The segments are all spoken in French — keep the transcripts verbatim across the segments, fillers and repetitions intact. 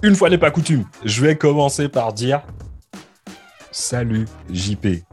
une fois n'est pas coutume, je vais commencer par dire salut J P.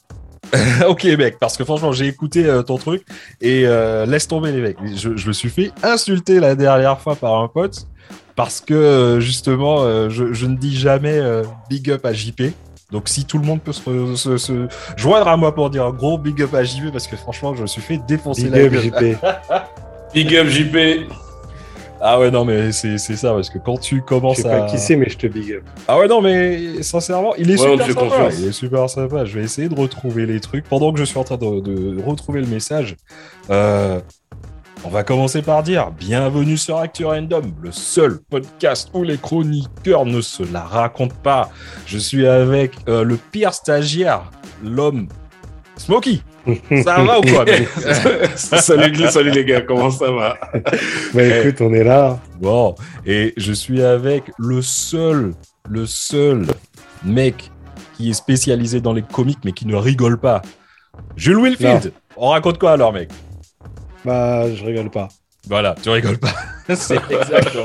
Ok mec, parce que franchement j'ai écouté euh, ton truc et euh, laisse tomber les mecs. Je, je me suis fait insulter la dernière fois par un pote parce que euh, justement euh, je, je ne dis jamais euh, big up à J P. Donc si tout le monde peut se, se, se joindre à moi pour dire un gros big up à J P parce que franchement je me suis fait défoncer big la up gueule. J P. Big up J P. Ah ouais non mais c'est, c'est ça parce que quand tu commences Je sais à... pas qui c'est mais je te big up. Ah ouais non mais sincèrement il est Ouais, on te super fait sympa. confiance. Il est super sympa. Je vais essayer de retrouver les trucs pendant que je suis en train de, de retrouver le message. Euh, on va commencer par dire bienvenue sur Actu Random, le seul podcast où les chroniqueurs ne se la racontent pas. Je suis avec euh, le pire stagiaire, l'homme Smokey. Ça va ou quoi mec? salut, salut les gars, comment ça va? Bah écoute, on est là. Bon, et je suis avec le seul, le seul mec qui est spécialisé dans les comics mais qui ne rigole pas. Jules Wilfield. Non. On raconte quoi alors mec? Bah je rigole pas. Voilà, tu rigoles pas. C'est exactement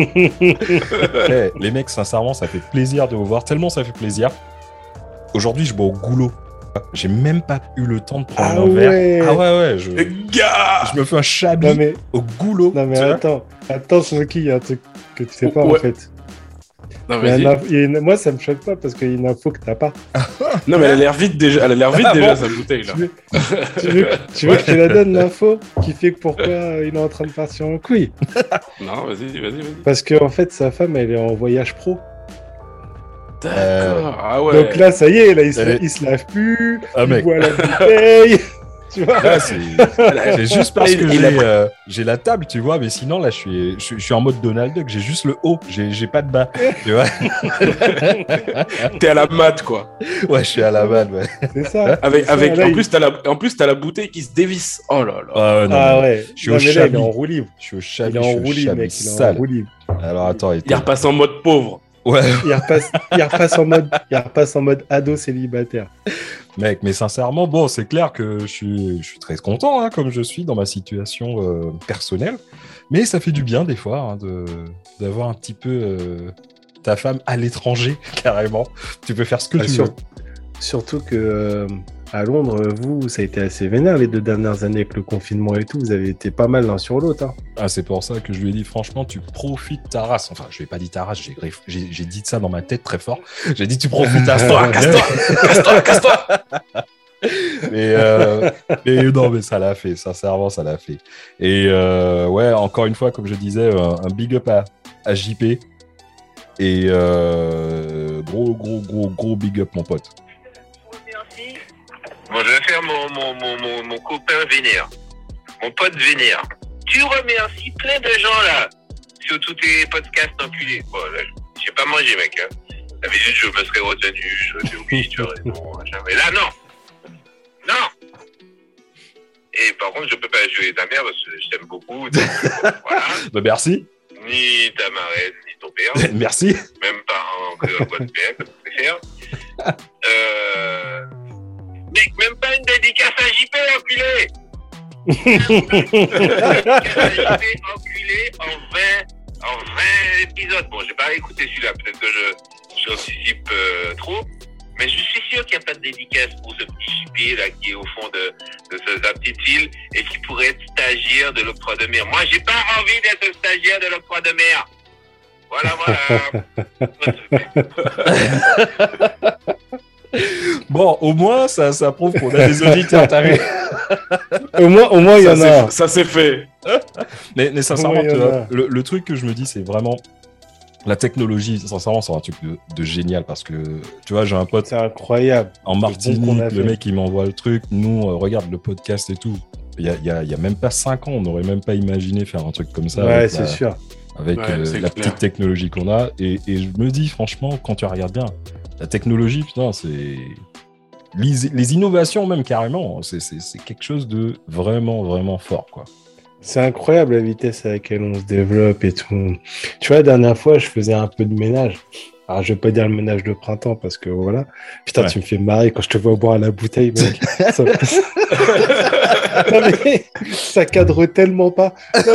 ça. Hey, les mecs, sincèrement, ça fait plaisir de vous voir. Tellement ça fait plaisir. Aujourd'hui, je bois au goulot. J'ai même pas eu le temps de prendre ah un ouais. verre. Ah ouais, ouais. Je, les gars je me fais un chablis non, mais... au goulot. Non mais attends, attends, Smokey, il y a un truc que tu sais pas ouais. en fait. Non, mais inf... une... Moi, ça me choque pas parce qu'il y a une info que t'as pas. Non, mais elle a l'air vite déjà, elle a l'air vite ah, déjà, bon. Sa bouteille, là. Tu veux, tu veux, tu veux ouais. que je te la donne, l'info qui fait que pourquoi il est en train de partir en couille? Non, vas-y, vas-y, vas-y. Parce qu'en fait, sa femme, elle est en voyage pro. D'accord, euh... ah ouais. Donc là, ça y est, là, il, se, est... il se lave plus, ah, il mec. boit la bouteille. Tu vois là, c'est... c'est juste parce que j'ai, a... euh, j'ai la table, tu vois, mais sinon, là, je suis, je, je suis en mode Donald Duck, j'ai juste le haut, j'ai, j'ai pas de bas, tu vois. T'es à la mat, quoi. Ouais, je suis à la mat, ouais. C'est ça. Avec, c'est avec, ça, en, il... plus, t'as la, en plus, t'as la bouteille qui se dévisse. Oh là là. Ah ouais, non, ah, ouais. Je suis non, au mais là, il est en roue libre. Je suis au chablis, il est en roue libre, mec, il est en roue libre. Alors, attends. Il repasse en mode pauvre. Ouais. Il repasse, il repasse en mode, il repasse en mode ado célibataire. Mec, mais sincèrement, bon, c'est clair que je suis, je suis très content, hein, comme je suis dans ma situation euh, personnelle. Mais ça fait du bien des fois hein, de, d'avoir un petit peu euh, ta femme à l'étranger, carrément. Tu peux faire ce que ah, tu sur... veux. Surtout que euh, à Londres, vous, ça a été assez vénère les deux dernières années avec le confinement et tout. Vous avez été pas mal l'un sur l'autre. Hein. Ah, c'est pour ça que je lui ai dit, franchement, tu profites ta race. Enfin, je lui ai pas dit ta race, j'ai, j'ai, j'ai dit ça dans ma tête très fort. J'ai dit, tu profites ta race. Casse-toi, casse-toi, casse-toi. mais, euh, mais non, mais ça l'a fait. Sincèrement, ça l'a fait. Et euh, ouais, encore une fois, comme je disais, un, un big up à, à J P. Et euh, gros, gros, gros, gros big up, mon pote. Bon, je vais faire mon, mon, mon, mon, mon copain vénère, mon pote vénère. Tu remercies plein de gens là, sur tous tes podcasts enculés. Bon, là, j'ai pas mangé, mec. Hein. D'habitude, je me serais retenu, je serais oui, tu as raison. Mais là, non. Non. Et par contre, je peux pas jouer ta mère parce que je t'aime beaucoup. Donc, voilà. Bah, merci. Ni ta marraine, ni ton père. Merci. Même pas un code P M, comme tu préfères. Euh... Mec, même pas une dédicace à J P, enculé. Dédicace à J P, enculé, en vingt, en vingt épisodes. Bon, j'ai pas écouté celui-là, peut-être que je, j'anticipe euh, trop. Mais je suis sûr qu'il n'y a pas de dédicace pour ce petit J P là qui est au fond de, de sa petite île et qui pourrait être stagiaire de l'octroi de mer. Moi, j'ai pas envie d'être stagiaire de l'octroi de mer. Voilà, voilà. Bon, au moins, ça, ça prouve qu'on a des auditeurs tarés. au moins, au moins, il y en a. Ça, c'est fait. mais, mais sincèrement, tu vois, le, le truc que je me dis, c'est vraiment la technologie. Sincèrement, c'est un truc de, de génial parce que, tu vois, j'ai un pote. C'est incroyable. En Martinique, le mec, il m'envoie le truc. Nous, euh, regarde le podcast et tout. Il y a, il y a, il y a même pas cinq ans, on n'aurait même pas imaginé faire un truc comme ça. Ouais, c'est la, sûr. Avec ouais, euh, la clair. petite technologie qu'on a. Et, et je me dis, franchement, quand tu regardes bien, la technologie, putain, c'est... Les, les innovations même, carrément, c'est, c'est, c'est quelque chose de vraiment, vraiment fort, quoi. C'est incroyable la vitesse à laquelle on se développe et tout. Tu vois, la dernière fois, je faisais un peu de ménage Alors, je vais pas dire le ménage de printemps parce que voilà. Putain, Ouais. tu me fais marrer quand je te vois boire à la bouteille, mec. ça... Non, mais ça cadre tellement pas. Non,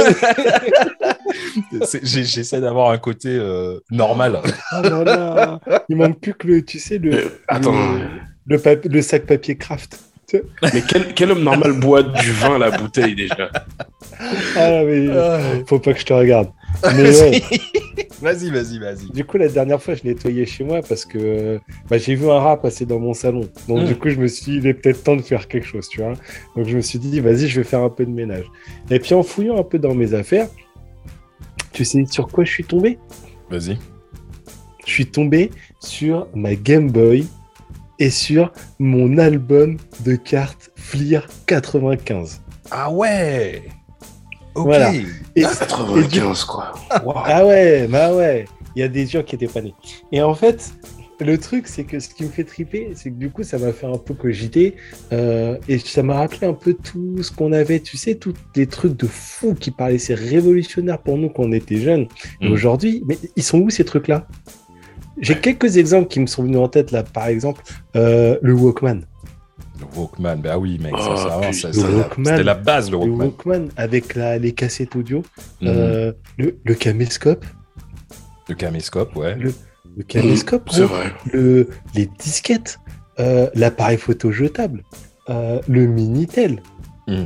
mais... C'est- j'ai- J'essaie d'avoir un côté euh, normal. Oh là là. Il manque plus que le, tu sais, le, Euh, attends. le, le, papi- le sac papier craft. Mais quel, quel homme normal boit du vin à la bouteille déjà? Ah, mais faut pas que je te regarde. Mais Vas-y, ouais. vas-y, vas-y, vas-y. Du coup, la dernière fois, je nettoyais chez moi parce que bah, j'ai vu un rat passer dans mon salon. Donc, Mm. du coup, je me suis dit, il est peut-être temps de faire quelque chose, tu vois. Donc, je me suis dit, vas-y, je vais faire un peu de ménage. Et puis, en fouillant un peu dans mes affaires, tu sais sur quoi je suis tombé? Vas-y. Je suis tombé sur ma Game Boy et sur mon album de cartes Fleer quatre-vingt-quinze. Ah ouais. Ok. Voilà. Et, quatre-vingt-quinze, quoi. Wow. Ah ouais, bah ouais, il y a des gens qui étaient pas nés. Et en fait, le truc, c'est que ce qui me fait triper, c'est que du coup, ça m'a fait un peu cogiter euh, et ça m'a rappelé un peu tout ce qu'on avait, tu sais, tous les trucs de fous qui paraissaient révolutionnaires pour nous quand on était jeunes. Et Mm. aujourd'hui, mais ils sont où ces trucs-là? J'ai quelques exemples qui me sont venus en tête là, par exemple, euh, le Walkman. Le Walkman, bah oui, mec, ça, Oh, ça, putain. ça, Le ça, Walkman. c'était la base, le Le Walkman. Walkman avec la, les cassettes audio, Mhm. euh, le, le caméscope, Le caméscope, ouais. le, le caméscope, C'est gros. vrai. le, les disquettes, euh, l'appareil photo jetable, euh, le Minitel. Mm.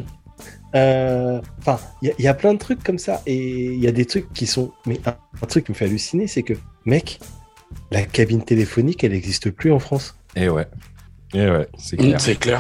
Euh, Enfin, il y, y a plein de trucs comme ça. Et il y a des trucs qui sont... Mais un, un truc qui me fait halluciner, c'est que, mec, la cabine téléphonique, elle n'existe plus en France. Et ouais. Et ouais, c'est clair. C'est clair.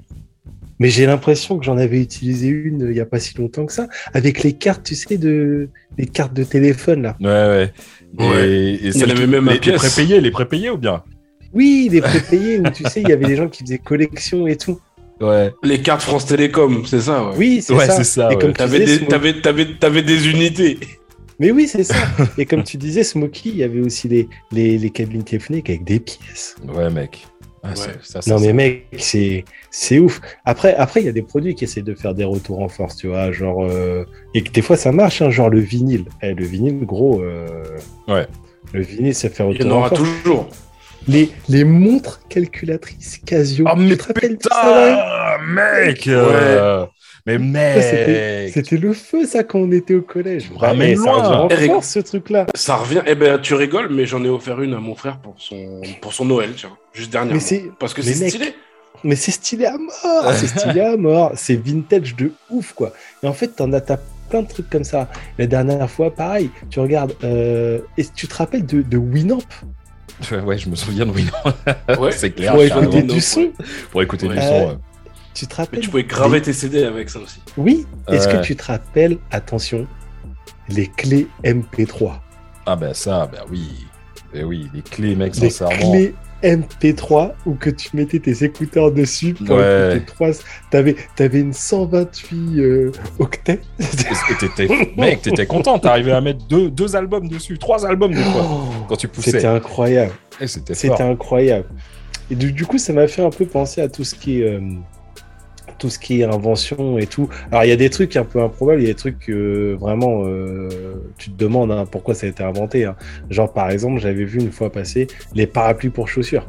Mais j'ai l'impression que j'en avais utilisé une euh, il n'y a pas si longtemps que ça, avec les cartes, tu sais, de... les cartes de téléphone, là. Ouais, ouais. Ouais. Et, et Il y en celles avait qui- même à les, les pièce. prépayés, les prépayés ou bien? Oui, des prépayés où, tu sais, il y avait des gens qui faisaient collection et tout. Ouais. Les cartes France Télécom, c'est ça, ouais. Oui, c'est Ouais, ça. c'est ça, Et ouais. comme tu T'avais disais, des, ce t'avais, t'avais, t'avais des unités. Mais oui, c'est ça. Et comme tu disais, Smokey, il y avait aussi les, les, les cabines téléphoniques avec des pièces. Ouais, mec. Ah, Ouais. ça, ça, ça, Non, mais ça- mec, c'est, c'est ouf. Après, après, il y a des produits qui essaient de faire des retours en force, tu vois, genre... euh, Et que des fois, ça marche, hein, genre le vinyle. Eh, le vinyle, gros... euh, Ouais. Le vinyle, ça fait Il y retour en en aura force. toujours. Les, les montres calculatrices Casio. Oh, mais tu te rappelles de ça, ouais putain, mec euh, Mais Ça, c'était, mec c'était le feu, ça, quand on était au collège. Ramène Eh, ça loin. revient en Eric. force, ce truc-là. Ça revient. Eh ben, tu rigoles, mais j'en ai offert une à mon frère pour son, pour son Noël, tiens, juste dernièrement. Mais c'est... Parce que mais c'est mec, stylé. Mais c'est stylé à mort, c'est stylé à mort, c'est vintage de ouf quoi. Et en fait, t'en as t'as plein de trucs comme ça. La dernière fois, pareil, tu regardes, euh, et tu te rappelles de, de Winamp Ouais, ouais, je me souviens de Winamp. Ouais. C'est clair. pour carrément. écouter Winamp, du son. Pour écouter du Ouais. son. Euh, ouais. Tu te Mais rappelles tu pouvais graver des- tes C D avec ça aussi. Oui. Est-ce Ouais. que tu te rappelles, attention, les clés M P trois, Ah, bah ça, bah oui. Eh oui, les clés, mec, les sincèrement. clés M P trois où que tu mettais tes écouteurs dessus pour Ouais. écouter trois. T'avais, t'avais une cent vingt-huit euh, octets. Et t'étais- Mec, t'étais content, t'arrivais à mettre deux, deux albums dessus, trois albums des fois, quand tu poussais. C'était incroyable. Eh, c'était fort. C'était incroyable. Et du, du coup, ça m'a fait un peu penser à tout ce qui est, euh, tout ce qui est invention et tout. Alors, il y a des trucs un peu improbables, il y a des trucs que vraiment, euh, tu te demandes hein, pourquoi ça a été inventé. Hein. Genre, par exemple, j'avais vu une fois passer les parapluies pour chaussures.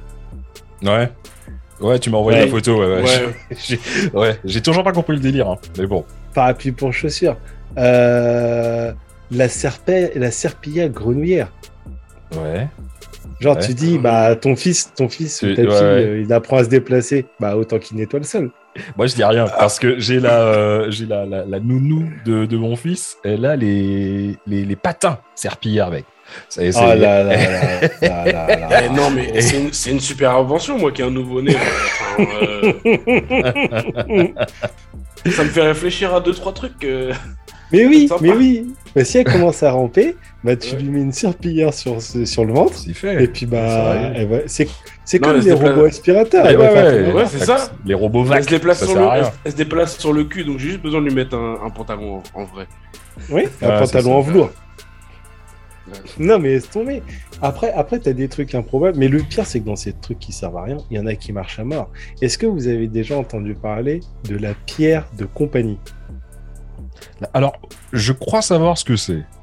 Ouais. Ouais, tu m'as envoyé Ouais. la photo. Ouais, ouais. Ouais. J'ai ouais, j'ai toujours pas compris le délire. Hein. Mais bon. Parapluies pour chaussures. Euh, la, serpè- la serpillière grenouillère. Ouais. Genre, Ouais. tu dis, bah, ton fils, ton fils ou Tu- ta ouais, fille, ouais. euh, il apprend à se déplacer. Bah, autant qu'il nettoie le sol. Moi, je dis rien parce que j'ai la, euh, j'ai la, la, la nounou de, de mon fils. Elle a les, les, les patins serpillères avec. Ça, Oh c'est- là là là là là là là. Eh non, mais c'est une, c'est une super invention, moi qui ai un nouveau-né. Enfin, euh, ça me fait réfléchir à deux, trois trucs. euh. Mais oui, Sympa. mais oui. Bah, si elle commence à ramper, bah, tu Ouais. lui mets une serpillière sur, ce- sur le ventre. C'est fait. Et puis, Ça bah, arrive. elle va- c'est c'est Non, comme elle se les déplace. robots aspirateurs. Ouais, Elle va ouais, faire ouais, tourner. ouais, c'est ça. Les robots Elle vac, se, déplace ça sur sert le, à elle, rien. elle se déplace sur le cul, donc j'ai juste besoin de lui mettre un, un pantalon en, en vrai. Oui, un Ouais, c'est pantalon ça. en velours. Ouais. Non, mais laisse tomber. Après, après tu as des trucs improbables. Mais le pire, c'est que dans ces trucs qui servent à rien, il y en a qui marchent à mort. Est-ce que vous avez déjà entendu parler de la pierre de compagnie? Alors, je crois savoir ce que c'est.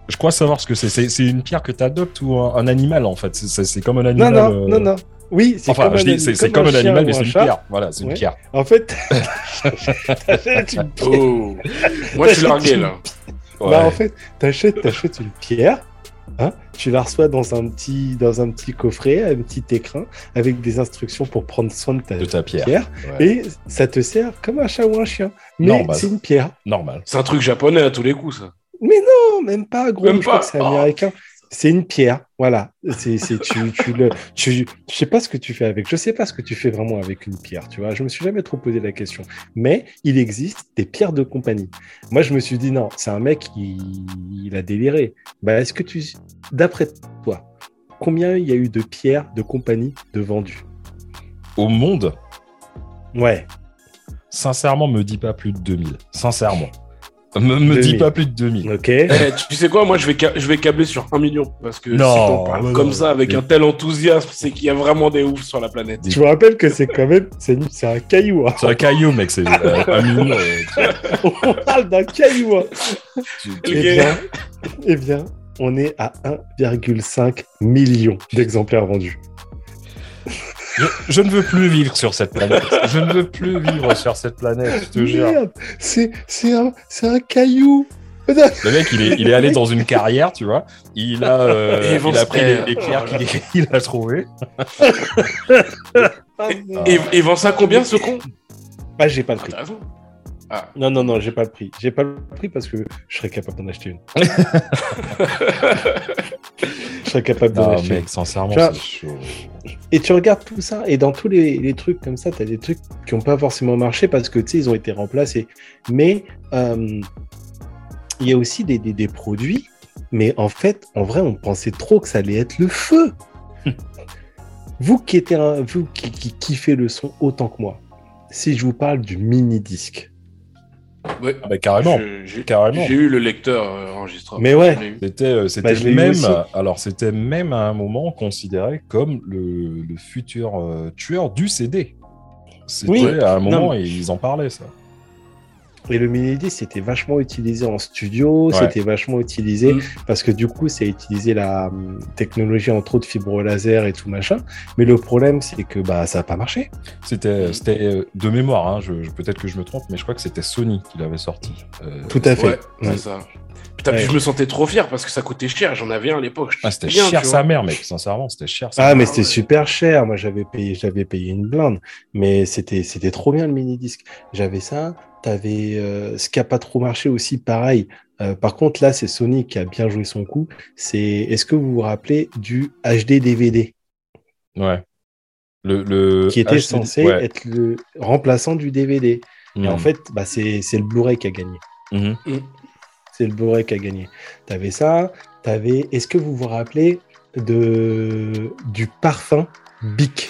Je crois savoir ce que c'est. C'est, c'est une pierre que tu adoptes ou un, un animal en fait. C'est, c'est, c'est comme un Non, animal. non, euh, non, non. Oui, c'est Enfin, comme je un, dis, c'est, c'est comme un, chien animal, ou mais un c'est une chat. pierre. Voilà, c'est Ouais. une pierre. En fait, t'achètes une pierre. Oh. Moi, je suis largué, là. Ouais. Bah, en fait, t'achètes, t'achètes une pierre, hein, tu la reçois dans un petit, dans un petit coffret, un petit écrin, avec des instructions pour prendre soin de ta, De ta pierre. Ouais. et ça te sert comme un chat ou un chien. Mais Normal. c'est une pierre. Normal. C'est un truc japonais à tous les coups, ça. Mais non, même pas, gros, Même je crois pas. que c'est Oh. américain. C'est une pierre, voilà. C'est, c'est, tu, tu le, tu, je sais pas ce que tu fais avec. Je sais pas ce que tu fais vraiment avec une pierre, tu vois. Je me suis jamais trop posé la question. Mais il existe des pierres de compagnie. Moi, je me suis dit non, c'est un mec qui, il a déliré. Bah, est-ce que tu, d'après toi, combien il y a eu de pierres de compagnie de vendues? Au monde, Ouais. sincèrement, me dis pas plus de deux mille. Sincèrement. Me, me deux dis mille. pas plus de deux mille. Ok. Eh, tu sais quoi, moi, je vais, ca- je vais câbler sur un million. Parce que Non, si t'en parles ouais, comme non, ça, avec mais- un tel enthousiasme, c'est qu'il y a vraiment des oufs sur la planète. Je vous rappelle que c'est quand même, c'est, une- c'est un caillou. Hein. C'est un caillou, mec. C'est euh, un million. euh, On parle d'un caillou. Hein. tu- tu- Eh bien, eh bien, on est à un virgule cinq million d'exemplaires vendus. Je, je ne veux plus vivre sur cette planète. Je ne veux plus vivre sur cette planète, je te jure. Merde, c'est, c'est, un, c'est un caillou. Le mec, il est, il est allé dans une carrière, tu vois. Il a, euh, Et ils vont il a se pris faire. les, les pierres qu'il qu'il a trouvées. Ah, non. Et, et vend ça combien, ce con? Ah, j'ai pas le Ah, prix. t'as raison. Ah. Non, non, non, j'ai pas le prix. J'ai pas le prix parce que je serais capable d'en acheter une. Je serais capable d'en Non, acheter une. mec, sincèrement, Tu vois, c'est chaud. Et tu regardes tout ça, et dans tous les, les trucs comme ça, tu as des trucs qui n'ont pas forcément marché parce que, tu sais, ils ont été remplacés. Mais euh, il y a aussi des, des, des produits, mais en fait, en vrai, on pensait trop que ça allait être le feu. Vous qui êtes un, vous qui, qui kiffez le son autant que moi, si je vous parle du mini-disque. Ouais. Ah bah, carrément. Je- j'ai, Carrément. j'ai eu le lecteur euh, enregistreur. Mais ouais. Je l'ai eu. C'était, euh, c'était Bah, je l'ai eu même, aussi. alors c'était même à un moment considéré comme le, le futur euh, tueur du C D. C'était Oui. à un moment, Non, mais- ils en parlaient, ça. Et le mini-disque, c'était vachement utilisé en studio, Ouais. c'était vachement utilisé Mm. parce que du coup, ça a utilisé la hum, technologie, entre autres, fibre laser et tout machin. Mais le problème, c'est que bah, ça n'a pas marché. C'était, c'était euh, de mémoire, hein, je, je- peut-être que je me trompe, mais je crois que c'était Sony qui l'avait sorti. Euh, Tout à fait. Ouais, c'est Ouais. ça. Putain, puis Ouais. je me sentais trop fier parce que ça coûtait cher. J'en avais un à l'époque. Ah, c'était Bien, cher tu sa vois. mère, mec, sincèrement, c'était cher sa Ah, mère. mais c'était ouais. super cher. Moi, j'avais payé, j'avais payé une blinde. Mais c'était, c'était trop bien le mini-disque. J'avais ça. T'avais euh, ce qui a pas trop marché aussi, pareil. Euh, par contre, là, c'est Sony qui a bien joué son coup. C'est, est-ce que vous vous rappelez du H D D V D Ouais. Le, le qui était H D D censé ouais. être le remplaçant du D V D? Mhm. Et en fait, bah, c'est, c'est le Blu-ray qui a gagné. Mhm. C'est le Blu-ray qui a gagné. T'avais ça. T'avais. Est-ce que vous vous rappelez de du parfum Bic?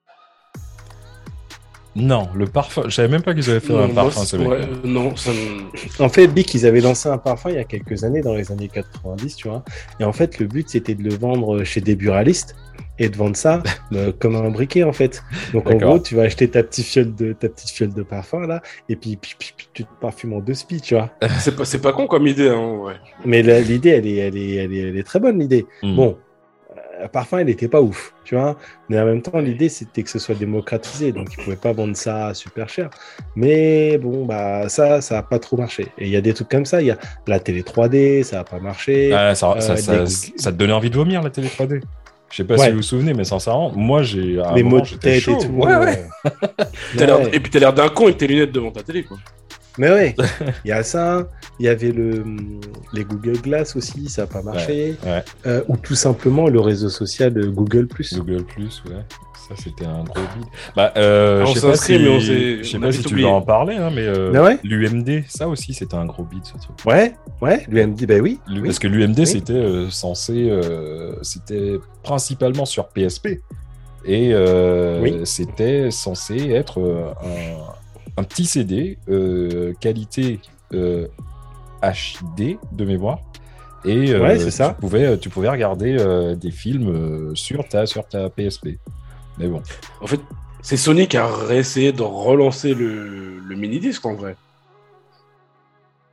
Non, le parfum, je savais même pas qu'ils avaient fait Non, un moi, parfum, c'est- ces mecs. ouais, euh, non, ça me... En fait, Bic, ils avaient lancé un parfum il y a quelques années, dans les années quatre-vingt-dix, tu vois. Et en fait, le but, c'était de le vendre chez des buralistes et de vendre ça euh, comme un briquet, en fait. Donc, en D'accord. gros, tu vas acheter ta petite fiole de, ta petite fiole de parfum, là, et puis, puis, puis, puis tu te parfumes en deux spi, tu vois. c'est pas, c'est pas con comme idée, hein, ouais. Mais la- l'idée, elle est, elle, est, elle, est, elle est très bonne, l'idée. Mhm. Bon, euh, le parfum, il n'était pas ouf, tu vois. Mais en même temps, l'idée, c'était que ce soit démocratisé. Donc, ils ne pouvaient pas vendre ça super cher. Mais bon, bah, ça, ça n'a pas trop marché. Et il y a des trucs comme ça. Il y a la télé trois D, ça n'a pas marché. Ah, ça, ça, euh, ça, des- ça te donnait envie de vomir, la télé trois D. Je sais pas Ouais. si vous vous souvenez, mais sincèrement, moi, j'ai. à un les moment, mots de j'étais tête chaud. et tout. Ouais, ouais. euh, T'as l'air- ouais. Et puis t'as l'air d'un con avec tes lunettes devant ta télé, quoi. Mais ouais, il y a ça. Il y avait le, les Google Glass aussi, ça n'a pas marché. ouais. Euh, ou tout simplement le réseau social euh, Google plus. Google Plus, ouais. Ça, c'était un gros bide. Bah, euh, Ah, on je sais pas s'inscrit, si, mais on s'est- je sais on pas a si vite tu oublié. veux en parler, hein, mais euh, Ah ouais l'U M D, ça aussi, c'était un gros bide, ce truc. Ouais, ouais, l'U M D, bah oui. L'U- oui. Parce que l'U M D, Oui. c'était euh, censé, euh, c'était principalement sur P S P. Et euh, Oui. c'était censé être euh, un, un petit C D, euh, qualité euh, H D de mémoire. Et euh, Ouais, c'est ça. Tu, pouvais, tu pouvais regarder euh, des films euh, sur, ta, sur ta P S P. Mais bon. En fait, c'est Sony qui a réessayé de relancer le, le mini-disque, en vrai.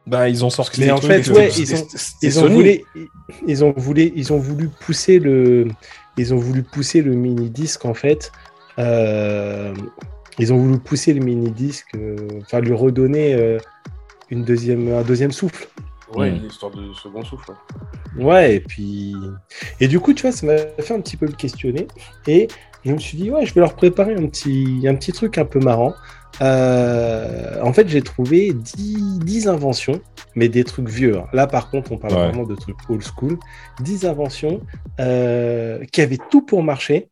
Bah, ils ont sorti Mais des en trucs, fait, euh, ouais, c'était- ils ont, c'était ils ont Sony. voulu, ils ont voulu, ils ont voulu pousser le, ils ont voulu pousser le mini disque en fait. euh, Ils ont voulu pousser le mini disque, enfin lui redonner euh, une deuxième, un deuxième souffle. Ouais, Mm. une histoire de second souffle. ouais. Ouais, et puis, et du coup, tu vois, ça m'a fait un petit peu me questionner, et je me suis dit, ouais, je vais leur préparer un petit, un petit truc un peu marrant. Euh, en fait, j'ai trouvé dix, dix inventions, mais des trucs vieux, hein. Là, par contre, on parle Ouais. vraiment de trucs old school. dix inventions euh, qui avaient tout pour marcher.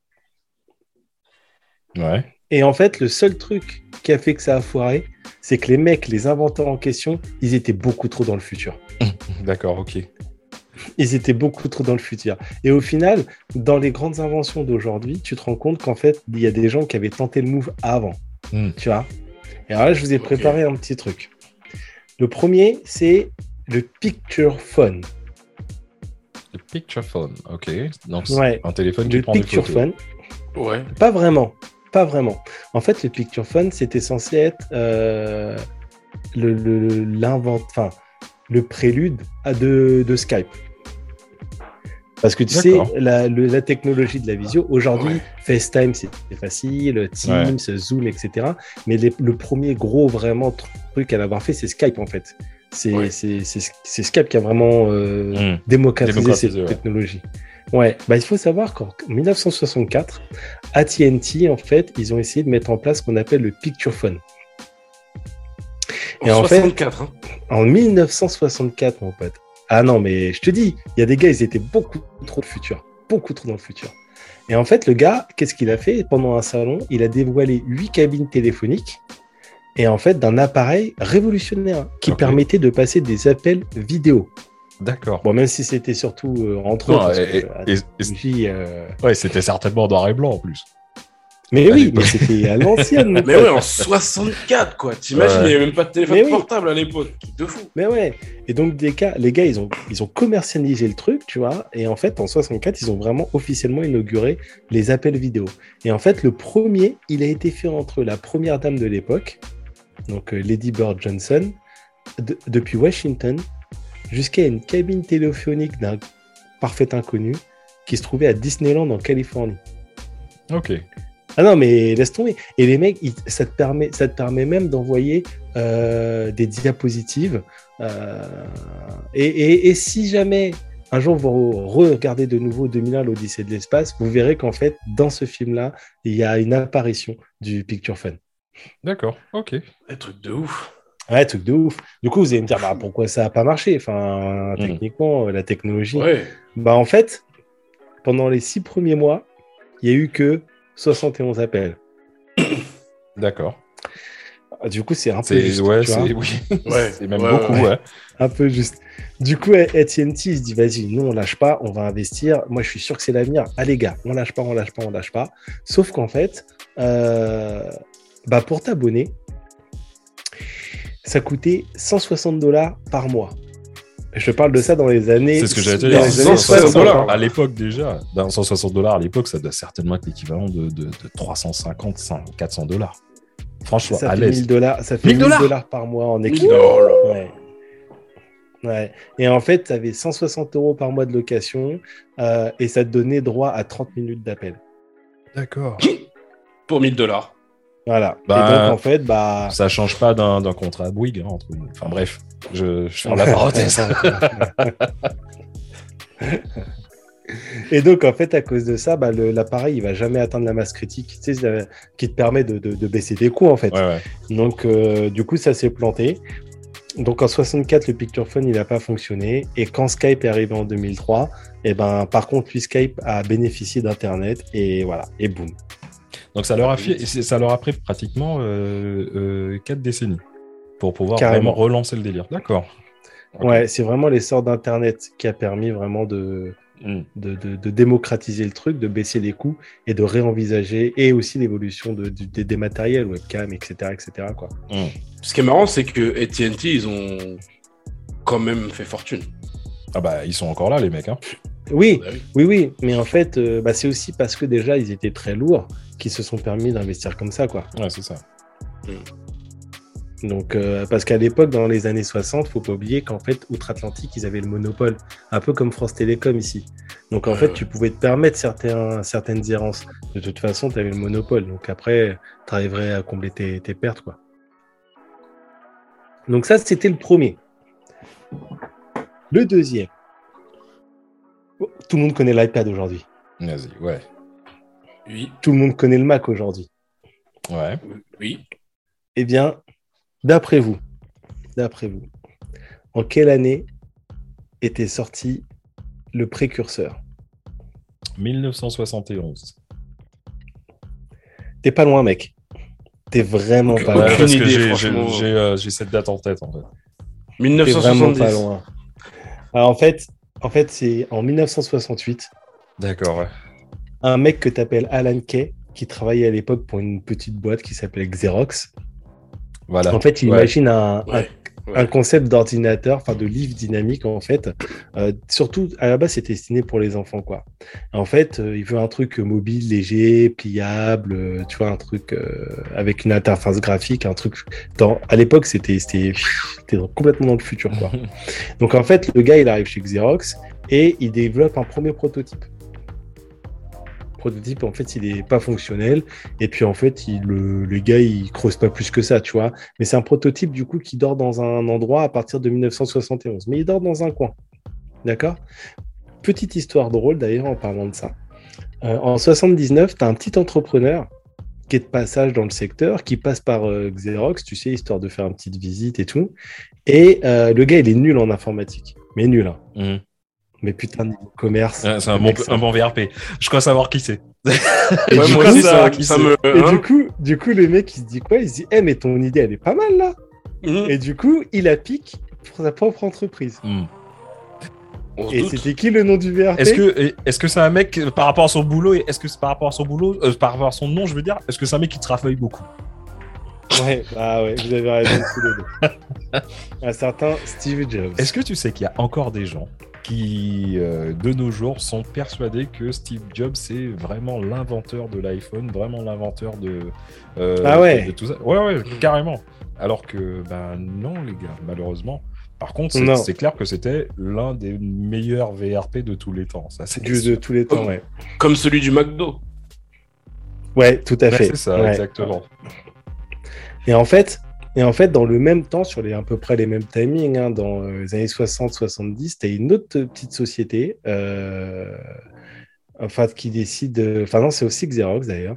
Ouais, Et en fait, le seul truc qui a fait que ça a foiré, c'est que les mecs, les inventeurs en question, ils étaient beaucoup trop dans le futur. d'accord, ok. Ils étaient beaucoup trop dans le futur. Et au final, dans les grandes inventions d'aujourd'hui, tu te rends compte qu'en fait, il y a des gens qui avaient tenté le move avant. Mm. Tu vois. Et alors là, je vous ai Ok. préparé un petit truc. Le premier, c'est le picture phone. Le picture phone, ok. Donc, c'est Ouais. un téléphone qui Le prend des picture photos. phone, Ouais. pas vraiment. Pas vraiment. En fait, le picture phone, c'était censé être euh, le, le, l'invent... enfin, le prélude à de, de Skype. Parce que tu D'accord. sais, la, le- la technologie de la visio, aujourd'hui, Ouais. FaceTime, c'est facile, Teams, Zoom, et cetera. Mais les- le premier gros vraiment truc à l'avoir fait, c'est Skype, en fait. C'est Ouais. c'est- c'est- c'est Skype qui a vraiment euh, Mm. démocratisé, Démocratisé, cette ouais. technologie. Ouais, bah, il faut savoir qu'en dix-neuf cent soixante-quatre, A T and T, en fait, ils ont essayé de mettre en place ce qu'on appelle le picture phone. En Et en fait- soixante-quatre, hein. En dix-neuf cent soixante-quatre, mon pote. Ah non, mais je te dis, il y a des gars, ils étaient beaucoup trop dans le futur. Beaucoup trop dans le futur. Et en fait, le gars, qu'est-ce qu'il a fait pendant un salon? Il a dévoilé huit cabines téléphoniques et en fait, d'un appareil révolutionnaire qui Ok. permettait de passer des appels vidéo. D'accord. Bon, même si c'était surtout euh, entre Non, autres. parce et- que, la et- et- technologie, euh, Ouais, c'était certainement noir et blanc en plus. Mais à oui, l'époque. mais c'était à l'ancienne. mon Mais pote. ouais, en soixante-quatre, quoi. T'imagines, Ouais. il n'y avait même pas de téléphone Mais oui. portable à l'époque. Truc de fou. Mais ouais. Et donc, des cas, les gars, ils ont, ils ont commercialisé le truc, tu vois. Et en fait, en soixante-quatre, ils ont vraiment officiellement inauguré les appels vidéo. Et en fait, le premier, il a été fait entre la première dame de l'époque, donc euh, Lady Bird Johnson, de- depuis Washington, jusqu'à une cabine téléphonique d'un parfait inconnu qui se trouvait à Disneyland en Californie. Ok. Ah non, mais laisse tomber. Et les mecs, ils- ça, te permet, ça te permet même d'envoyer euh, des diapositives. euh, et, et- et si jamais un jour vous regardez de nouveau deux mille un, l'Odyssée de l'espace, vous verrez qu'en fait, dans ce film-là, il y a une apparition du Picture Phone. D'accord. Ok. Un truc de ouf. Ouais, truc de ouf. Du coup, vous allez me dire, bah, pourquoi ça n'a pas marché? Enfin, Mm. techniquement, la technologie. Ouais. Bah, en fait, pendant les six premiers mois, il n'y a eu que soixante et onze appels. D'accord. Ah, Du coup, c'est un peu C'est juste. ouais, tu vois. c'est oui. Ouais. c'est même Ouais, beaucoup, ouais. ouais. Un peu juste. Du coup, A T and T, il se dit, vas-y, nous, on lâche pas, on va investir. Moi, je suis sûr que c'est l'avenir. Allez, gars, on lâche pas, on lâche pas, on lâche pas. Sauf qu'en fait, euh, bah, pour t'abonner, ça coûtait cent soixante dollars par mois. Je parle de ça dans les années. C'est ce que j'allais te dans dire. les cent années soixante soixante, dollars. hein. À l'époque déjà, dans cent soixante dollars à l'époque, ça doit certainement être l'équivalent de, de, de trois cent cinquante, quatre cents dollars. Franchement, Ça à fait l'aise. mille dollars, ça fait mille mille dollars dollars par mois en mille équivalent. dollars. Ouais. Ouais. Et en fait, tu avais cent soixante euros par mois de location euh, et ça te donnait droit à trente minutes d'appel. D'accord. Pour mille dollars. Voilà. Bah, et donc, en fait, bah. Ça change pas d'un d'un contrat à Bouygues, hein, entre nous. Enfin bref, je, je ferme la parenthèse. Et donc, en fait, à cause de ça, bah, le- l'appareil, il va jamais atteindre la masse critique, tu sais, euh, qui te permet de, de- de baisser tes coûts, en fait. Ouais, ouais. Donc, euh, du coup, ça s'est planté. Donc, en soixante-quatre, le Picture Phone, il n'a pas fonctionné. Et quand Skype est arrivé en deux mille trois, et ben, par contre, lui, Skype a bénéficié d'Internet. Et voilà, et boum. Donc ça leur a fait, ça leur a pris pratiquement euh, euh, quatre décennies pour pouvoir Carrément. vraiment relancer le délire. D'accord. Ok. Ouais, c'est vraiment l'essor d'Internet qui a permis vraiment de, Mm. de, de- de démocratiser le truc, de baisser les coûts et de réenvisager, et aussi l'évolution de, du- des, des matériels, webcam, et cetera, et cetera, quoi. Mm. Ce qui est marrant, c'est que A T and T, ils ont quand même fait fortune. Ah bah ils sont encore là les mecs. Hein. Oui, Bah oui. oui, oui, mais en fait, euh, bah, c'est aussi parce que déjà, ils étaient très lourds qu'ils se sont permis d'investir comme ça, quoi. Ouais c'est ça. Donc, euh, parce qu'à l'époque, dans les années soixante, faut pas oublier qu'en fait, Outre-Atlantique, ils avaient le monopole, un peu comme France Télécom ici. Donc, en Ouais, fait, ouais. tu pouvais te permettre certains, certaines errances. De toute façon, tu avais le monopole. Donc, après, tu arriverais à combler tes, tes pertes, quoi. Donc, ça, c'était le premier. Le deuxième. Oh, tout le monde connaît l'iPad aujourd'hui. Vas-y, ouais. Oui, Tout le monde connaît le Mac aujourd'hui. Ouais. oui. Eh bien, d'après vous, d'après vous, en quelle année était sorti le précurseur? mille neuf cent soixante et onze. T'es pas loin, mec. T'es vraiment Aucune- pas Ouais, loin. aucune parce que idée, j'ai, franchement. j'ai, j'ai, euh, j'ai cette date en tête, en fait. T'es vraiment pas mille neuf cent soixante-dix. loin. Alors, en fait, en fait, c'est en mille neuf cent soixante-huit, D'accord, ouais. un mec que t'appelles Alan Kay, qui travaillait à l'époque pour une petite boîte qui s'appelait Xerox. Voilà. En fait, il Ouais. imagine un, un Ouais, ouais. un concept d'ordinateur, enfin de livre dynamique en fait. Euh, surtout à la base, c'était destiné pour les enfants quoi. En fait, euh, il veut un truc mobile, léger, pliable, euh, tu vois, un truc euh, avec une interface graphique, un truc. Dans... À l'époque, c'était c'était c'était complètement dans le futur quoi. Donc en fait, le gars, il arrive chez Xerox et il développe un premier prototype. Prototype, en fait, il est pas fonctionnel. Et puis, en fait, il, le, le gars, il creuse pas plus que ça, tu vois. Mais c'est un prototype, du coup, qui dort dans un endroit à partir de mille neuf cent soixante et onze. Mais il dort dans un coin. D'accord? Petite histoire drôle, d'ailleurs, en parlant de ça. Euh, en soixante-dix-neuf, tu as un petit entrepreneur qui est de passage dans le secteur, qui passe par euh, Xerox, tu sais, histoire de faire une petite visite et tout. Et euh, le gars, il est nul en informatique. Mais nul, hein. Mhm. Mais putain, niveau commerce. Ouais, c'est un le bon, mec, c'est un bon V R P. Je crois savoir qui c'est. Et Ouais, du moi coup, aussi, ça, ça, qui ça c'est me. Et hein. du coup, du coup, le mec, il se dit quoi? Il se dit, eh, mais ton idée, elle est pas mal, là. Mhm. Et du coup, il applique pour sa propre entreprise. Hmm. On se Et doute. c'était qui le nom du V R P? Est-ce que est-ce que c'est un mec euh, par rapport à son boulot et est-ce que c'est par rapport à son boulot euh, par rapport à son nom je veux dire est-ce que c'est un mec qui travaille beaucoup? Ouais, bah ouais, vous avez raison tous les deux. Un certain Steve Jobs. Est-ce que tu sais qu'il y a encore des gens qui euh, de nos jours sont persuadés que Steve Jobs c'est vraiment l'inventeur de l'iPhone, vraiment l'inventeur de euh, Ah ouais. de, de tout ça? Ouais ouais, carrément. Alors que ben non les gars, malheureusement. Par contre, c'est, Non. c'est clair que c'était l'un des meilleurs V R P de tous les temps. Ça, c'est Du, sûr. de tous les temps, ouais. Comme celui du McDo. Ouais, tout à Ouais, fait. c'est ça, Ouais. exactement. Et en fait, et en fait, dans le même temps, sur les, à peu près les mêmes timings, hein, dans euh, les années soixante soixante-dix, tu as une autre petite société euh, enfin, qui décide. euh, Enfin, non, c'est aussi Xerox d'ailleurs.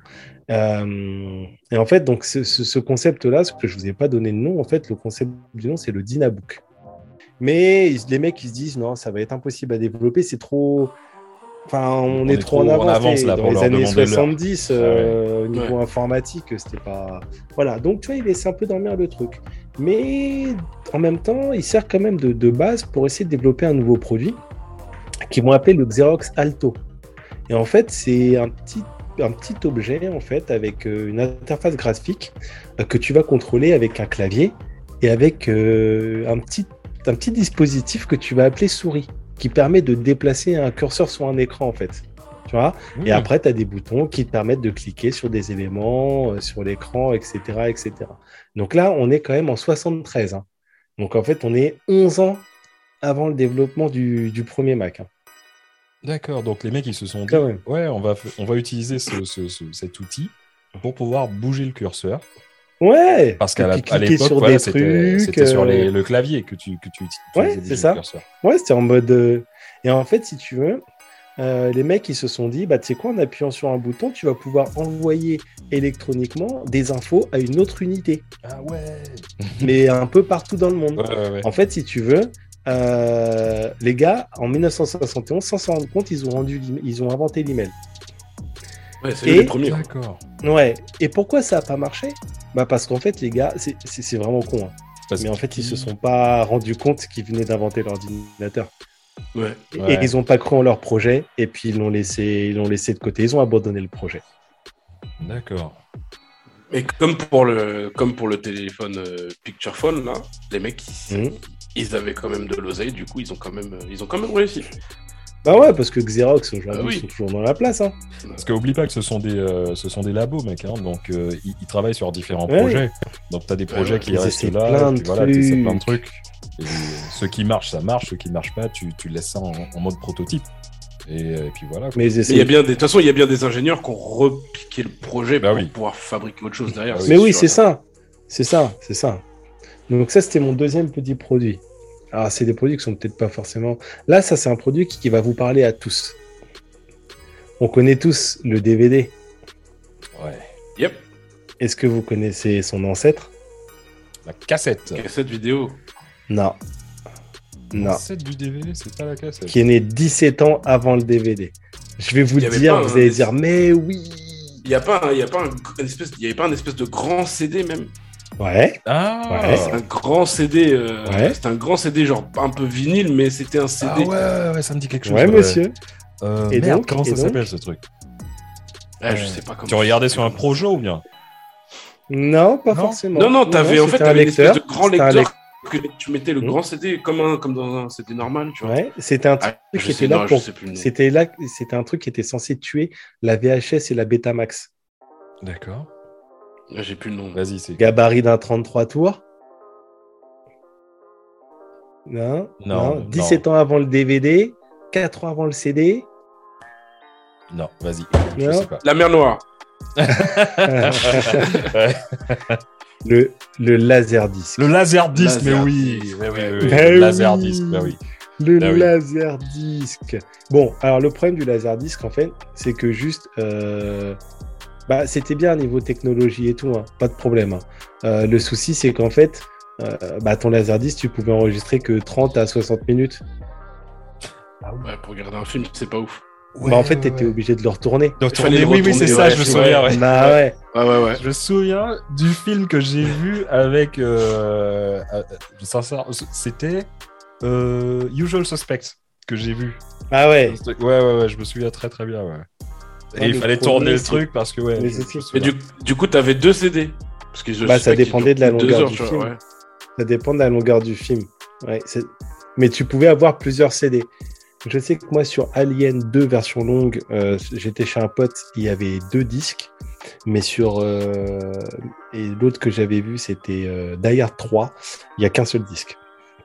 Euh, et en fait, donc, ce, ce- ce concept-là, ce que je ne vous ai pas donné de nom, en fait, le concept du nom, c'est le Dynabook. Mais ils- les mecs, ils se disent non, ça va être impossible à développer, c'est trop. Enfin, on, On est, est trop trop en en avance, avance, t'sais, là, dans pour les leur années demander leur. soixante-dix, euh, au niveau Ouais. informatique, c'était pas. Voilà, donc tu vois, il laisse un peu dormir le truc. Mais en même temps, il sert quand même de, de base pour essayer de développer un nouveau produit qu'ils vont appeler le Xerox Alto. Et en fait, c'est un petit, un petit objet en fait avec euh, une interface graphique euh, que tu vas contrôler avec un clavier et avec euh, un petit, un petit dispositif que tu vas appeler souris, qui permet de déplacer un curseur sur un écran en fait. Tu vois? Et Mmh. après, tu as des boutons qui te permettent de cliquer sur des éléments, euh, sur l'écran, et cetera, et cetera. Donc là, on est quand même en soixante-treize. Hein. Donc en fait, on est onze ans avant le développement du, du premier Mac. Hein. D'accord, donc les mecs ils se sont dit Quand même. ouais on va, f- on va utiliser ce, ce- ce- cet outil pour pouvoir bouger le curseur Ouais! parce qu'à Et la- puis à cliquer l'époque sur voilà, des c'était, trucs, c'était sur euh, les- le clavier que tu, que tu utilisais Ouais, bouger c'est le ça. curseur. Ouais, c'était en mode. euh, Et en fait, si tu veux, euh, les mecs, ils se sont dit, bah, tu sais quoi, en appuyant sur un bouton, tu vas pouvoir envoyer électroniquement des infos à une autre unité, Ah ouais. mais un peu partout dans le monde. Ouais, ouais, ouais. En fait, si tu veux, euh, les gars, en mille neuf cent soixante et onze, sans s'en rendre compte, ils ont, rendu l'em- ils ont inventé l'email. Ouais, c'est Et- les premiers. quoi. D'accord. Ouais. Et pourquoi ça n'a pas marché? Bah parce qu'en fait, les gars, c'est- c'est c'est vraiment con. Hein. Parce Mais en que- fait, ils se sont pas rendus compte qu'ils venaient d'inventer l'ordinateur. Ouais. Et- Ouais. Et ils n'ont pas cru en leur projet, et puis ils l'ont laissé, ils l'ont laissé de côté, ils ont abandonné le projet. D'accord. Mais comme pour le, comme pour le téléphone euh, Picture Phone, là, les mecs, ils, Mhm. ils avaient quand même de l'oseille, du coup, ils ont quand même, euh, ils ont quand même réussi. Bah ouais, parce que Xerox aujourd'hui Ah oui. sont toujours dans la place. Hein. Parce qu'oublie pas que ce sont des, euh, ce sont des labos, mec. Hein, donc, euh, ils, ils travaillent sur différents Ouais. projets. Donc, t'as des projets ouais, qui ils restent essaient là. plein et de puis voilà, t'essaies plein de trucs. trucs. Et ceux qui marchent, ça marche. Ceux qui marchent pas, tu, tu laisses ça en, en mode prototype. Et, et puis voilà. quoi. Mais ils Mais essaient. il y a bien des... De toute façon, il y a bien des ingénieurs qui ont repiqué le projet Bah pour oui. pouvoir fabriquer autre chose derrière. Bah Mais oui, sûr. c'est ça. C'est ça, c'est ça. Donc ça, c'était mon deuxième petit produit. Alors, c'est des produits qui sont peut-être pas forcément... Là, ça, c'est un produit qui, qui va vous parler à tous. On connaît tous le D V D. Ouais. Yep, Est-ce que vous connaissez son ancêtre? La cassette. cassette vidéo. Non. La Non. cassette du D V D, c'est pas la cassette. Qui est né dix-sept ans avant le D V D. Je vais vous Il y le avait dire, pas vous un- allez dire, mais oui. Il n'y a pas, un, il y a pas un, une espèce, il y avait pas un espèce de grand C D même. Ouais. Ah, Ouais. C'est un grand C D. euh, Ouais. C'était un grand C D genre un peu vinyle, mais c'était un C D. Ah ouais, ouais, ça me dit quelque chose. Ouais, monsieur. Euh, Et merde, donc, comment et ça donc s'appelle ce truc? Ah, je sais pas comment. Tu regardais sur un Projo ou bien? Non, pas Non. forcément. Non, non, t'avais en fait c'était un t'avais une espèce lecteur. de grand C'était un lecteur que tu mettais le Hmm. grand C D comme un comme dans un C D normal, tu vois. Ouais, c'était un truc Ah, je qui sais, était là non, pour. je sais plus le nom. C'était là, c'était un truc qui était censé tuer la V H S et la Betamax. D'accord. Ah, J'ai plus le nom. Vas-y, c'est. Gabarit d'un trente-trois tours. Non, Non, non. dix-sept ans avant le D V D, quatre ans avant le C D. Non, vas-y. Je Non. sais pas. La mer Noire. Ouais. le, le Laserdisc. Le Laserdisc, mais oui. Laserdisc. Ouais, ouais, ouais, Eh ouais. oui. Le Laserdisc, bah oui. Le Ah oui. Laserdisc. Bon, alors le problème du Laserdisc, en fait, c'est que juste. euh, Bah, c'était bien au niveau technologie et tout, hein, pas de problème. Hein. Euh, le souci, c'est qu'en fait, euh, bah, ton Laserdisc, tu pouvais enregistrer que trente à soixante minutes. Ouais, pour regarder un film, c'est pas ouf. bah, en fait, tu étais obligé de le retourner. De Il fallait retourner, le oui, oui, retourner, c'est ça, ouais, je me c'est souviens. vrai. Ouais. Bah ouais. Ouais, ouais, ouais. Je me souviens du film que j'ai vu avec. Euh, euh, ça, ça, c'était euh, Usual Suspects que j'ai vu. Ah ouais. Ouais, ouais, ouais, je me souviens très très bien. Ouais. Et Ouais, il le fallait premier, tourner le c'est- truc parce que ouais. Mais je- c'est- je me Et souviens. du, du coup, t'avais deux C D. Parce que je Bah, sais ça pas qu'il dépendait de la dure plus longueur deux heures, du tu vois, film. ouais. Ça dépend de la longueur du film. Ouais, c'est- mais tu pouvais avoir plusieurs C D. Je sais que moi, sur Alien deux version longue, euh, j'étais chez un pote, il y avait deux disques. Mais sur. euh, Et l'autre que j'avais vu, c'était euh, Die Hard trois. Il n'y a qu'un seul disque.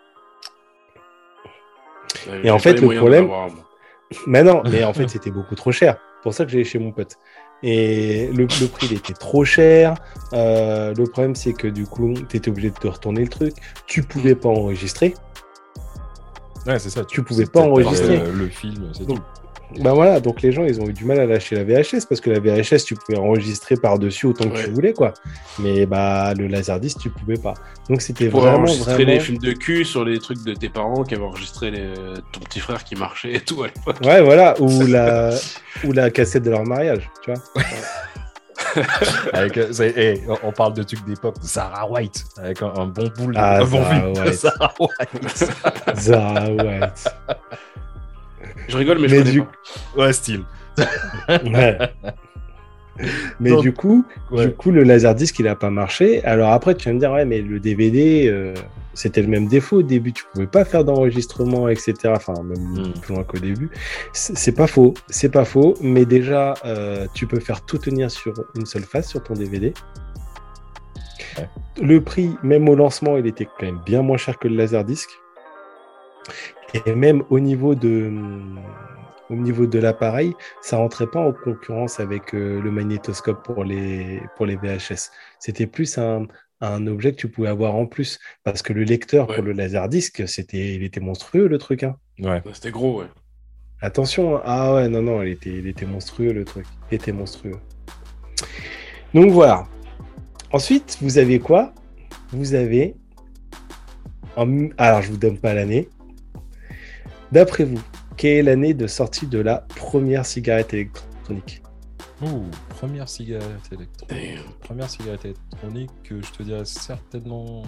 Ouais, Et en j'ai fait, pas les le moyens problème- de l'avoir, moi. Mais non, mais en fait, c'était beaucoup trop cher. C'est pour ça que j'allais chez mon pote. Et le, le prix, il était trop cher. Euh, le problème, c'est que du coup, tu étais obligé de te retourner le truc. Tu pouvais pas enregistrer. Ouais, c'est ça. tu pouvais c'est pas peut-être enregistrer. Le, le film, c'est Donc, tout. Bah voilà, donc les gens, ils ont eu du mal à lâcher la V H S parce que la V H S, tu pouvais enregistrer par-dessus autant que Ouais. tu voulais, quoi. Mais bah, le Laserdisc, tu pouvais pas. Donc c'était Pour vraiment, enregistrer vraiment... les films de cul sur les trucs de tes parents qui avaient enregistré les... ton petit frère qui marchait et tout à l'époque. Ouais, voilà, ou la... ou la cassette de leur mariage, tu vois. Avec, euh, c'est- hey, on- on parle de trucs d'époque, de Sarah White, avec un, un bon boule de, Ah, un bon Sarah film de White. Sarah White. Zara White. Je rigole, mais, Mais je connais du- pas. Ouais, style. Ouais. Mais Donc, du coup, ouais. du coup, le Laserdisc, il a pas marché. Alors après, tu vas me dire, ouais, mais le D V D, euh, c'était le même défaut au début. Tu pouvais pas faire d'enregistrement, et cetera. Enfin, même Mm. plus loin qu'au début. C'est c'est pas faux, c'est pas faux. Mais déjà, euh, tu peux faire tout tenir sur une seule face sur ton D V D. Ouais. Le prix, même au lancement, il était quand même bien moins cher que le Laserdisc. Et même au niveau de, au niveau de l'appareil, ça rentrait pas en concurrence avec euh, le magnétoscope pour les, pour les V H S. C'était plus un, un objet que tu pouvais avoir en plus. Parce que le lecteur Ouais. pour le Laserdisc, c'était, il était monstrueux, le truc. Hein. Ouais. C'était gros, ouais. Attention, hein. Ah ouais, non, non, il était, il était monstrueux, le truc. Il était monstrueux. Donc voilà. Ensuite, vous avez quoi? Vous avez... en- Alors, je vous donne pas l'année. D'après vous, quelle est l'année de sortie de la première cigarette électronique? Ouh, première cigarette électronique. Damn. Première cigarette électronique, euh, je te dirais certainement.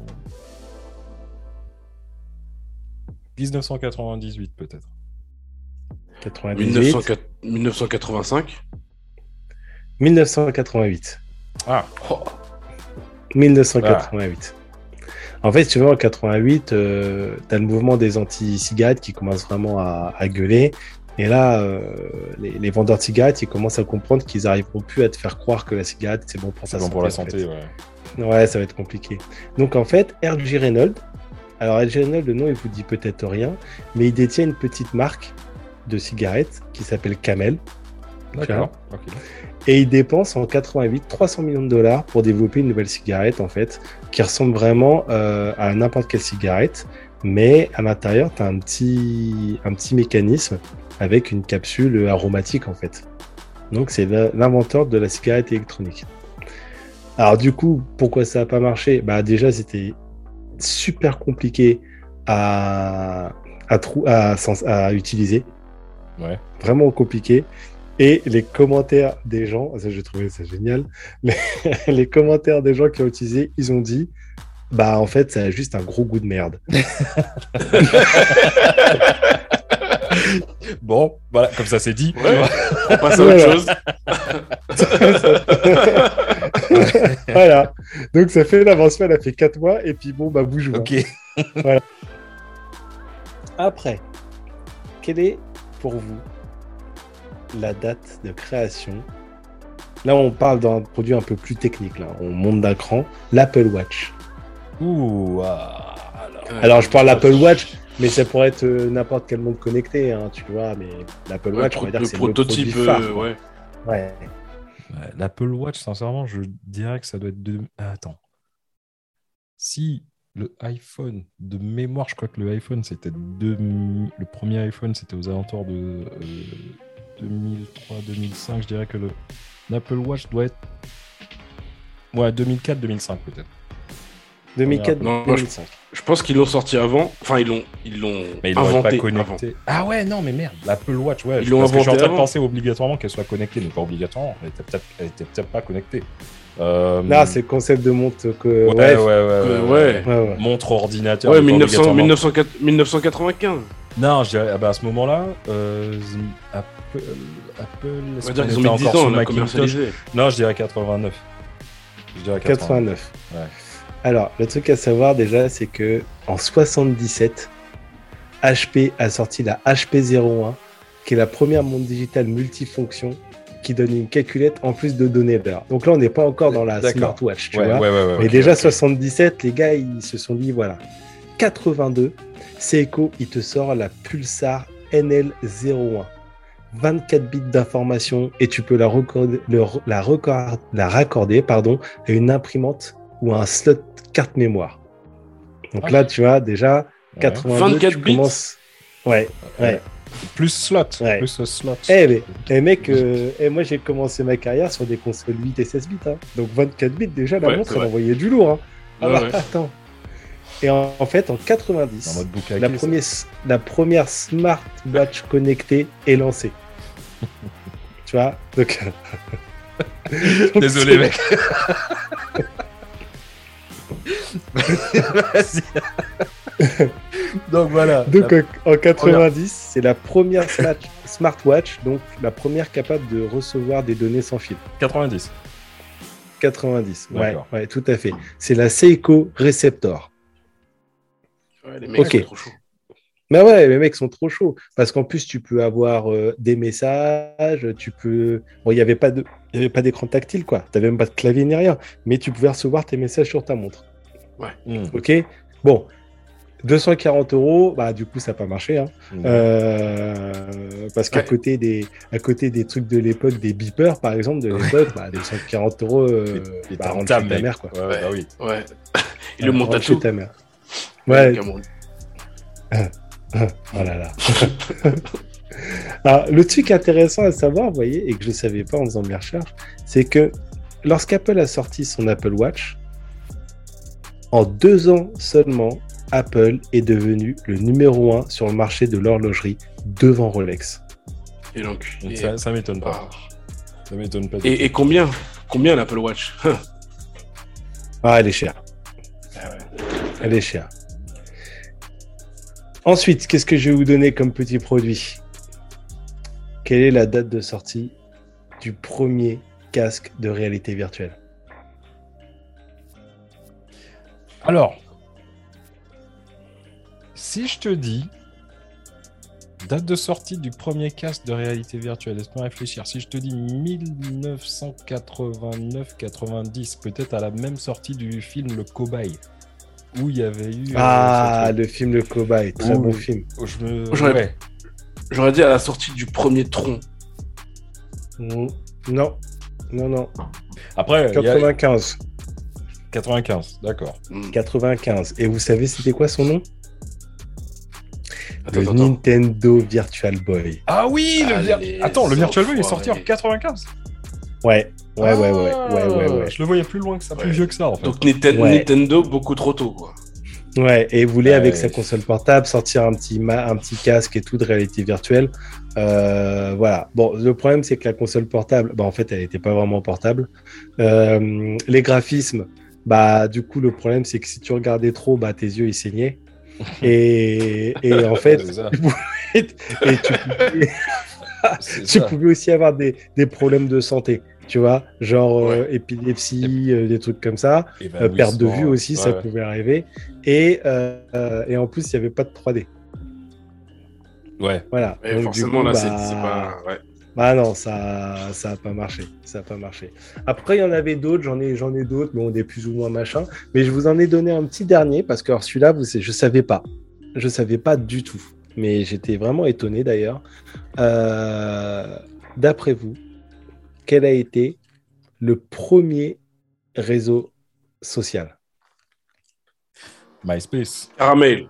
dix-neuf cent quatre-vingt-dix-huit, peut-être. quatre-vingt-dix-huit. mille neuf cent quatre-vingt-cinq. mille neuf cent quatre-vingt-huit. Ah, Oh. mille neuf cent quatre-vingt-huit. En fait, si tu veux, en quatre-vingt-huit, euh, tu as le mouvement des anti-cigarettes qui commence vraiment à, à gueuler. Et là, euh, les, les vendeurs de cigarettes, ils commencent à comprendre qu'ils n'arriveront plus à te faire croire que la cigarette, c'est bon pour C'est ta bon santé. pour la en santé, fait. ouais. Ouais, ça va être compliqué. Donc, en fait, R J Reynolds, alors R J Reynolds, le nom, il vous dit peut-être rien, mais il détient une petite marque de cigarettes qui s'appelle Camel. D'accord. Ok. Et il dépense en quatre-vingt-huit trois cents millions de dollars pour développer une nouvelle cigarette, en fait, qui ressemble vraiment euh, à n'importe quelle cigarette, mais à l'intérieur, tu as un petit, un petit mécanisme avec une capsule aromatique, en fait. Donc, c'est l'inventeur de la cigarette électronique. Alors, du coup, pourquoi ça n'a pas marché? Bah, déjà, c'était super compliqué à, à, trou- à, à, à utiliser. Ouais. Vraiment compliqué. Et les commentaires des gens, ça j'ai trouvé ça génial, les, les commentaires des gens qui ont utilisé, ils ont dit, bah en fait ça a juste un gros goût de merde. Bon, voilà, comme ça c'est dit. Ouais. On passe à autre chose. Voilà. Donc ça fait l'avancement, elle a fait quatre mois, et puis bon, bah bouge. Ok. Voilà. Après, quelle est pour vous la date de création? Là, on parle d'un produit un peu plus technique. Là. On monte d'un cran. L'Apple Watch. Ouh, ah, alors. Alors, je parle l'Apple Watch, mais ça pourrait être euh, n'importe quel montre connecté, hein, tu vois. Mais l'Apple Ouais, Watch, pro- on va dire le que c'est prototype, le produit phare. euh, quoi. ouais. Ouais. Ouais, L'Apple Watch, sincèrement, je dirais que ça doit être de. Ah, attends. Si le iPhone, de mémoire, je crois que le iPhone, c'était deux... le premier iPhone, c'était aux alentours de euh, deux mille trois deux mille cinq. Je dirais que le l'Apple Watch doit être. Ouais, deux mille quatre deux mille cinq peut-être. deux mille quatre Non, deux mille cinq. Je pense qu'ils l'ont sorti avant. Enfin, ils l'ont, ils l'ont Mais ils l'ont pas inventé connecté. avant. Ah ouais, non, mais merde, l'Apple Watch, ouais. Ils je- l'ont parce que je suis en inventé train de avant. penser obligatoirement qu'elle soit connectée, mais pas obligatoirement. Elle était peut-être, elle était peut-être pas connectée. Euh... Là, c'est le concept de montre que. Ouais, Ouais, ouais, ouais, ouais, ouais. ouais. ouais, ouais. Montre ordinateur. Ouais, mais pas mille neuf cents, obligatoirement. mille neuf cent quatre- mille neuf cent quatre-vingt-quinze. Non, je dirais, ah bah à ce moment-là, euh, Apple, Apple On est-ce va dire qu'on qu'ils ont était mis dix encore ans sous à la Macintosh? commercialiser. Non, je dirais quatre-vingt-neuf. Je dirais quatre-vingt-neuf. quatre-vingt-neuf. Ouais. Alors, le truc à savoir déjà, c'est que en soixante-dix-sept, H P a sorti la H P zéro un, qui est la première montre digitale multifonction qui donne une calculette en plus de données d'heure. Donc là, on n'est pas encore dans la D'accord. smartwatch, tu Ouais, vois. ouais, ouais, ouais, Mais ok, déjà, ok. soixante-dix-sept, les gars, ils se sont dit, voilà, quatre-vingt-deux, Seiko, il te sort la Pulsar N L zéro un. vingt-quatre bits d'information et tu peux la, recorder, le, la, record, la raccorder pardon, à une imprimante ou à un slot carte mémoire. Donc Ah. là, tu vois, déjà, Ouais. quatre-vingt-deux, vingt-quatre tu bits commences... Ouais, ouais. Plus slot. Ouais. Plus slot. Eh, mais, eh, mec, euh, eh, moi, j'ai commencé ma carrière sur des consoles huit et seize bits. Hein. Donc vingt-quatre bits, déjà, la Ouais, montre, c'est elle vrai. envoyait du lourd. Hein. Ah Ouais, bah, ouais. attends. Et en, en fait, en quatre-vingt-dix, En mode boucaquet, la, ça. première, la première smartwatch connectée est lancée. Tu vois? Donc... Donc, Désolé, c'est- mec. Vas-y. Donc voilà. Donc en, en quatre-vingt-dix, c'est la première smart- smartwatch, donc la première capable de recevoir des données sans fil. quatre-vingt-dix. quatre-vingt-dix, ouais, D'accord. ouais, tout à fait. C'est la Seiko Receptor. Ouais, les mecs Ok. sont trop chauds. Mais ouais, les mecs sont trop chauds. Parce qu'en plus, tu peux avoir euh, des messages, tu peux... Bon, il n'y avait pas de... il y avait pas d'écran tactile, quoi. Tu n'avais même pas de clavier ni rien. Mais tu pouvais recevoir tes messages sur ta montre. Mmh. Ok? Bon. deux cent quarante euros, bah du coup ça n'a pas marché, hein. Mmh. Euh, parce qu'à Ouais. côté des, à côté des trucs de l'époque, des beepers par exemple de l'époque, bah deux cent quarante euros, euh, Et bah, t'as rentre ta chez ta mec. mère quoi. Ouais, ouais, bah oui. Ouais. Et le Ouais, monte à rentre chez tout. ta mère. Ouais. Cameroun. Oh là là. Alors, le truc intéressant à savoir, vous voyez, et que je ne savais pas en faisant mes recherches, c'est que lorsqu'Apple a sorti son Apple Watch, en deux ans seulement, Apple est devenu le numéro un sur le marché de l'horlogerie devant Rolex. Et l'enculé. Ça, ça m'étonne pas. Ah. Ça m'étonne pas. du Et, tout. et combien Combien l'Apple Watch? Ah, elle est chère. Elle est chère. Ensuite, qu'est-ce que je vais vous donner comme petit produit? Quelle est la date de sortie du premier casque de réalité virtuelle? Alors, Si je te dis date de sortie du premier casque de réalité virtuelle, laisse-moi réfléchir. Si je te dis dix-neuf cent quatre-vingt-neuf quatre-vingt-dix, peut-être à la même sortie du film Le Cobaye, où il y avait eu... Ah, euh, le film Le Cobaye, très Ouh, bon film. Je me... J'aurais- ouais. J'aurais dit à la sortie du premier Tron. Mm. Non, non, non. Après, il y a quatre-vingt-quinze. quatre-vingt-quinze, d'accord. Hmm. quatre-vingt-quinze. Et vous savez, c'était quoi son nom? Attends, Le attends, attends. Nintendo Virtual Boy. Ah oui, le vir- Allez, Attends, le Virtual Boy est enfoirés. sorti en quatre-vingt-quinze. Ouais, ouais, ouais, ouais, Ah, ouais, ouais, ouais. Je le voyais plus loin que ça, plus Ouais. vieux que ça en fait. Donc Niten- Ouais. Nintendo, beaucoup trop tôt, quoi. Ouais, et il voulait, Ouais. avec sa console portable, sortir un petit, ma- un petit casque et tout de réalité virtuelle. Euh, voilà. Bon, le problème, c'est que la console portable, bah, en fait, elle n'était pas vraiment portable. Euh, les graphismes, bah, du coup, le problème, c'est que si tu regardais trop, bah, tes yeux, ils saignaient. Et, et en fait, C'est ça. tu pouvais, et tu pouvais, C'est tu ça. pouvais aussi avoir des, des problèmes de santé. Tu vois, genre euh, Ouais. épilepsie, euh, des trucs comme ça. Euh, Évanouissement, perte de vue aussi, ça ouais. pouvait arriver. Et, euh, euh, et en plus, il n'y avait pas de trois D. Ouais. Voilà. Et Donc, forcément, du coup, là, c'est bah... c'est pas. Ouais. bah non, ça ça a pas marché. Ça a pas marché. Après, il y en avait d'autres, j'en ai, j'en ai d'autres, mais on est plus ou moins machin. Mais je vous en ai donné un petit dernier, parce que alors, celui-là, vous, je savais pas. Je savais pas du tout. Mais j'étais vraiment étonné d'ailleurs. Euh, D'après vous, quel a été le premier réseau social? MySpace. Caramel.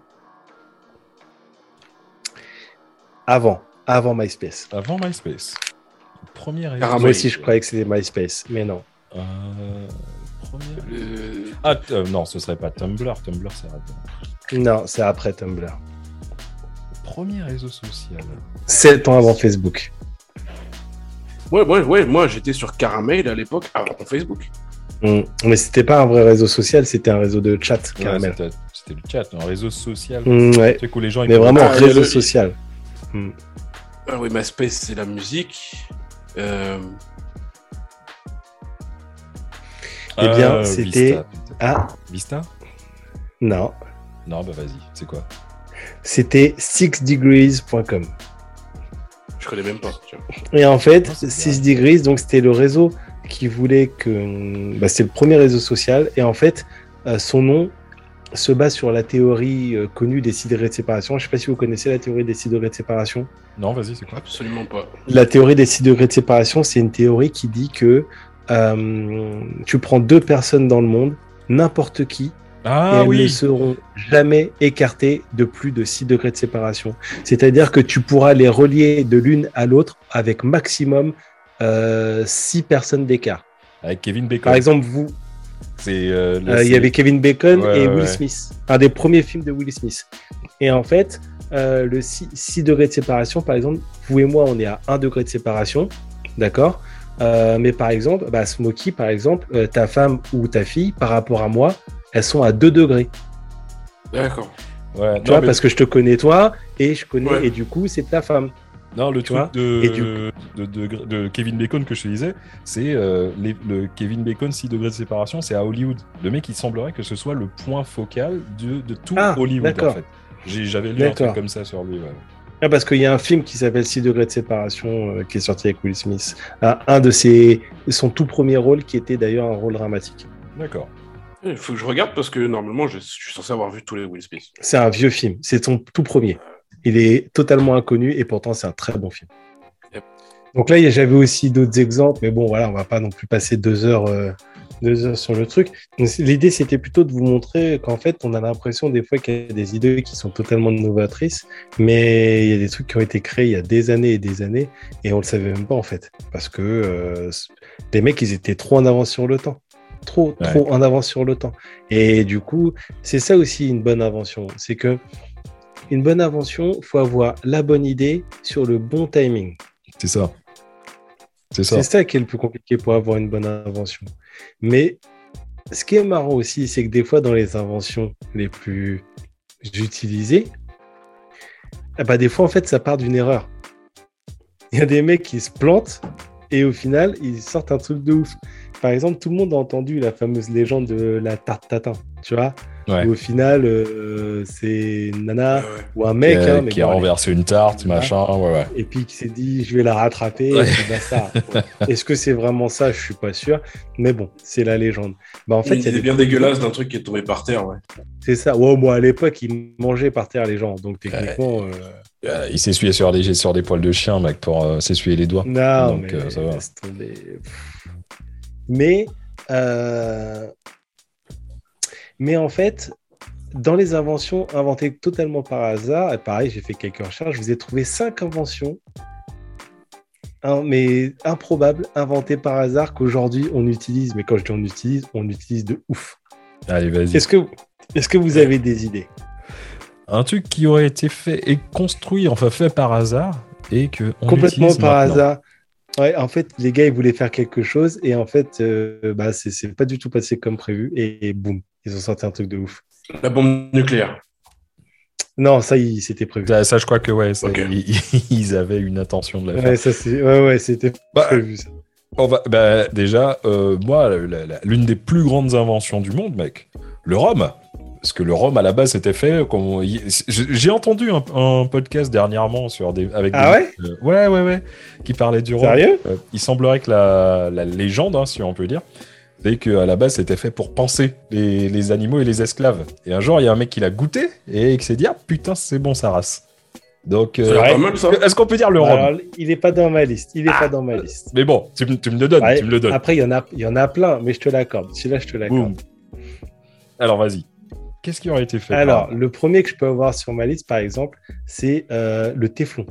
Avant, avant MySpace. Avant MySpace. Premier réseau. Caramel. Moi aussi, je croyais que c'était MySpace, mais non. Euh, premier... Le- Ah, t- euh, non, ce serait pas Tumblr. Tumblr, c'est raté. Non, c'est après Tumblr. Premier réseau social. Sept ans avant Facebook. Ouais, ouais, ouais, moi j'étais sur Caramel à l'époque, avant Facebook. Mm. Mais c'était pas un vrai réseau social, c'était un réseau de chat, Ouais, Caramel. c'était, c'était le chat, un réseau social. Mm, ouais. Tu sais que les gens, ils Mais pouvaient- vraiment Ah, il y a réseau le- social. Ah oui, MySpace, c'est la musique. Euh, Eh bien, Euh, c'était- Vista, peut-être. Ah, Vista non. Non, bah vas-y, c'est quoi? C'était six degrees point com. je connais même pas. tu vois. Et en fait, Oh, c'est six degrees, donc c'était le réseau qui voulait que. Bah, c'est le premier réseau social. Et en fait, euh, son nom se base sur la théorie euh, connue des six degrés de séparation. Je sais pas si vous connaissez la théorie des six degrés de séparation. Non, vas-y, c'est quoi? Absolument pas. La théorie des six degrés de séparation, c'est une théorie qui dit que euh, tu prends deux personnes dans le monde, n'importe qui, et Ah elles ne oui! seront jamais écartées de plus de six degrés de séparation. C'est-à-dire que tu pourras les relier de l'une à l'autre avec maximum euh, six personnes d'écart. Avec Kevin Bacon. Par exemple, vous, c'est, euh, là, euh, il c'est- y avait Kevin Bacon Ouais, et ouais, Will ouais. Smith, un des premiers films de Will Smith. Et en fait, euh, le six degrés de séparation, par exemple, vous et moi, on est à un degré de séparation, d'accord. Euh, mais par exemple, bah, Smokey, par exemple, euh, ta femme ou ta fille, par rapport à moi, elles sont à deux degrés. D'accord. Ouais, Tu non, vois, mais- parce que je te connais toi et je connais, Ouais. et du coup, c'est ta femme. Non, le Tu truc vois de, Et du de, de, de Kevin Bacon que je te disais, c'est euh, les- le Kevin Bacon six degrés de séparation, c'est à Hollywood. Le mec, il semblerait que ce soit le point focal de, de tout Ah, Hollywood, d'accord. en fait. J'ai- J'avais lu un truc D'accord. comme ça sur lui. Ouais. Ah, parce qu'il y a un film qui s'appelle six degrés de séparation euh, qui est sorti avec Will Smith. Ah, un de ses, son tout premier rôle qui était d'ailleurs un rôle dramatique. D'accord. Il faut que je regarde parce que normalement, je, je suis censé avoir vu tous les Will Smith. C'est un vieux film, c'est son tout premier. Il est totalement inconnu et pourtant c'est un très bon film. Yep. Donc là, j'avais aussi d'autres exemples, mais bon, voilà, on va pas non plus passer deux heures, euh, deux heures sur le truc. Donc, l'idée, c'était plutôt de vous montrer qu'en fait, on a l'impression des fois qu'il y a des idées qui sont totalement novatrices, mais il y a des trucs qui ont été créés il y a des années et des années et on le savait même pas en fait, parce que euh, les mecs, ils étaient trop en avance sur le temps. Trop, Ouais. trop en avance sur le temps. Et du coup, c'est ça aussi une bonne invention. C'est que une bonne invention, il faut avoir la bonne idée sur le bon timing. C'est ça. C'est ça. C'est ça qui est le plus compliqué pour avoir une bonne invention. Mais ce qui est marrant aussi, c'est que des fois, dans les inventions les plus utilisées, eh ben, des fois, en fait, ça part d'une erreur. Il y a des mecs qui se plantent et au final, ils sortent un truc de ouf. Par exemple, tout le monde a entendu la fameuse légende de la tarte tatin, tu vois. Ouais. Au final, euh, c'est une nana Ouais, ouais. ou un mec qui a, hein, mais qui a bon, allez. renversé une tarte, Voilà. machin, ouais, ouais. Et puis qui s'est dit je vais la rattraper Ouais. et puis basta. Ouais. Est-ce que c'est vraiment ça? Je suis pas sûr, mais bon, c'est la légende. Bah en fait, Une il y a idée des bien produits- dégueulasse d'un truc qui est tombé par terre, ouais. C'est ça. Ouais, moi à l'époque, ils mangeaient par terre les gens, donc techniquement. euh, Euh, Il s'essuyait sur des, sur des poils de chien, mec, pour euh, s'essuyer les doigts. Non, Donc, mais euh, ça va. laisse tomber. Pff. Mais, euh, mais en fait, dans les inventions inventées totalement par hasard, et pareil, j'ai fait quelques recherches, je vous ai trouvé cinq inventions, hein, mais improbables, inventées par hasard, qu'aujourd'hui on utilise. Mais quand je dis on utilise, on utilise de ouf. Allez, vas-y. Est-ce que, est-ce que vous avez des idées? Un truc qui aurait été fait et construit, enfin fait par hasard, et que on Complètement utilise par maintenant. hasard. Ouais, en fait, les gars, ils voulaient faire quelque chose et en fait, euh, bah, c'est, c'est pas du tout passé comme prévu et, et boum, ils ont sorti un truc de ouf. La bombe nucléaire. Non, ça, il, c'était prévu. Ça, ça, je crois que ouais, ça, Ok. ils, ils avaient une intention de la faire. Ouais, ça, c'est... ouais, ouais, c'était Bah, prévu. Ça. On va, bah, déjà, euh, moi, la- la- l'une des plus grandes inventions du monde, mec, le rhum. Parce que le rhum, à la base, c'était fait. Comme on- y- j'ai j'ai entendu un, un podcast dernièrement sur des, avec Ah des, ouais euh, ouais, ouais, ouais, qui parlait du rhum. Sérieux? Euh, il semblerait que la, la légende, hein, si on peut dire, c'est qu'à la base, c'était fait pour panser les, les animaux et les esclaves. Et un jour, il y a un mec qui l'a goûté et qui s'est dit, ah putain, c'est bon, ça race. Donc, Ça a euh, l'air Ouais. pas mal, ça. est-ce qu'on peut dire le rhum? Alors, il est pas dans ma liste. Il est pas dans ma liste. Mais bon, tu, me- tu me le donnes, Ouais, tu me le donnes. Après, il y en a, il y en a plein, mais je te l'accorde. Celui-là, je te l'accorde. Boum. Alors, vas-y. Qu'est-ce qui aurait été fait? Alors, par- le premier que je peux avoir sur ma liste, par exemple, c'est euh, le téflon.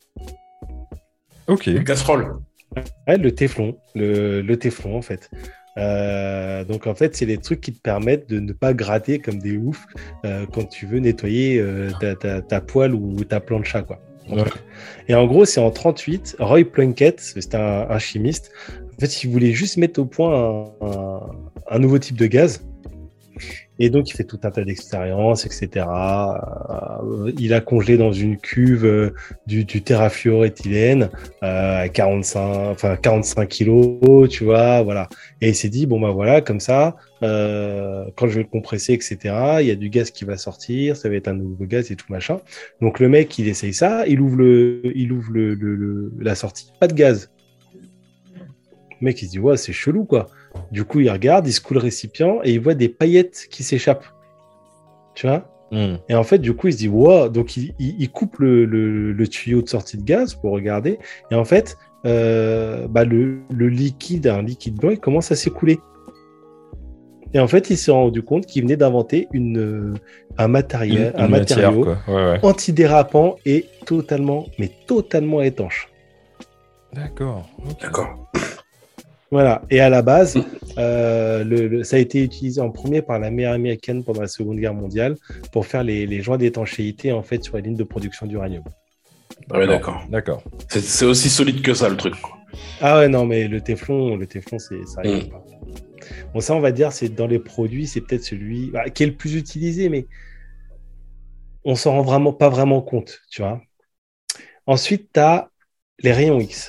Ok. Une casserole. Ouais, le téflon, le, le téflon en fait. Euh, donc en fait, c'est les trucs qui te permettent de ne pas gratter comme des oufs euh, quand tu veux nettoyer euh, ta, ta, ta poêle ou ta plancha, quoi. Ouais. Et en gros, c'est en trente-huit, Roy Plunkett, c'était un, un chimiste. En fait, il voulait juste mettre au point un, un, un nouveau type de gaz. Et donc, il fait tout un tas d'expériences, et cetera. Euh, il a congelé dans une cuve euh, du, du terrafluoréthylène euh, à quarante-cinq, enfin, quarante-cinq kilos, tu vois, voilà. Et il s'est dit, bon, ben voilà, comme ça, euh, quand je vais le compresser, et cetera, il y a du gaz qui va sortir, ça va être un nouveau gaz et tout machin. Donc, le mec, il essaye ça, il ouvre, le, il ouvre le, le, le, la sortie, pas de gaz. Le mec, il se dit, ouais, c'est chelou, quoi. Du coup, il regarde, il secoue le récipient et il voit des paillettes qui s'échappent. Tu vois? Hmm. Et en fait, du coup, il se dit, wow. Donc, il, il, il coupe le, le, le tuyau de sortie de gaz pour regarder. Et en fait, euh, bah, le, le liquide, un liquide blanc, il commence à s'écouler. Et en fait, il s'est rendu compte qu'il venait d'inventer une, un matériel, Une- un une matière, matériau quoi. Ouais, ouais. antidérapant et totalement, mais totalement étanche. D'accord. Ok. D'accord. Voilà. Et à la base, euh, le, le- ça a été utilisé en premier par l'armée américaine pendant la Seconde Guerre mondiale pour faire les, les joints d'étanchéité en fait sur les lignes de production d'uranium. Ah ouais, d'accord. D'accord. C'est, c'est aussi solide que ça, le truc, quoi. Ah ouais, non, mais le téflon, le téflon, c'est ça rigole Mm. pas. Bon, ça, on va dire, c'est dans les produits, c'est peut-être celui bah, qui est le plus utilisé, mais on s'en rend vraiment pas vraiment compte, tu vois. Ensuite, tu as les rayons X.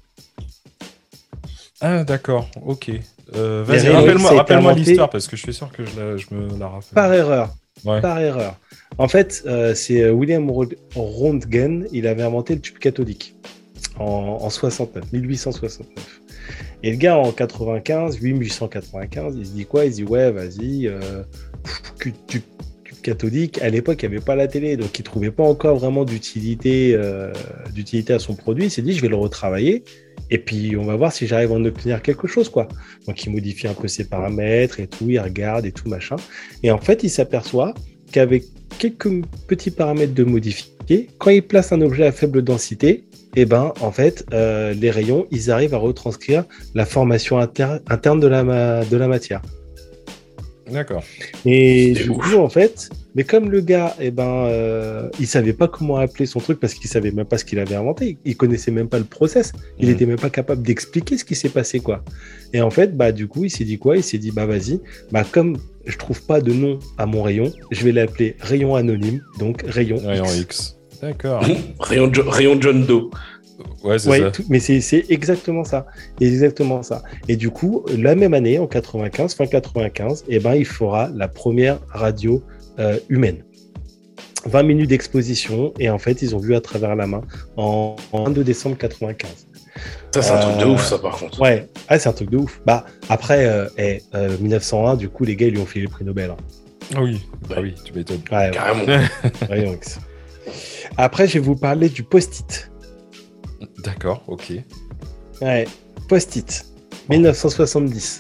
Ah, d'accord. Ok. Euh, Les vas-y, rayons X, rappelle-moi, ça a été rappelle-moi inventé l'histoire parce que je suis sûr que je, la, je me la rappelle. Par erreur. Ouais. Par erreur. En fait, euh, c'est euh, William Ro- Röntgen, il avait inventé le tube cathodique en, en soixante-neuf, mille huit cent soixante-neuf. Et le gars, en quatre-vingt-quinze, huit cent quatre-vingt-quinze, il se dit quoi? Il se dit, ouais, vas-y, euh, pff, tube, tube cathodique. À l'époque, il n'y avait pas la télé, donc il ne trouvait pas encore vraiment d'utilité, euh, d'utilité à son produit. Il s'est dit, je vais le retravailler, et puis on va voir si j'arrive à en obtenir quelque chose, quoi. Donc il modifie un peu ses paramètres et tout, il regarde et tout, machin. Et en fait, il s'aperçoit qu'avec quelques petits paramètres de modifier, quand il place un objet à faible densité, eh ben, en fait, euh, les rayons, ils arrivent à retranscrire la formation inter- interne de la, ma- de la matière. D'accord. Et C'est du ouf. coup, en fait, mais comme le gars, eh ben, euh, il savait pas comment appeler son truc parce qu'il savait même pas ce qu'il avait inventé. Il connaissait même pas le process. Il Mhm. était même pas capable d'expliquer ce qui s'est passé, quoi. Et en fait, bah, du coup, il s'est dit quoi? Il s'est dit, bah, vas-y, bah, comme je trouve pas de nom à mon rayon, je vais l'appeler rayon anonyme, donc rayon Rayon X. X. D'accord. rayon, Jo- rayon John Doe. Ouais, c'est Ouais, ça. tout- mais c'est c'est exactement ça. Exactement ça. Et du coup, la même année, en quatre-vingt-quinze, fin quatre-vingt-quinze, eh ben, il fera la première radio euh, humaine. vingt minutes d'exposition, et en fait, ils ont vu à travers la main en, en vingt-deux décembre quatre-vingt-quinze. Ça, c'est un truc de Euh, ouf, ça, par contre. Ouais, ah, c'est un truc de ouf. Bah, après, euh, eh, euh, mille neuf cent un, du coup, les gars, ils lui ont filé le prix Nobel. Hein. Ah oui, ah oui, tu m'étonnes. Ouais, Carrément. ouais, donc, c'est- Après, je vais vous parler du post-it. D'accord, ok. Ouais, post-it, dix-neuf cent soixante-dix.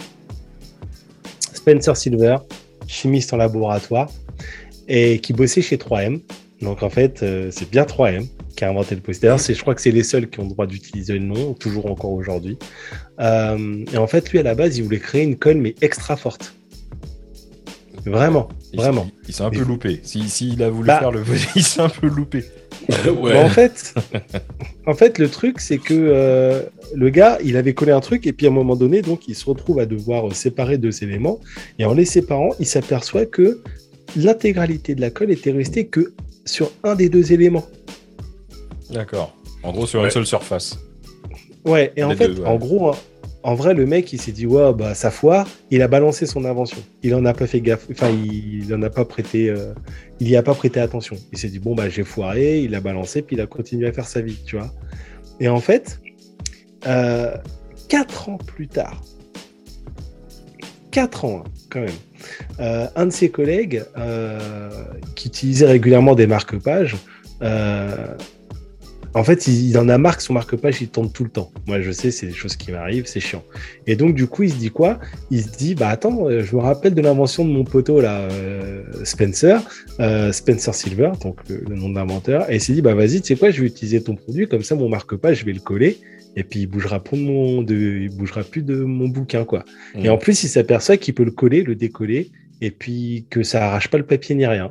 Spencer Silver, chimiste en laboratoire, et qui bossait chez trois M. Donc en fait, euh, c'est bien trois M qui a inventé le post-it. D'ailleurs, c'est- je crois que c'est les seuls qui ont le droit d'utiliser le nom, toujours encore aujourd'hui. Euh, et en fait, lui, à la base, il voulait créer une colle, mais extra forte. Vraiment, Il- vraiment. Il, il s'est un Mais- peu loupé. S'il si, il a voulu Bah- faire le il s'est un peu loupé. Ouais. Bon, en fait, en fait, le truc, c'est que euh, le gars, il avait collé un truc, et puis à un moment donné, donc, il se retrouve à devoir euh, séparer deux éléments. Et en les séparant, il s'aperçoit que l'intégralité de la colle était restée que sur un des deux éléments. D'accord. En gros, sur Ouais. une seule surface. Ouais, et en Les fait, deux, ouais. en gros, hein, en vrai, le mec, il s'est dit, ouais, bah, ça foire, il a balancé son invention. Il en a pas fait gaffe, enfin, il, il en a pas prêté, euh, il y a pas prêté attention. Il s'est dit, bon, bah, j'ai foiré, il a balancé, puis il a continué à faire sa vie, tu vois. Et en fait, euh, quatre ans plus tard, quatre ans, hein, quand même, euh, un de ses collègues, euh, qui utilisait régulièrement des marque-pages, euh, en fait, il, il en a marre que son marque-page, il tourne tout le temps. Moi, je sais, c'est des choses qui m'arrivent, c'est chiant. Et donc, du coup, il se dit quoi? Il se dit, bah attends, euh, je me rappelle de l'invention de mon poteau, là, euh, Spencer, euh, Spencer Silver, donc le, le nom de l'inventeur. Et il s'est dit, bah vas-y, tu sais quoi, je vais utiliser ton produit, comme ça, mon marque-page, je vais le coller, et puis il bougera plus de mon, de, il bougera plus de mon bouquin, quoi. Mmh. Et en plus, il s'aperçoit qu'il peut le coller, le décoller, et puis que ça arrache pas le papier ni rien.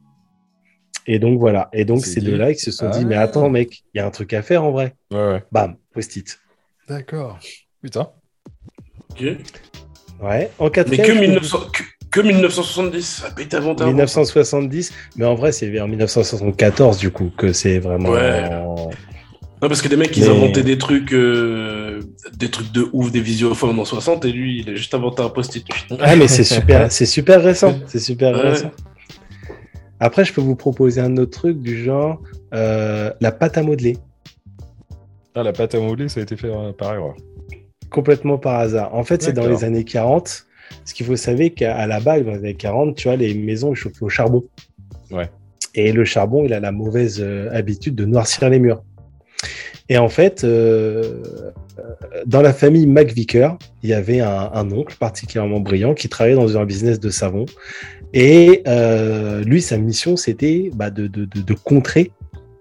Et donc voilà. Et donc C'est ces dit. deux-là, ils se sont dit, Ah. mais attends, mec, il y a un truc à faire en vrai. Ouais, ouais. Bam, post-it. D'accord. Putain. Ok. Ouais. En Mais quatrième, que, je peux mille neuf cents que, que mille neuf cent soixante-dix, ça n'a pas été inventé vous- avant. mille neuf cent soixante-dix, mais en vrai, c'est vers mille neuf cent soixante-quatorze du coup que c'est vraiment. Ouais. Non, parce que des mecs, ils Mais- inventaient des trucs, euh, des trucs de ouf, des visiophones en soixante, et lui, il a juste inventé un post-it. Ah, mais c'est super, c'est super récent. C'est super Ouais. récent. Après, je peux vous proposer un autre truc du genre euh, la pâte à modeler. Ah, la pâte à modeler, ça a été fait euh, par erreur. Complètement par hasard. En fait, c'est dans D'accord. les années quarante. Ce qu'il faut savoir qu'à à la base, dans les années quarante, tu vois, les maisons ils chauffaient au charbon. Ouais. Et le charbon, il a la mauvaise euh, habitude de noircir les murs. Et en fait, euh, euh, dans la famille McVicker, il y avait un, un oncle particulièrement brillant qui travaillait dans un business de savon. Et euh, lui, sa mission, c'était bah, de, de, de, de contrer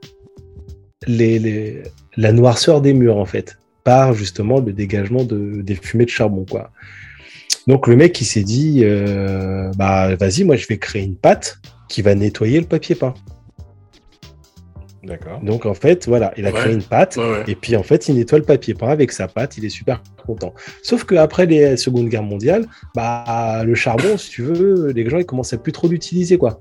les, les, la noirceur des murs, en fait, par justement le dégagement de, des fumées de charbon, quoi. Donc le mec, il s'est dit, euh, bah vas-y, moi je vais créer une pâte qui va nettoyer le papier peint. D'accord. Donc en fait, voilà, il a Ouais. créé une pâte. Ouais, ouais. Et puis en fait, il nettoie le papier peint avec sa pâte, il est super content. Sauf qu'après la Seconde Guerre mondiale, bah, le charbon, si tu veux, les gens ils commencent à plus trop l'utiliser, quoi.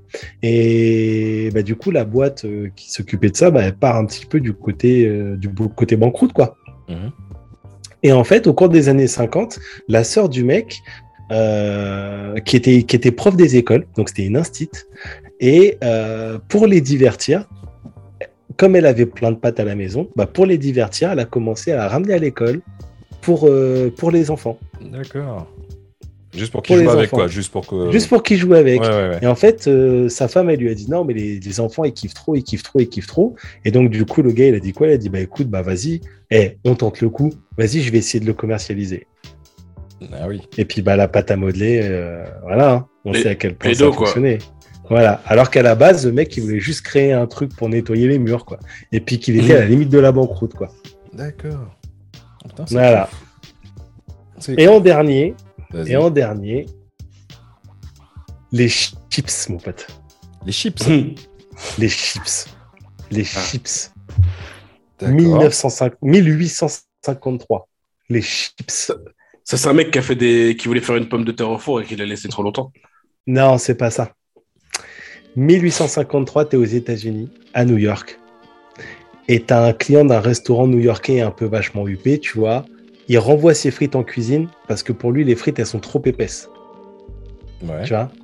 Et bah, du coup, la boîte euh, qui s'occupait de ça, bah, elle part un petit peu du côté, euh, du beau- côté banqueroute, quoi. Mhm. Et en fait, au cours des années cinquante, la sœur du mec, euh, qui, était, qui était prof des écoles, donc c'était une instite, et euh, pour les divertir, comme elle avait plein de pâtes à la maison, bah pour les divertir, elle a commencé à la ramener à l'école pour, euh, pour les enfants. D'accord. Juste pour Pour qu'il les joue avec, enfants. quoi. Juste pour que. Juste pour qu'ils jouent avec. Ouais, ouais, ouais. Et en fait, euh, sa femme, elle lui a dit non, mais les, les enfants, ils kiffent trop, ils kiffent trop, ils kiffent trop. Et donc, du coup, le gars, il a dit quoi? Il a dit bah écoute, bah vas-y, eh, on tente le coup, vas-y, je vais essayer de le commercialiser. Ah oui. Et puis, bah, la pâte à modeler, euh, voilà, hein, on Et- sait à quel point pédo, ça quoi. fonctionnait. Voilà. Alors qu'à la base, le mec, il voulait juste créer un truc pour nettoyer les murs, quoi. Et puis qu'il était à la limite de la banqueroute, quoi. D'accord. Putain, c'est Voilà. cool. C'est Et en dernier, Vas-y. et en dernier, les chips, mon pote. Les chips. Les chips. Les chips. D'accord. mille neuf cent cinq mille huit cent cinquante-trois. Les chips. Ça, c'est un mec qui a fait des, qui voulait faire une pomme de terre au four et qui l'a laissé trop longtemps. Non, c'est pas ça. mille huit cent cinquante-trois, t'es aux États-Unis, à New York. Et t'as un client d'un restaurant new-yorkais un peu vachement huppé, tu vois. Il renvoie ses frites en cuisine parce que pour lui, les frites, elles sont trop épaisses. Ouais. Tu vois.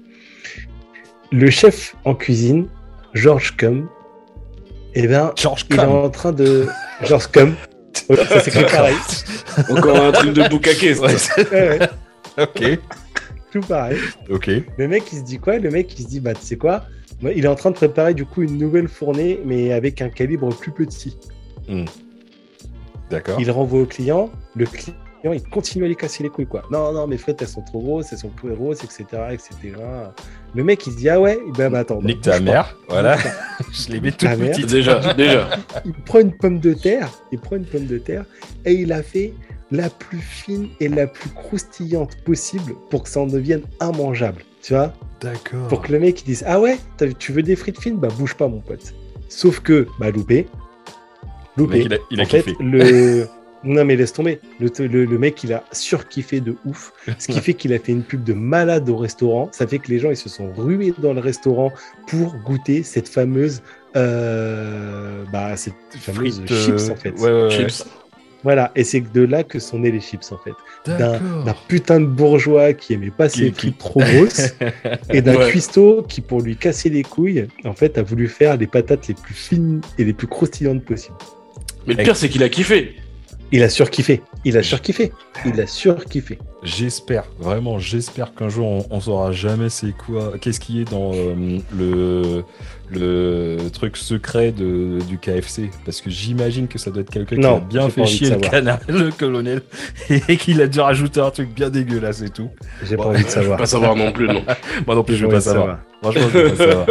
Le chef en cuisine, George Cum, eh ben, George il Cum. est en train de... George Cum. Ouais, ça s'écrit pareil. Encore un truc de boucaquet, ça. Ouais. Ouais, ouais, Ok. tout pareil. Ok. Le mec, il se dit quoi? Le mec, il se dit, bah, tu sais quoi? Il est en train de préparer du coup une nouvelle fournée, mais avec un calibre plus petit. Mm. D'accord. Il renvoie au client. Le client, il continue à lui casser les couilles, quoi. Non, non, mes frites, elles sont trop grosses, elles sont trop grosses, et cetera, et cetera. Le mec, il se dit, ah ouais, ben bah, attends. Nique bah, ta bouge pas. mère. Voilà. Bouge pas. Je les mets toutes Ta mère. petites. Déjà, déjà. Il prend une pomme de terre, il prend une pomme de terre, et il a fait la plus fine et la plus croustillante possible pour que ça en devienne immangeable. Tu vois? D'accord. Pour que le mec il dise, ah ouais, t'as- tu veux des frites fines? Bah bouge pas, mon pote. Sauf que, bah loupé. Le Loupé. mec, il a, il a en fait, kiffé. le... Non mais laisse tomber. Le, le, le mec, il a surkiffé de ouf. Ce qui fait qu'il a fait une pub de malade au restaurant. Ça fait que les gens, ils se sont rués dans le restaurant pour goûter cette fameuse... Euh... Bah, cette fameuse Frites, chips, euh, en fait. Ouais, ouais, ouais. Chips. Voilà. Et c'est de là que sont nées les chips, en fait. D'un D'accord. d'un putain de bourgeois qui aimait pas ses Qui- qui- frites trop grosses et d'un Ouais. cuistot qui, pour lui casser les couilles, en fait, a voulu faire les patates les plus fines et les plus croustillantes possibles. Mais le pire, c'est qu'il a kiffé. Il a surkiffé. Il a surkiffé. Il a surkiffé. J'espère, vraiment, j'espère qu'un jour on, on saura jamais c'est quoi, qu'est-ce qui est dans euh, le, le truc secret de, du K F C. Parce que j'imagine que ça doit être quelqu'un qui Non, a bien j'ai pas fait envie de chier le savoir. canard, le colonel, et qu'il a dû rajouter un truc bien dégueulasse et tout. J'ai Bon, pas envie de Je veux savoir. pas savoir non plus, non. Moi non plus, je J'ai veux pas pas envie de savoir. Franchement, je veux pas savoir.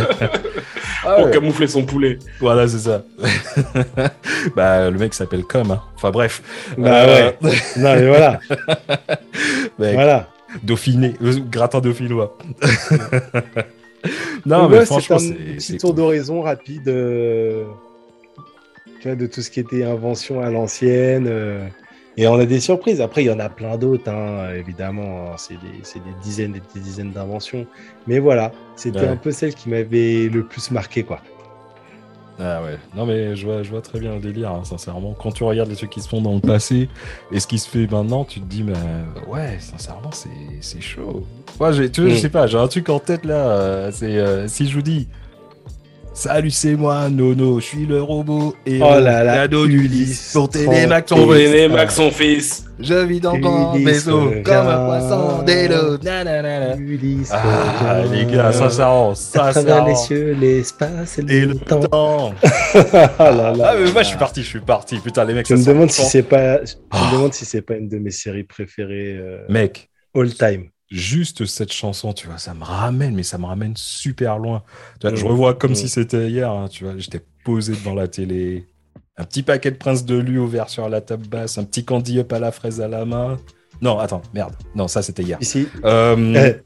Ah Pour ouais. camoufler son poulet. Voilà, c'est ça. Bah, le mec s'appelle Com. Hein. Enfin bref. Bah ouais. Non mais voilà. Mec, Voilà. Dauphiné, euh, gratin dauphinois. non, Donc mais ouais, franchement, c'est un c'est. petit c'est tour cool. d'horizon rapide euh, tu vois, de tout ce qui était invention à l'ancienne. euh, Et on a des surprises. Après, il y en a plein d'autres, hein, évidemment. hein, C'est des, c'est des dizaines et des dizaines d'inventions. Mais voilà, c'était Ouais. un peu celle qui m'avait le plus marqué, quoi. Ah ouais, non mais je vois, je vois très bien le délire, hein, sincèrement. Quand tu regardes les trucs qui se font dans le passé et ce qui se fait maintenant, tu te dis, mais ouais, sincèrement, c'est, c'est chaud. Moi, j'ai, tu vois, Mm. je sais pas, j'ai un truc en tête là, euh, c'est euh, si je vous dis, salut, c'est moi, Nono, je suis le robot et Oh là là, cadeau Ulysse, d'Ulysse, pour t'aider, trente Mac, On ton va Ulysse. aider fils. Max, son fils. Je vis dans un Ulysse, vaisseau euh, comme un viens. poisson d'élo. Nanana. Ulysse, Ah, reviens. les gars, sincèrement, À travers les sincèrement. cieux, l'espace et le, Et le temps. temps. Ah là là Ah, mais là moi, là. je suis parti, je suis parti. Putain, les mecs, Je ça me sent demande le si temps. c'est pas, je Ah. me demande si c'est pas une de mes séries préférées euh, Mec, all time. juste cette chanson, tu vois, ça me ramène, mais ça me ramène super loin. Tu vois, Mm. je revois comme Mm. si c'était hier, hein, tu vois, j'étais posé devant la télé, un petit paquet de Prince de Lu ouvert sur la table basse, un petit candy up à la fraise à la main. Non, attends, merde. Non, ça, c'était hier. Ici, Euh,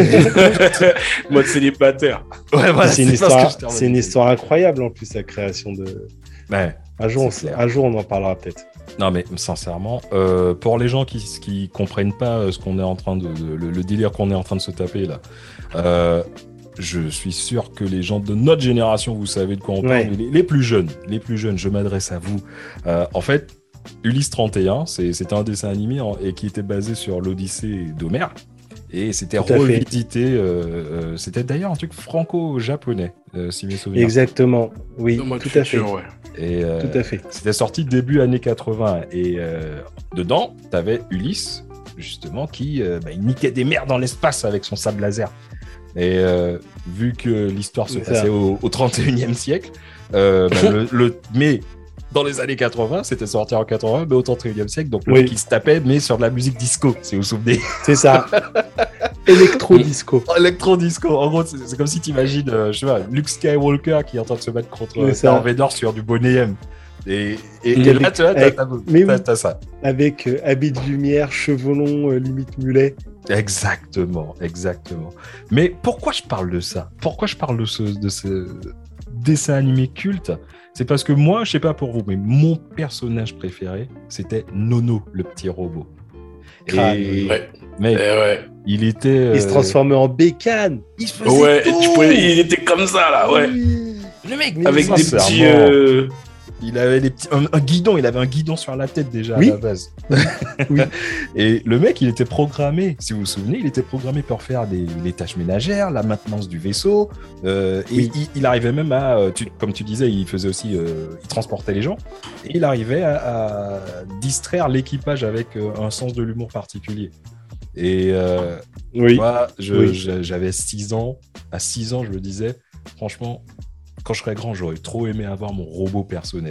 c'est- Mode célibataire. ouais, voilà, c'est une, c'est parce que histoire, je t'ai c'est une remis. histoire incroyable en plus, la création de. Ouais. Un jour, on, C'est s- clair. un jour, on en parlera peut-être. Non, mais sincèrement, euh, pour les gens qui qui comprennent pas euh, ce qu'on est en train de, de- le, le délire qu'on est en train de se taper là, euh, je suis sûr que les gens de notre génération, vous savez de quoi on parle. Ouais. Mais les, les plus jeunes, les plus jeunes, je m'adresse à vous. Euh, en fait, Ulysse trente et un, c'est c'était un dessin animé en- et qui était basé sur l'Odyssée d'Homère. Et c'était Tout à fait. revisité. euh, euh, c'était d'ailleurs un truc franco-japonais, euh, si mes souvenirs. Exactement. Oui, Dans Mode tout à fait. Futur, ouais. Et, euh, Tout à fait. c'était sorti début années quatre-vingts. Et euh, dedans, t'avais Ulysse, justement, qui euh, bah, il niquait des mers dans l'espace avec son sable laser. Et euh, vu que l'histoire se C'est passait ça. au, au trente et unième siècle, euh, bah, le, le- mais dans les années quatre-vingts, c'était sorti en quatre-vingts, mais au trente et unième siècle, donc le Oui. mec il se tapait, mais sur de la musique disco, si vous vous souvenez. C'est ça. Electro-disco. Electro-disco, en gros, c'est c'est comme si tu imagines, euh, je sais pas, Luke Skywalker qui est en train de se battre contre euh, C'est ça. Darth Vader sur du Boney M. Et, et, Et et là, avec- tu vois, t'as, avec- t'as- mais t'as- oui. t'as ça. Avec euh, habit de lumière, cheveux longs, euh, limite mulet. Exactement, exactement. Mais pourquoi je parle de ça? Pourquoi je parle de ce, de ce dessin animé culte? C'est parce que moi, je sais pas pour vous, mais mon personnage préféré, c'était Nono, le petit robot. Crâne, Et Ouais. mec, Eh ouais. il était. Il se euh, transformait en bécane. Il se faisait Ouais, tout. tu pouvais... il était comme ça, là, ouais. Le mec, Mais Avec des sincèrement. petits, euh, Il avait des petits, un, un guidon, il avait un guidon sur la tête déjà Oui. à la base. Oui. Et le mec, il était programmé, si vous vous souvenez, il était programmé pour faire des, les tâches ménagères, la maintenance du vaisseau. Euh, et Oui. il, il arrivait même à, euh, tu, comme tu disais, il faisait aussi, euh, il transportait les gens. Et il arrivait à, à distraire l'équipage avec euh, un sens de l'humour particulier. Et euh, Oui. moi, je- Oui. je- j'avais six ans. À six ans, je me disais, franchement, quand je serai grand, j'aurais trop aimé avoir mon robot personnel.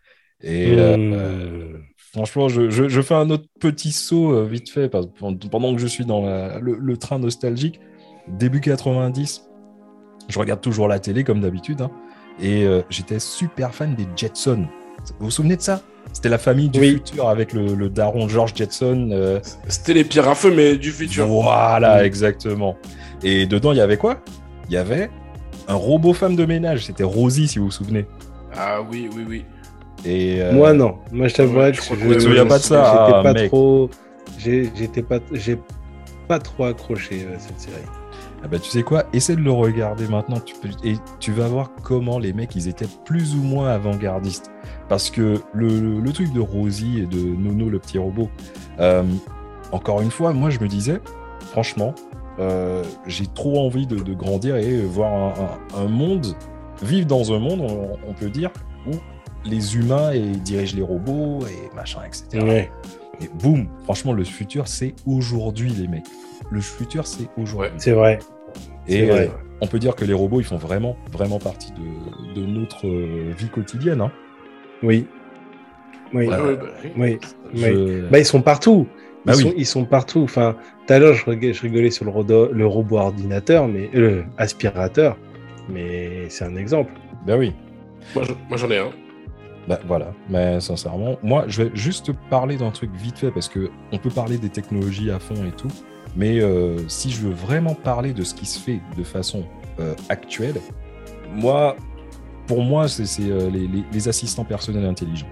Et euh, Mmh. euh, franchement, je, je- je fais un autre petit saut euh, vite fait parce que pendant que je suis dans la- le, le train nostalgique, début quatre-vingt-dix, je regarde toujours la télé comme d'habitude, hein, et euh, j'étais super fan des Jetsons. Vous vous souvenez de ça? C'était la famille du Oui. futur avec le, le daron George Jetson. euh, C'était les pierres à feu, mais du futur. Voilà, Mm. exactement. Et dedans, il y avait quoi? Il y avait un robot femme de ménage. C'était Rosie, si vous vous souvenez. Ah oui, oui, oui. Et, euh, Moi, non. Moi, je t'avouerais ouais, que je crois je qu'on se souvient pas de ça, J'étais ah, pas mec. trop. j'ai- J'étais pas. J'ai pas trop accroché à cette série. ah bah, tu sais quoi? Essaie de le regarder maintenant. Tu peux, et tu vas voir comment les mecs, ils étaient plus ou moins avant-gardistes. Parce que le, le, le truc de Rosie et de Nono, le petit robot, euh, encore une fois, moi, je me disais, franchement, euh, j'ai trop envie de, de grandir et voir un, un- un monde, vivre dans un monde, on, on peut dire, où les humains et dirigent les robots et machin, et cetera. Ouais. Et boum, franchement, le futur, c'est aujourd'hui, les mecs. Le futur, c'est aujourd'hui. C'est vrai. Et c'est vrai. euh, on peut dire que les robots, ils font vraiment, vraiment partie de, de notre euh, vie quotidienne. Hein. Oui. Oui. Ouais, Euh, ouais, bah, oui. Oui. Oui. Je- Bah, ils sont partout. Ils, Bah oui. sont, ils sont partout. Enfin, tout à l'heure, je, reg- je rigolais sur le, rodo- le robot ordinateur, mais le aspirateur. Mais c'est un exemple. Bah oui. Moi, je- moi, j'en ai un. Bah voilà. Mais sincèrement, moi, je vais juste parler d'un truc vite fait parce que on peut parler des technologies à fond et tout. Mais euh, si je veux vraiment parler de ce qui se fait de façon euh, actuelle, moi, pour moi, c'est c'est, euh, les, les- les assistants personnels intelligents.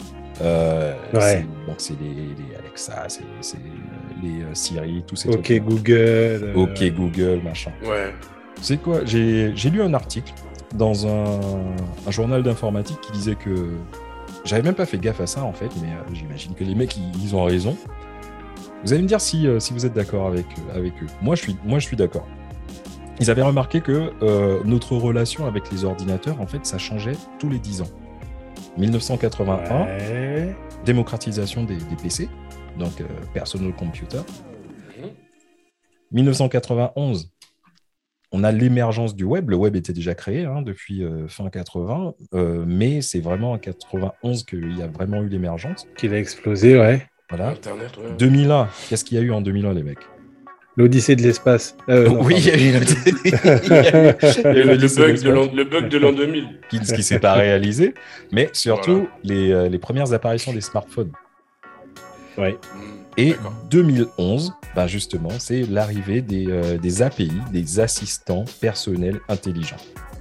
Euh, Ouais. c'est- donc c'est les, les Alexa, c'est c'est, euh, les euh, Siri, tous ces Ok, trucs. Google. euh, Ok, Google, machin. Ouais. C'est quoi? J'ai j'ai lu un article dans un, un journal d'informatique qui disait que j'avais même pas fait gaffe à ça en fait, mais euh, j'imagine que les mecs ils, ils ont raison. Vous allez me dire si, euh, si vous êtes d'accord avec, euh, avec eux. Moi je suis, moi, je suis d'accord. Ils avaient remarqué que euh, notre relation avec les ordinateurs, en fait, ça changeait tous les dix ans. dix-neuf cent quatre-vingt-un, Ouais. démocratisation des, des P C, donc euh, personal computer. Mhm. dix-neuf cent quatre-vingt-onze, on a l'émergence du web. Le web était déjà créé hein, depuis euh, fin quatre-vingts, euh, mais c'est vraiment en quatre-vingt-onze qu'il y a vraiment eu l'émergence. Qu'il a explosé, ouais. Voilà. Internet, ouais. deux mille un, qu'est-ce qu'il y a eu en deux mille un, les mecs? L'Odyssée de l'espace. Euh, non, Oui, il y a eu une- il y a eu- il y a eu Le, le l'Odyssée bug de de l'an- le bug de l'an deux mille. qui, ce qui s'est pas réalisé, mais surtout Voilà. les, euh, les premières apparitions des smartphones. Ouais. Mm, Et d'accord. deux mille onze, ben justement, c'est l'arrivée des, euh, des A P I, des assistants personnels intelligents.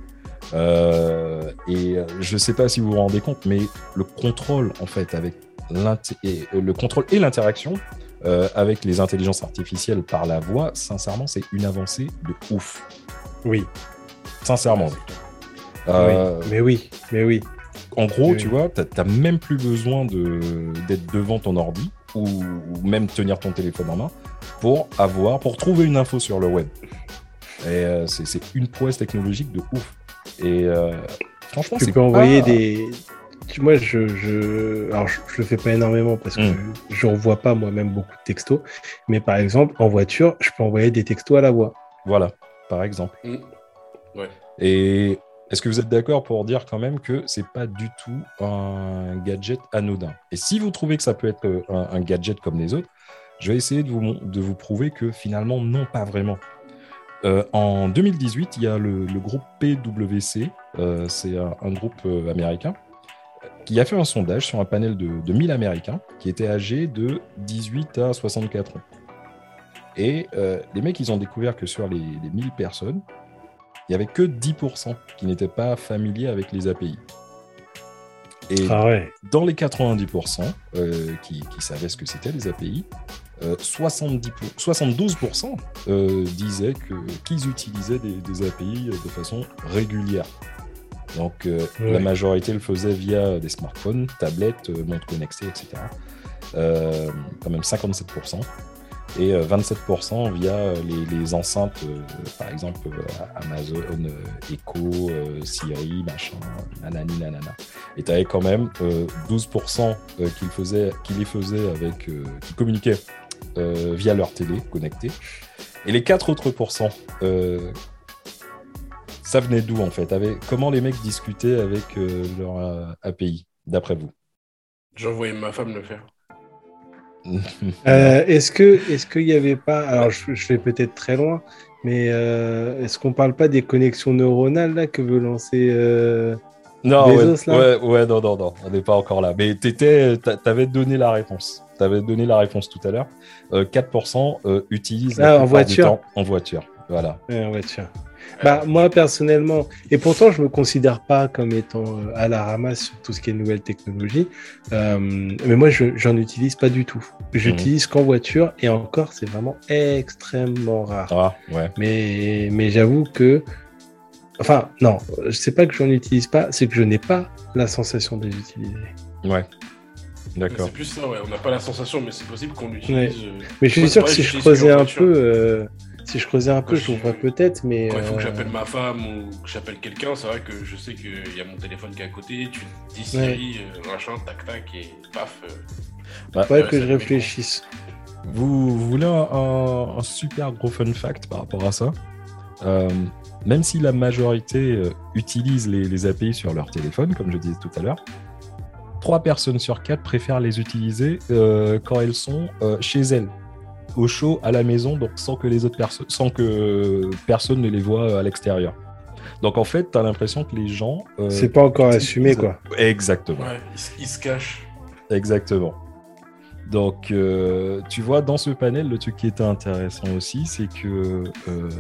Euh, et euh, je ne sais pas si vous vous rendez compte, mais le contrôle, en fait, avec l'inté- et, euh, le contrôle et l'interaction euh, avec les intelligences artificielles par la voix, sincèrement, c'est une avancée de ouf. Oui. Sincèrement. Euh, Oui. Mais oui. Mais oui. En gros, Oui. tu vois, t'as t'as même plus besoin de- d'être devant ton ordi ou, ou même tenir ton téléphone en main pour avoir, pour trouver une info sur le web. Et euh, c'est c'est une prouesse technologique de ouf. Et euh, franchement, Tu c'est peux pas- envoyer des. Tu- Moi, je, je... Alors, je, je le fais pas énormément parce que Mm. je n'envoie pas moi-même beaucoup de textos. Mais par exemple, en voiture, je peux envoyer des textos à la voix. Voilà, par exemple. Mm. Ouais. Et est-ce que vous êtes d'accord pour dire quand même que c'est pas du tout un gadget anodin? Et si vous trouvez que ça peut être euh, un, un gadget comme les autres, je vais essayer de vous, mon- de vous prouver que finalement, non, pas vraiment. Euh, en deux mille dix-huit, il y a le, le groupe P W C, euh, c'est un, un groupe euh, américain, qui a fait un sondage sur un panel de, de mille Américains qui étaient âgés de dix-huit à soixante-quatre ans. Et euh, les mecs, ils ont découvert que sur les, les mille personnes, il n'y avait que dix pour cent qui n'étaient pas familiers avec les A P I. Et Ah ouais. dans les quatre-vingt-dix pour cent euh, qui, qui savaient ce que c'était les A P I, euh, soixante-dix pour- soixante-douze pour cent euh, disaient que, qu'ils utilisaient des, des A P I de façon régulière. Donc, euh, Ouais. la majorité le faisait via des smartphones, tablettes, euh, montres connectées, et cetera. Euh, quand même cinquante-sept pour cent. Et euh, vingt-sept pour cent via euh, les, les enceintes, euh, par exemple euh, Amazon, euh, Echo, euh, Siri, machin, nanani, nanana. Et tu avais quand même euh, douze pour cent euh, qui, le faisaient, qui les faisaient avec, euh, qui communiquaient euh, via leur télé connectée. Et les quatre autres pourcents, euh, ça venait d'où en fait? Avec, comment les mecs discutaient avec euh, leur euh, A P I, d'après vous? J'envoyais ma femme le faire. Euh, est-ce que, est-ce qu'il n'y avait pas, alors je, je vais peut-être très loin, mais euh, est-ce qu'on parle pas des connexions neuronales là que veut lancer euh, Non, ouais, Bezos là? ouais, ouais, non, non, non, on n'est pas encore là. Mais t'étais, t'a- t'avais donné la réponse. T'avais donné la réponse tout à l'heure. Euh, quatre pour cent euh, utilisent la Ah, en plupart du voiture. temps en voiture. Voilà. Ouais, ouais, tiens. Bah, moi, personnellement, et pourtant, je me considère pas comme étant euh, à la ramasse sur tout ce qui est nouvelles technologies, euh, mais moi, je, j'en utilise pas du tout. J'utilise qu'en voiture, et encore, c'est vraiment extrêmement rare. Ah, ouais. Mais, mais j'avoue que, enfin, non, je sais pas que j'en utilise pas, c'est que je n'ai pas la sensation de les utiliser. Ouais. Mais D'accord. C'est plus ça, ouais. On n'a pas la sensation, mais c'est possible qu'on l'utilise. euh, Mais je suis moi, sûr que pareil, si je j'utilise creusais qu'en un voiture. peu, euh, si je creusais un peu, Quand je je- trouverais peut-être, mais. Quand il faut que euh, j'appelle ma femme ou que j'appelle quelqu'un, c'est vrai que je sais qu'il y a mon téléphone qui est à côté, tu dis Siri, euh, machin, tac tac, et paf. euh, Bah, faudrait Ouais, que ça je me réfléchisse. Vous, vous voulez un, un- un super gros fun fact par rapport à ça? Euh, Même si la majorité euh, utilise les, les A P I sur leur téléphone, comme je disais tout à l'heure, trois personnes sur quatre préfèrent les utiliser euh, quand elles sont euh, chez elles, au chaud, à la maison, donc sans que les autres personnes, sans que personne ne les voit à l'extérieur. Donc en fait, tu as l'impression que les gens. euh, C'est pas encore utilisent- assumé, quoi. Exactement. Ouais, il, se- il se cache. Exactement. Donc, euh, tu vois, dans ce panel, le truc qui était intéressant aussi, c'est que euh,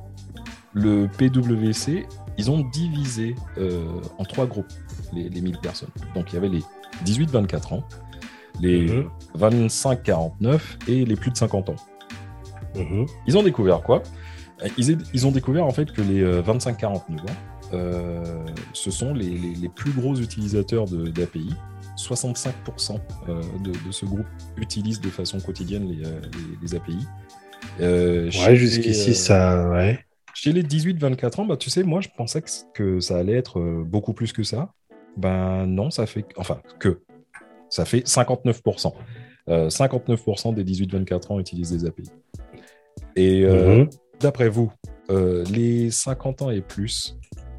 le P W C, ils ont divisé euh, en trois groupes les, les mille personnes. Donc, il y avait les dix-huit vingt-quatre ans, les Mhm. vingt-cinq quarante-neuf et les plus de cinquante ans. Mhm. Ils ont découvert quoi? ils, ils ont découvert en fait que les euh, vingt-cinq quarante-neuf ans, euh, ce sont les, les- les plus gros utilisateurs de- d'A P I. soixante-cinq pour cent euh, de, de ce groupe utilisent de façon quotidienne les, euh, les- les A P I. Euh, chez Ouais, jusqu'ici, les, euh, ça. Ouais. Chez les dix-huit vingt-quatre ans, bah, tu sais, moi, je pensais que, que ça allait être euh, beaucoup plus que ça. Ben non, ça fait... Enfin, que. Ça fait cinquante-neuf pour cent. Euh, cinquante-neuf pour cent des dix-huit vingt-quatre ans utilisent des A P I. Et euh, Mhm. d'après vous, euh, les cinquante ans et plus,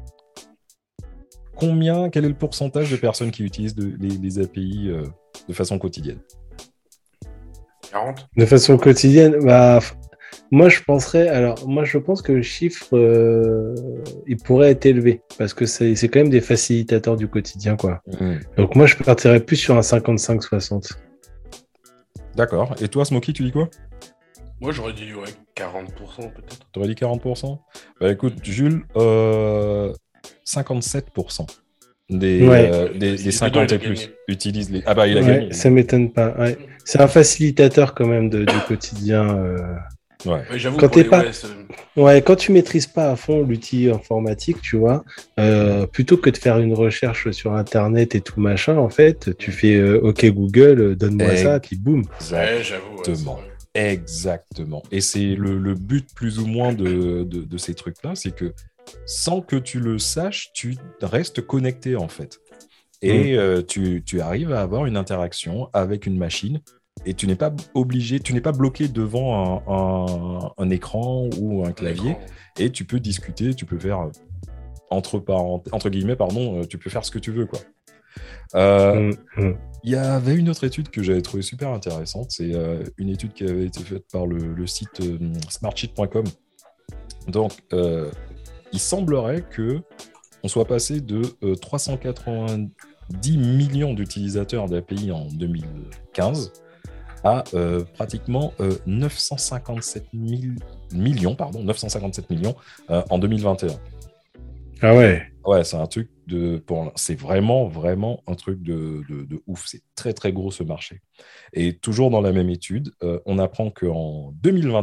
combien, quel est le pourcentage de personnes qui utilisent de- les, les A P I euh, de façon quotidienne? quarante. De façon quotidienne, bah, f- moi je penserais, alors moi je pense que le chiffre euh, il pourrait être élevé parce que c'est c'est quand même des facilitateurs du quotidien, quoi. Hmm. Donc moi je partirais plus sur un cinquante-cinq soixante. D'accord. Et toi, Smokey, tu dis quoi? Moi, j'aurais dit ouais, quarante pour cent peut-être. Tu aurais dit quarante pour cent? Bah écoute, Jules, euh, cinquante-sept pour cent des, Ouais. euh, des, Il des est cinquante dedans, et il a plus gagné. utilisent les... Ah bah, il a Ouais, gagné. ça m'étonne pas. Ouais. C'est un facilitateur quand même de, du quotidien. euh. Ouais. Ouais, j'avoue, Quand pour t'es les pas- O S, euh, Ouais, quand tu maîtrises pas à fond l'outil informatique, tu vois, euh, plutôt que de faire une recherche sur Internet et tout machin, en fait, tu fais euh, OK Google, euh, donne-moi Egg. ça, puis boum. ouais, j'avoue. ouais, c'est Exactement. vrai. Exactement. Et c'est le, le but plus ou moins de, de, de ces trucs-là, c'est que sans que tu le saches, tu restes connecté en fait. Et euh, tu, tu arrives à avoir une interaction avec une machine et tu n'es pas obligé, tu n'es pas bloqué devant un, un, un écran ou un clavier L'écran. et tu peux discuter, tu peux faire euh, entre, parent- entre guillemets, pardon, euh, tu peux faire ce que tu veux, quoi. Euh, Mm, mm. Il y avait une autre étude que j'avais trouvée super intéressante. C'est euh, une étude qui avait été faite par le, le site euh, smartsheet point com. Donc, euh, il semblerait que on soit passé de euh, trois cent quatre-vingt-dix millions d'utilisateurs d'A P I en deux mille quinze à euh, pratiquement euh, neuf cent cinquante-sept mille millions, pardon, neuf cent cinquante-sept millions euh, en deux mille vingt et un. Ah ouais. Ouais, c'est un truc de. Pour... C'est vraiment, vraiment un truc de, de, de ouf. C'est très, très gros ce marché. Et toujours dans la même étude, euh, on apprend qu'en deux mille vingt et un,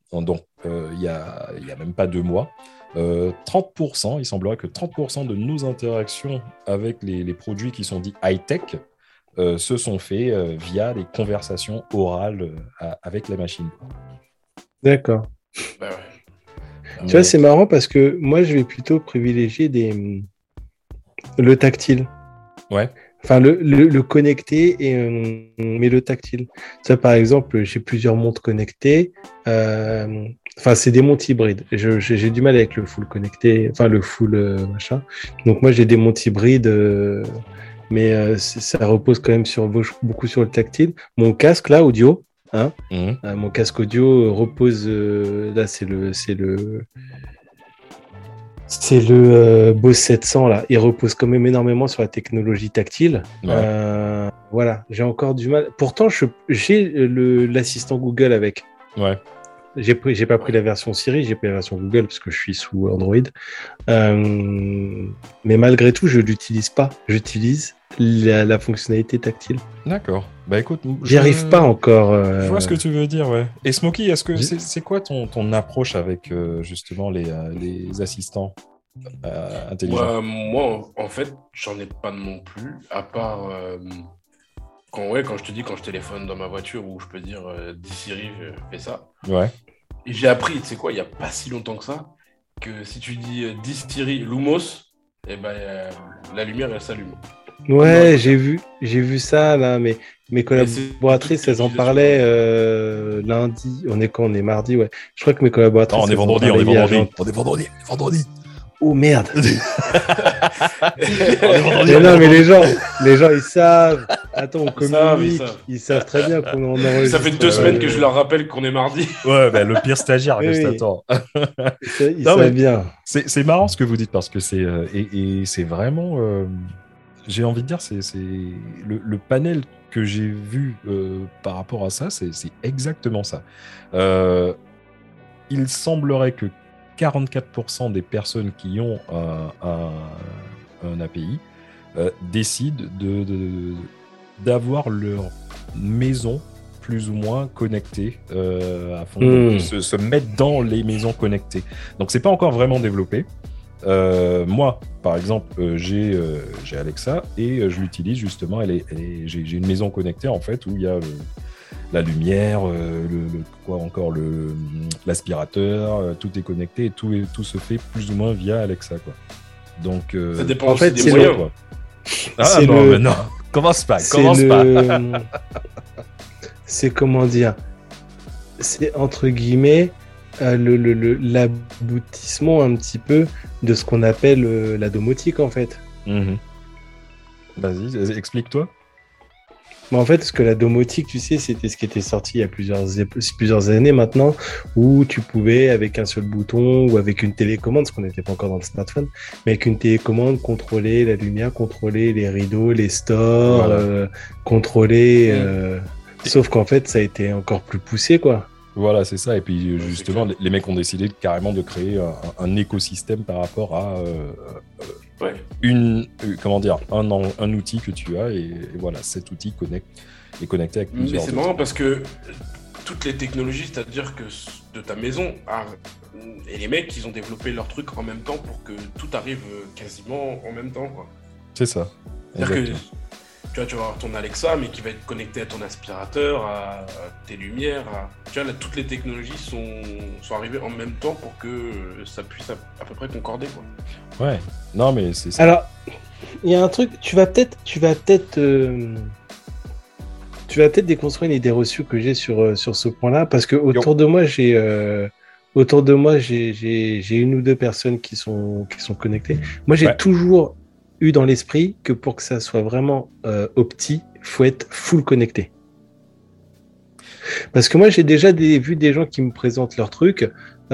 donc euh, il y a, il y a même pas deux mois, euh, trente pour cent, il semblerait que trente pour cent de nos interactions avec les, les produits qui sont dits high-tech euh, se sont faits euh, via des conversations orales euh, à- avec la machine. D'accord. Bah ouais. Tu vois, c'est marrant parce que moi, je vais plutôt privilégier des... le tactile. Ouais. Enfin, le, le, le connecté, et, euh, mais le tactile. Ça, par exemple, j'ai plusieurs montres connectées. Euh, Enfin, c'est des montres hybrides. Je, j'ai, j'ai du mal avec le full connecté, enfin, le full euh, machin. Donc, moi, j'ai des montres hybrides, euh, mais euh, c'est- ça repose quand même sur, beaucoup sur le tactile. Mon casque, là, audio, hein, Mhm. euh, mon casque audio repose, euh, là, c'est le, c'est le, c'est le euh, Bose sept cents, là. Il repose quand même énormément sur la technologie tactile. Ouais. Euh, voilà, j'ai encore du mal. Pourtant, je, j'ai le, l'assistant Google avec. Ouais. J'ai, pris, j'ai pas pris la version Siri, j'ai pris la version Google parce que je suis sous Android. Euh, mais malgré tout, je l'utilise pas. J'utilise la, la fonctionnalité tactile. D'accord. Bah écoute, J'y je- arrive pas encore. euh, Je vois ce que tu veux dire, ouais. Et Smokey, est-ce que J'ai- c'est, c'est quoi ton, ton approche avec euh, justement les, euh, les assistants euh, intelligents? Moi, moi, en en fait, j'en ai pas non plus, à part euh, quand, ouais, quand je te dis, quand je téléphone dans ma voiture où je peux dire euh, dis Siri, euh, fais ça. Ouais. Et j'ai appris, tu sais quoi, il n'y a pas si longtemps que ça, que si tu dis euh, dis Siri Lumos, eh ben, euh, la lumière, elle s'allume. Ouais, Non, j'ai vu, j'ai vu ça là, mais mes collaboratrices, c'est- elles en parlaient euh, lundi. On est quand? On est mardi, ouais. Je crois que mes collaboratrices. Non, on est elles en vendredi, on est parlaient hier, vendredi. genre- On est vendredi, vendredi. Oh merde! On est vendredi, Mais on est non, mais vendredi. les gens, les gens, ils savent. Attends, on Ils savent, communique. ils savent. Ils savent très bien qu'on en enregistre. Ça fait deux euh, semaines que je leur rappelle qu'on est mardi. Ouais, bah, le pire stagiaire Oui, que je oui. t'attends. Ils savent, ils Non, savent mais- bien. C'est, c'est marrant ce que vous dites parce que c'est euh, et, et c'est vraiment euh, j'ai envie de dire c'est, c'est le, le panel que j'ai vu euh, par rapport à ça c'est, c'est exactement ça. Euh, il semblerait que quarante-quatre pour cent des personnes qui ont un, un, un A P I euh, décident de, de- d'avoir leur maison plus ou moins connectée euh, à fond, Mm. de se, se mettre dans les maisons connectées. Donc c'est pas encore vraiment développé. Euh, moi, par exemple, euh, j'ai, euh, j'ai Alexa et euh, je l'utilise justement. Elle est, elle est- j'ai, j'ai une maison connectée en fait où il y a le- la lumière, euh, le, le- quoi encore, le, l'aspirateur, euh, tout est connecté et tout, est- tout se fait plus ou moins via Alexa, quoi. Donc, euh, Ça dépend En aussi fait, des c'est moyens. le- quoi. Ah c'est non, le- mais non, commence pas, C'est commence pas. le... c'est comment dire? C'est entre guillemets euh, le, le, le- l'aboutissement un petit peu de ce qu'on appelle euh, la domotique en fait. Mhm. Vas-y, explique-toi. Mais en fait, ce que la domotique, tu sais, c'était ce qui était sorti il y a plusieurs, plusieurs années maintenant, où tu pouvais, avec un seul bouton ou avec une télécommande, parce qu'on n'était pas encore dans le smartphone, mais avec une télécommande, contrôler la lumière, contrôler les rideaux, les stores, Voilà. euh, contrôler... Mm. euh, Sauf qu'en fait, ça a été encore plus poussé, quoi. Voilà, c'est ça. Et puis Ouais, justement, c'est les, les mecs ont décidé de- carrément de créer un, un écosystème par rapport à euh, Ouais. une, euh, comment dire, un, en- un outil que tu as et, et voilà, cet outil connecte, est connecté avec Mais plusieurs. c'est autres. marrant parce que toutes les technologies, c'est-à-dire que s- de ta maison, ah, et les mecs, ils ont développé leur truc en même temps pour que tout arrive euh, quasiment en même temps, quoi. C'est ça. C'est-à-dire que Exactement. tu vois, tu vas avoir ton Alexa, mais qui va être connecté à ton aspirateur, à, à tes lumières. à- Tu vois, là, toutes les technologies sont, sont arrivées en même temps pour que euh, ça puisse à, à peu près concorder, quoi. Ouais. Non, mais c'est ça. Alors, il y a un truc, tu vas peut-être, tu vas peut-être, euh, tu vas peut-être déconstruire une idée reçue que j'ai sur, euh, sur ce point-là, parce que autour de moi, j'ai, euh, autour de moi, j'ai, j'ai, j'ai une ou deux personnes qui sont, qui sont connectées. Moi, j'ai Ouais. toujours eu dans l'esprit que pour que ça soit vraiment euh, opti, faut être full connecté. Parce que moi, j'ai déjà des, vu des gens qui me présentent leur truc.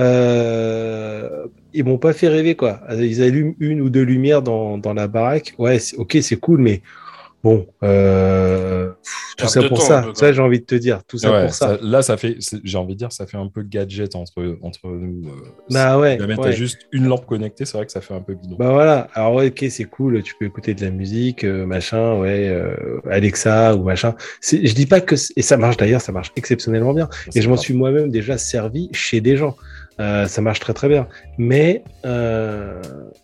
Euh, ils m'ont pas fait rêver, quoi. Ils allument une ou deux lumières dans, dans la baraque. Ouais, c'est, ok, c'est cool, mais bon, euh, pff, tout ça pour ça. Ça, j'ai envie de te dire, tout ça ouais, pour ça. ça. Là, ça fait, j'ai envie de dire, ça fait un peu gadget entre, entre nous. Euh, bah ouais. Si jamais ouais. t'as juste une lampe connectée, c'est vrai que ça fait un peu bidon. Bah voilà. Alors, ouais, ok, c'est cool, tu peux écouter de la musique, euh, machin, ouais, euh, Alexa ou machin. C'est, je dis pas que. Et ça marche d'ailleurs, ça marche exceptionnellement bien. C'est et je m'en grave. suis moi-même déjà servi chez des gens. Euh, ça marche très très bien. Mais. Euh...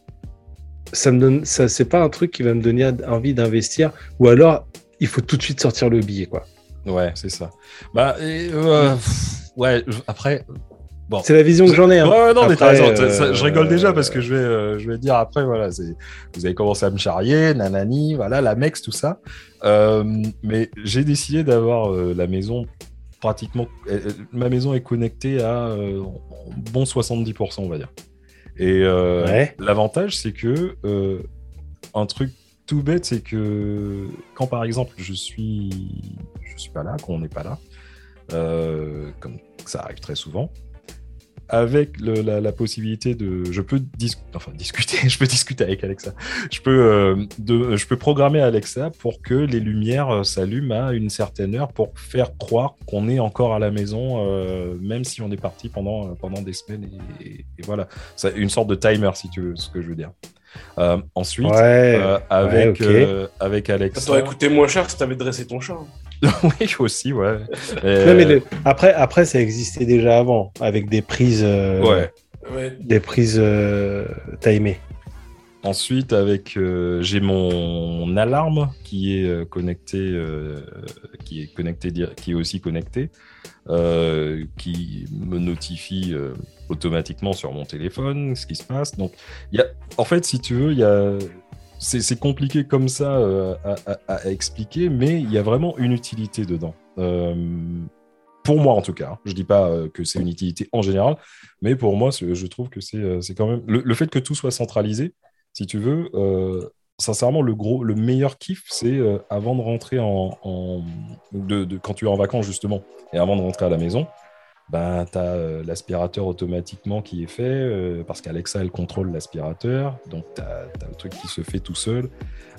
Ça me donne, ça, c'est pas un truc qui va me donner envie d'investir, ou alors il faut tout de suite sortir le billet, quoi. Ouais, c'est ça. Bah, et, euh, pff, ouais, après, bon. C'est la vision que j'en ai. Hein. Ouais, non, après, mais t'as raison. euh, Ça, je rigole déjà parce que je vais, euh, je vais dire après, voilà, c'est, vous avez commencé à me charrier, nanani, voilà, la Mex, tout ça. Euh, mais j'ai décidé d'avoir euh, la maison pratiquement, euh, ma maison est connectée à euh, bon soixante-dix pour cent, on va dire. Et euh, ouais. l'avantage, c'est que euh, un truc tout bête, c'est que quand par exemple je suis, je suis pas là, qu'on n'est pas là, euh, comme ça arrive très souvent, avec le, la, la possibilité de, je peux dis, enfin discuter, je peux discuter avec Alexa, je peux, euh, de, je peux programmer Alexa pour que les lumières s'allument à une certaine heure pour faire croire qu'on est encore à la maison, euh, même si on est parti pendant pendant des semaines et, et, et voilà, c'est une sorte de timer si tu veux, ce que je veux dire. Euh, ensuite, ouais, euh, avec ouais, okay. euh, avec Alexa, ça t'aurait coûté moins cher si t'avais dressé ton chat. oui, aussi, ouais. Et... Non, mais le... après, après, ça existait déjà avant, avec des prises, euh... ouais. Ouais. des prises euh... timées. Ensuite, avec, euh, j'ai mon alarme qui est euh, connecté, euh, qui est connecté, qui est aussi connecté, euh, qui me notifie euh, automatiquement sur mon téléphone ce qui se passe. Donc, il y a, en fait, si tu veux, il y a C'est, c'est compliqué comme ça euh, à, à, à expliquer, mais il y a vraiment une utilité dedans. Euh, pour moi, en tout cas. Je ne dis pas euh, que c'est une utilité en général, mais pour moi, je trouve que c'est, c'est quand même... Le, le fait que tout soit centralisé, si tu veux, euh, sincèrement, le, gros, le meilleur kiff, c'est euh, avant de rentrer en... en de, de, quand tu es en vacances, justement, et avant de rentrer à la maison, ben, tu as euh, l'aspirateur automatiquement qui est fait, euh, parce qu'Alexa, elle contrôle l'aspirateur, donc tu as le truc qui se fait tout seul.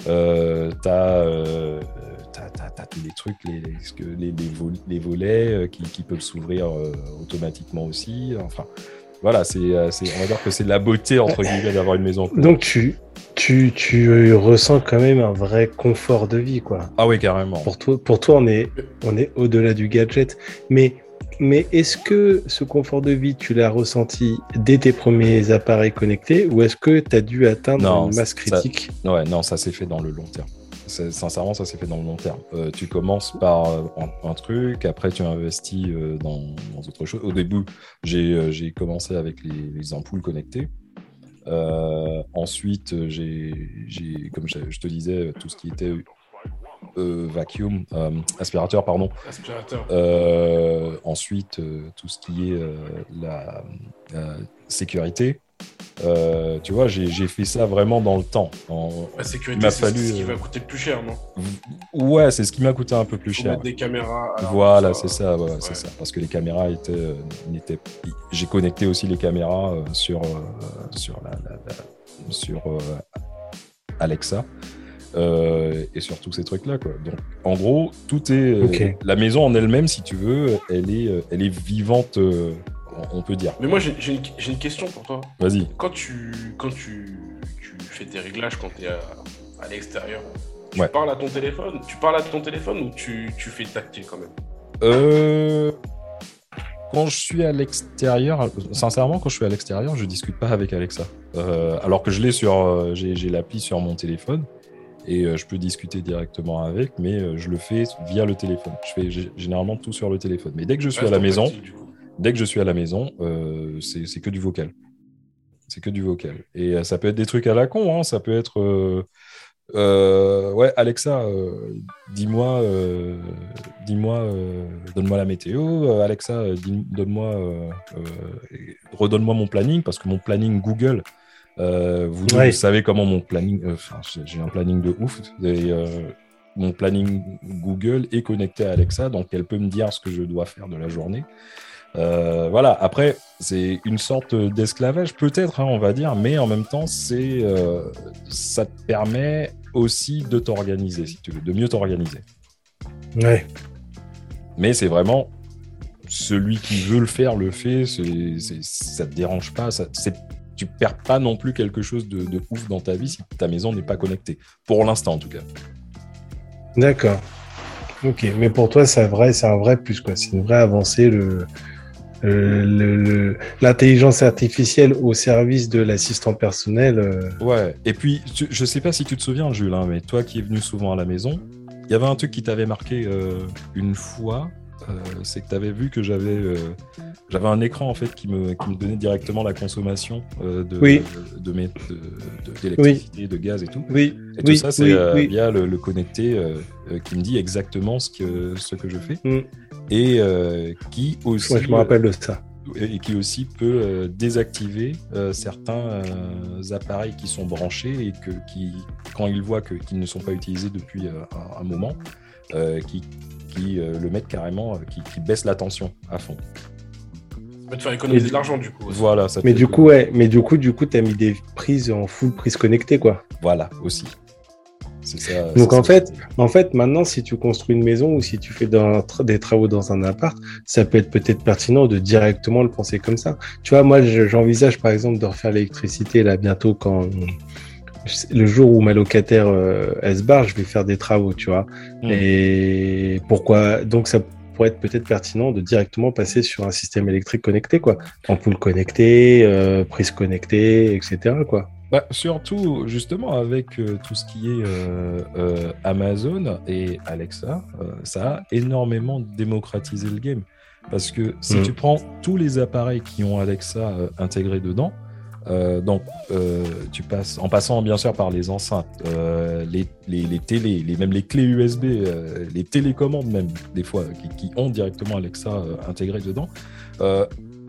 Euh, tu as euh, tous les trucs, les, les, les, vol les volets euh, qui, qui peuvent s'ouvrir euh, automatiquement aussi. Enfin, voilà, c'est, c'est, on va dire que c'est la beauté, entre guillemets, d'avoir une maison. Donc, tu, tu, tu ressens quand même un vrai confort de vie, quoi. Ah oui, carrément. Pour toi, pour toi on est, on est au-delà du gadget. Mais... Mais est-ce que ce confort de vie, tu l'as ressenti dès tes premiers appareils connectés ou est-ce que tu as dû atteindre non, une masse critique? ça, Ouais, non, ça s'est fait dans le long terme. C'est, sincèrement, ça s'est fait dans le long terme. Euh, tu commences par euh, un, un truc, après tu investis euh, dans, dans autre chose. Au début, j'ai, euh, j'ai commencé avec les, les ampoules connectées. Euh, ensuite, j'ai, j'ai, comme je, je te disais, tout ce qui était... Euh, vacuum, euh, aspirateur, pardon. Aspirateur. Euh, ensuite, euh, tout ce qui est euh, la euh, sécurité. Euh, tu vois, j'ai, j'ai fait ça vraiment dans le temps. En, la sécurité, c'est fallu, ce qui va coûter le plus cher, non? Ouais, c'est ce qui m'a coûté un peu plus Faut cher. Mettre des caméras. Voilà, ça, c'est ça, ouais, ouais. c'est ça. Parce que les caméras étaient, euh, n'étaient... J'ai connecté aussi les caméras euh, sur, euh, sur, la, la, la, sur euh, Alexa. Euh, et sur tous ces trucs-là, quoi. Donc, en gros, tout est... Okay. Euh, la maison en elle-même, si tu veux, elle est, elle est vivante, euh, on peut dire. Mais moi, j'ai, j'ai, une, j'ai une question pour toi. Vas-y. Quand tu, quand tu, tu fais tes réglages, quand tu es à, à l'extérieur, tu ouais. parles à ton téléphone Tu parles à ton téléphone ou tu, tu fais tactile quand même? Euh... Quand je suis à l'extérieur, sincèrement, quand je suis à l'extérieur, je discute pas avec Alexa. Euh, alors que je l'ai sur... Euh, j'ai, j'ai l'appli sur mon téléphone. Et euh, je peux discuter directement avec, mais euh, je le fais via le téléphone. Je fais g- généralement tout sur le téléphone. Mais dès que je suis ouais, à la maison, pratique, dès que je suis à la maison, euh, c'est, c'est que du vocal. C'est que du vocal. Et euh, ça peut être des trucs à la con. Hein. Ça peut être, euh, euh, ouais, Alexa, euh, dis-moi, euh, dis-moi, euh, donne-moi la météo. Euh, Alexa, euh, dis, donne-moi, euh, euh, redonne-moi mon planning, parce que mon planning Google. Euh, vous, ouais. vous savez comment mon planning, euh, j'ai un planning de ouf, et, euh, mon planning Google est connecté à Alexa, donc elle peut me dire ce que je dois faire de la journée. Euh, voilà, après, c'est une sorte d'esclavage, peut-être, hein, on va dire, mais en même temps, c'est, euh, ça te permet aussi de t'organiser, si tu veux, de mieux t'organiser. Ouais. Mais c'est vraiment celui qui veut le faire, le fait. C'est, c'est, ça te dérange pas. Ça, c'est, tu perds pas non plus quelque chose de, de ouf dans ta vie si ta maison n'est pas connectée. Pour l'instant, en tout cas. D'accord. Ok. Mais pour toi, c'est vrai, c'est un vrai plus, quoi. C'est une vraie avancée. Le, le, le, le- l'intelligence artificielle au service de l'assistant personnel. euh, Ouais. Et puis, tu- je sais pas si tu te souviens, Jules, hein, mais toi qui es venu souvent à la maison, il y avait un truc qui t'avait marqué euh, une fois. euh, c'est que tu avais vu que j'avais euh, j'avais un écran en fait qui me, qui me donnait directement la consommation euh, de, Oui. de, de mes, de, de- d'électricité, de gaz et tout. Oui. Et tout oui, ça, c'est oui, euh, oui. via le, le connecté euh, euh, qui me dit exactement ce que, ce que je fais Mm. et euh, qui aussi Ouais, je me rappelle de ça. et qui aussi peut euh, désactiver euh, certains euh, appareils qui sont branchés et que qui, quand ils voient que, qu'ils ne sont pas utilisés depuis euh, un, un moment, euh, qui, qui euh, le mettent carrément, euh, qui, qui baissent la tension à fond. Ça va te faire économiser Et- de l'argent, du coup. aussi. Voilà, ça Mais fait du que- coup, ouais. Mais du coup, du coup, t'as mis des prises en full prise connectée, quoi. voilà aussi. C'est ça. Donc c'est en ça. fait, en fait, maintenant, si tu construis une maison ou si tu fais dans- des travaux dans un appart, ça peut être peut-être pertinent de directement le penser comme ça. Tu vois, moi, je- j'envisage par exemple de refaire l'électricité là bientôt quand le jour où ma locataire euh, elle se barre, je vais faire des travaux, tu vois. Mm. Et pourquoi? Donc ça pourrait être peut-être pertinent de directement passer sur un système électrique connecté, quoi. Ampoule connectée, euh, prise connectée, et cetera, quoi. Bah, surtout, justement, avec euh, tout ce qui est euh, euh, Amazon et Alexa, euh, ça a énormément démocratisé le game. Parce que si Mm. tu prends tous les appareils qui ont Alexa euh, intégré dedans, euh, donc euh, tu passes, en passant bien sûr par les enceintes, euh, les, les, les télés, les, même les clés U S B, euh, les télécommandes même, des fois, qui, qui ont directement Alexa euh, intégré dedans, euh,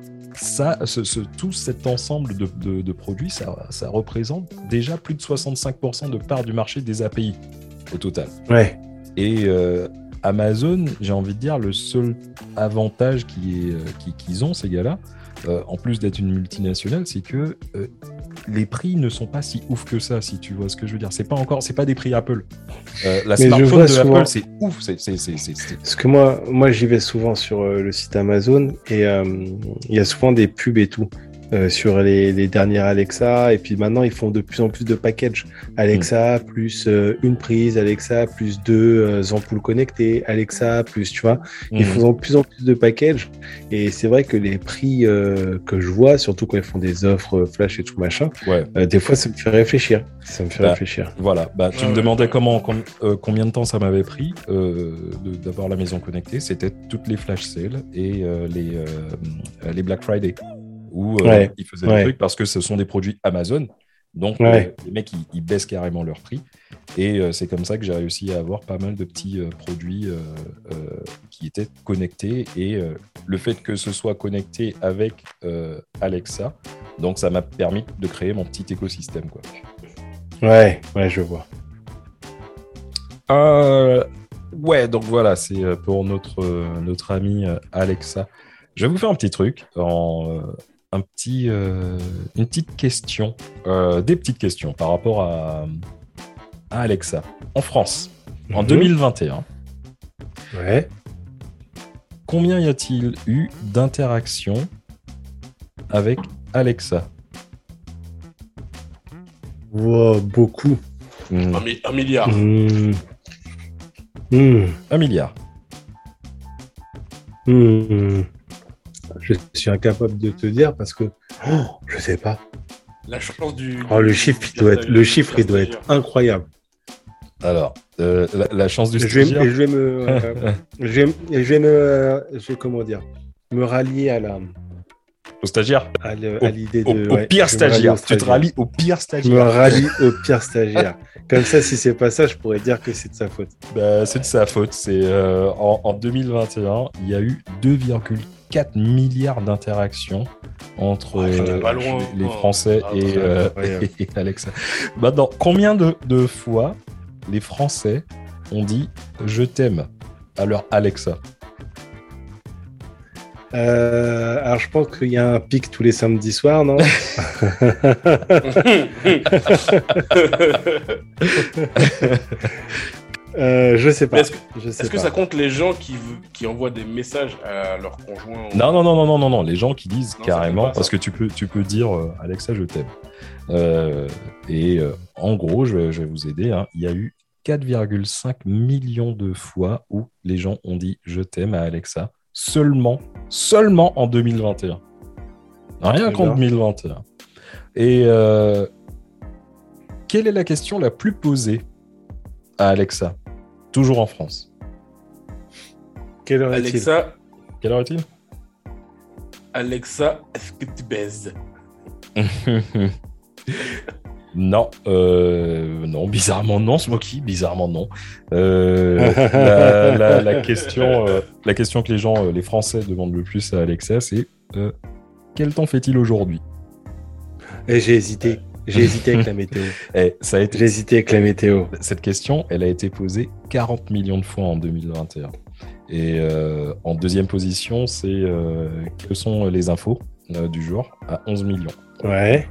ça, ce, ce- tout cet ensemble de, de- de produits, ça, ça représente déjà plus de soixante-cinq pour cent de part du marché des A P I au total. Ouais. Et euh, Amazon, j'ai envie de dire, le seul avantage qui est, euh, qui- qu'ils ont, ces gars-là, euh, en plus d'être une multinationale, c'est que euh, les prix ne sont pas si ouf que ça, si tu vois ce que je veux dire. C'est pas encore, c'est pas des prix Apple. Euh, la Mais je smartphone vois de souvent- Apple, c'est ouf. C'est, c'est, c'est, c'est- c'est- Parce que moi, moi j'y vais souvent sur euh, le site Amazon et euh, il y a souvent des pubs et tout euh, sur les, les dernières Alexa. Et puis maintenant, ils font de plus en plus de packages. Alexa plus euh, une prise, Alexa plus deux euh, ampoules connectées, Alexa plus, tu vois. Ils Mhm. font de plus en plus de packages. Et c'est vrai que les prix euh, que je vois, surtout quand ils font des offres euh, flash et tout machin, Ouais. euh, des fois, ça me fait réfléchir. Ça me fait Bah, réfléchir. Voilà, bah, tu Ouais, me ouais, demandais ouais. comment, com- euh, combien de temps ça m'avait pris euh, de- d'avoir la maison connectée. C'était toutes les flash sales et euh, les, euh, les Black Friday où euh, Ouais, ils faisaient ouais. des trucs parce que ce sont des produits Amazon. Donc, Ouais. euh, les mecs, ils, ils baissent carrément leur prix. Et euh, c'est comme ça que j'ai réussi à avoir pas mal de petits euh, produits euh, euh, qui étaient connectés. Et euh, le fait que ce soit connecté avec euh, Alexa, donc ça m'a permis de créer mon petit écosystème, quoi. Ouais, ouais, je vois. Euh, ouais, donc voilà, c'est euh, pour notre, euh, notre ami euh, Alexa. Je vais vous faire un petit truc, en, euh, un petit, euh, une petite question, euh, des petites questions par rapport à, à Alexa. En France, en Mhm. deux mille vingt et un, Ouais. combien y a-t-il eu d'interactions avec Alexa? Wow, beaucoup. Hmm, Un, mi- un milliard. Mmh. Mmh. Un milliard. Mmh. Je suis incapable de te dire parce que oh, je sais pas. La chance du. Oh, le du- chiffre, du il doit être, le stagiaire. chiffre, il doit être incroyable. Alors, euh, la, la chance du Je vais, stagiaire. je vais me, euh, je vais, je vais me, je vais comment dire, me rallier à la, Au stagiaire. à le- à l'idée Au, de. au ouais, pire je vais me rallier stagiaire. au Tu te stagiaire. rallies au pire Je me stagiaire. rallie au pire stagiaire. Comme ça, si c'est pas ça, je pourrais dire que c'est de sa faute. Bah, c'est de sa faute. C'est euh, en, en deux mille vingt et un, il y a eu deux virgule quatre milliards d'interactions entre Ouais, j'en ai euh, pas loin. les Oh. Français Ah, et, ouais, euh, incroyable. et Alexa. Maintenant, combien de, de fois les Français ont dit je t'aime à leur Alexa? Euh, alors, je pense qu'il y a un pic tous les samedis soirs, non? Euh, je sais pas. Mais Est-ce que, je sais est-ce que pas. ça compte les gens qui, v- qui envoient des messages à leur conjoint ou- Non, non, non, non, non, non, non. Les gens qui disent Non, ça carrément, compte pas, parce ça. que tu peux, tu peux dire euh, Alexa, je t'aime. Euh, et euh, en gros, je vais, je vais vous aider. Hein. Il y a eu quatre virgule cinq millions de fois où les gens ont dit je t'aime à Alexa seulement, seulement en deux mille vingt et un. Rien Eh qu'en ben. deux mille vingt et un. Et euh, quelle est la question la plus posée à Alexa? Toujours en France. Quelle heure est-il? Alexa, Quelle heure est-il? Alexa, est-ce que tu baises? Non, euh, non, bizarrement non, Smokey, bizarrement non. Euh, la, la- la question, euh, la question que les gens, euh, les Français demandent le plus à Alexa, c'est euh, quel temps fait-il aujourd'hui? Eh, j'ai hésité. J'ai hésité avec la météo. Et ça a été, J'ai hésité avec la météo. cette question, elle a été posée quarante millions de fois en deux mille vingt et un. Et euh, en deuxième position, c'est euh, quelles sont les infos euh, du jour à onze millions. Ouais.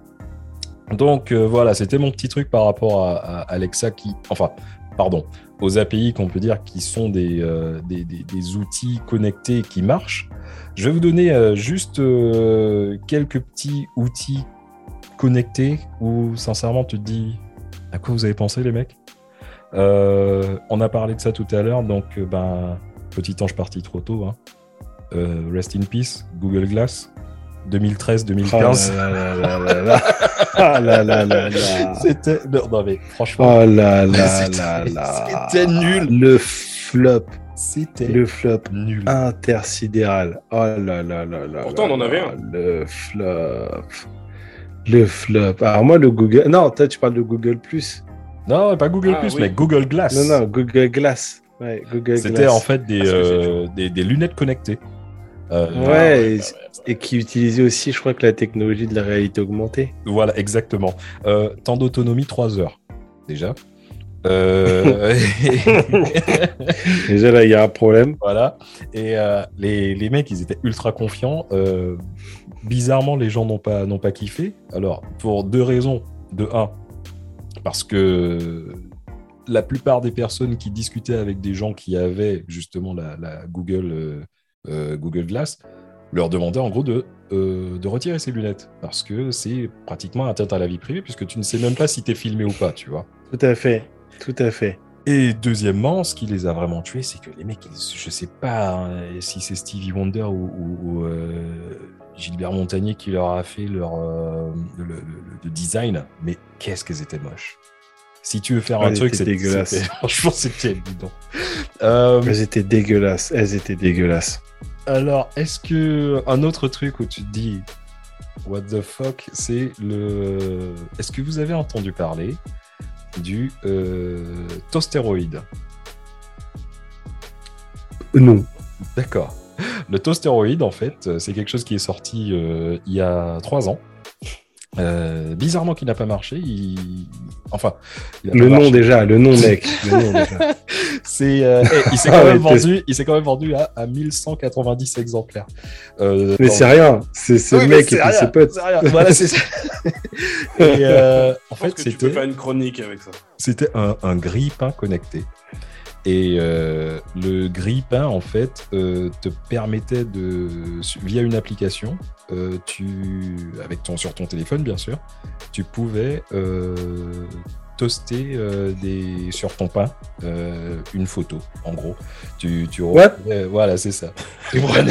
Donc euh, voilà, c'était mon petit truc par rapport à, à Alexa qui, enfin, pardon, aux A P I qu'on peut dire qui sont des, euh, des, des- des outils connectés qui marchent. Je vais vous donner euh, juste euh, quelques petits outils connectés où sincèrement tu te dis à quoi vous avez pensé les mecs. Euh, on a parlé de ça tout à l'heure, donc euh, ben petit ange parti trop tôt. Hein. Euh, rest in peace, Google Glass, deux mille treize deux mille Oh quinze. là là là là là. Ah là là là là. C'était non, non, mais franchement, Oh là là C'était- là là. c'était nul. Le flop. c'était Le flop nul. intersidéral. Oh là là là là. Pourtant, là on en avait là. un. Le flop. Le flop. Alors moi, le Google... Non, toi, tu parles de Google+. Plus. Non, pas Google Ah, Plus, oui. mais Google Glass. Non, non, Google Glass. Ouais, Google C'était Glass. en fait des, Ah, c'est que euh, des, des lunettes connectées. Euh, Ouais, Ah, ouais, et, bah ouais. et qui utilisait aussi, je crois, que la technologie de la réalité augmentée. Voilà, exactement. Euh, temps d'autonomie, trois heures. Déjà. Euh, Déjà, là, il y a un problème. Voilà. Et euh, les, les mecs, ils étaient ultra confiants. Euh, bizarrement, les gens n'ont pas, n'ont pas kiffé. Alors, pour deux raisons. De un, parce que la plupart des personnes qui discutaient avec des gens qui avaient justement la, la Google, euh, euh, Google Glass leur demandaient en gros de, euh, de retirer ses lunettes. Parce que c'est pratiquement atteinte à la vie privée, puisque tu ne sais même pas si tu es filmé ou pas, tu vois. Tout à fait. Tout à fait. Et deuxièmement, ce qui les a vraiment tués, c'est que les mecs, ils- je sais pas hein, si c'est Stevie Wonder ou, ou- ou, euh, Gilbert Montagnier qui leur a fait leur euh, le, le- le design, mais qu'est-ce qu'elles étaient moches. Si tu veux faire un Elles truc, étaient c'est dégueulasses. c'était- franchement, c'était bidon. Euh, Elles étaient dégueulasses. Elles étaient dégueulasses. alors, est-ce que un autre truc où tu te dis what the fuck, c'est le. Est-ce que vous avez entendu parler du euh, toastéroïde? Non. D'accord. Le toastéroïde, en fait, euh, c'est quelque chose qui est sorti euh, il y a trois ans. Euh, bizarrement, qui n'a pas marché. Il... Enfin, il a Le pas nom marché. déjà, le nom, mec. Le nom déjà. C'est, euh, eh, il s'est Ah quand ouais, même t'es- vendu. Il s'est quand même vendu à, à mille cent quatre-vingt-dix exemplaires. Euh, Mais dans- c'est rien. C'est ce Oui, mais mec c'est et puis rien, ses potes. c'est rien. Voilà, c'est ça. Et euh, en Je pense fait, que tu peux c'était. faire une chronique avec ça. C'était un, un grille-pain connecté. Et euh, le grille-pain, en fait, euh, te permettait de, via une application, euh, tu, avec ton, sur ton téléphone, bien sûr, tu pouvais euh, toaster euh, des, sur ton pain euh, une photo, en gros. Tu, tu What retrouvais- voilà, c'est ça. Tu prenais-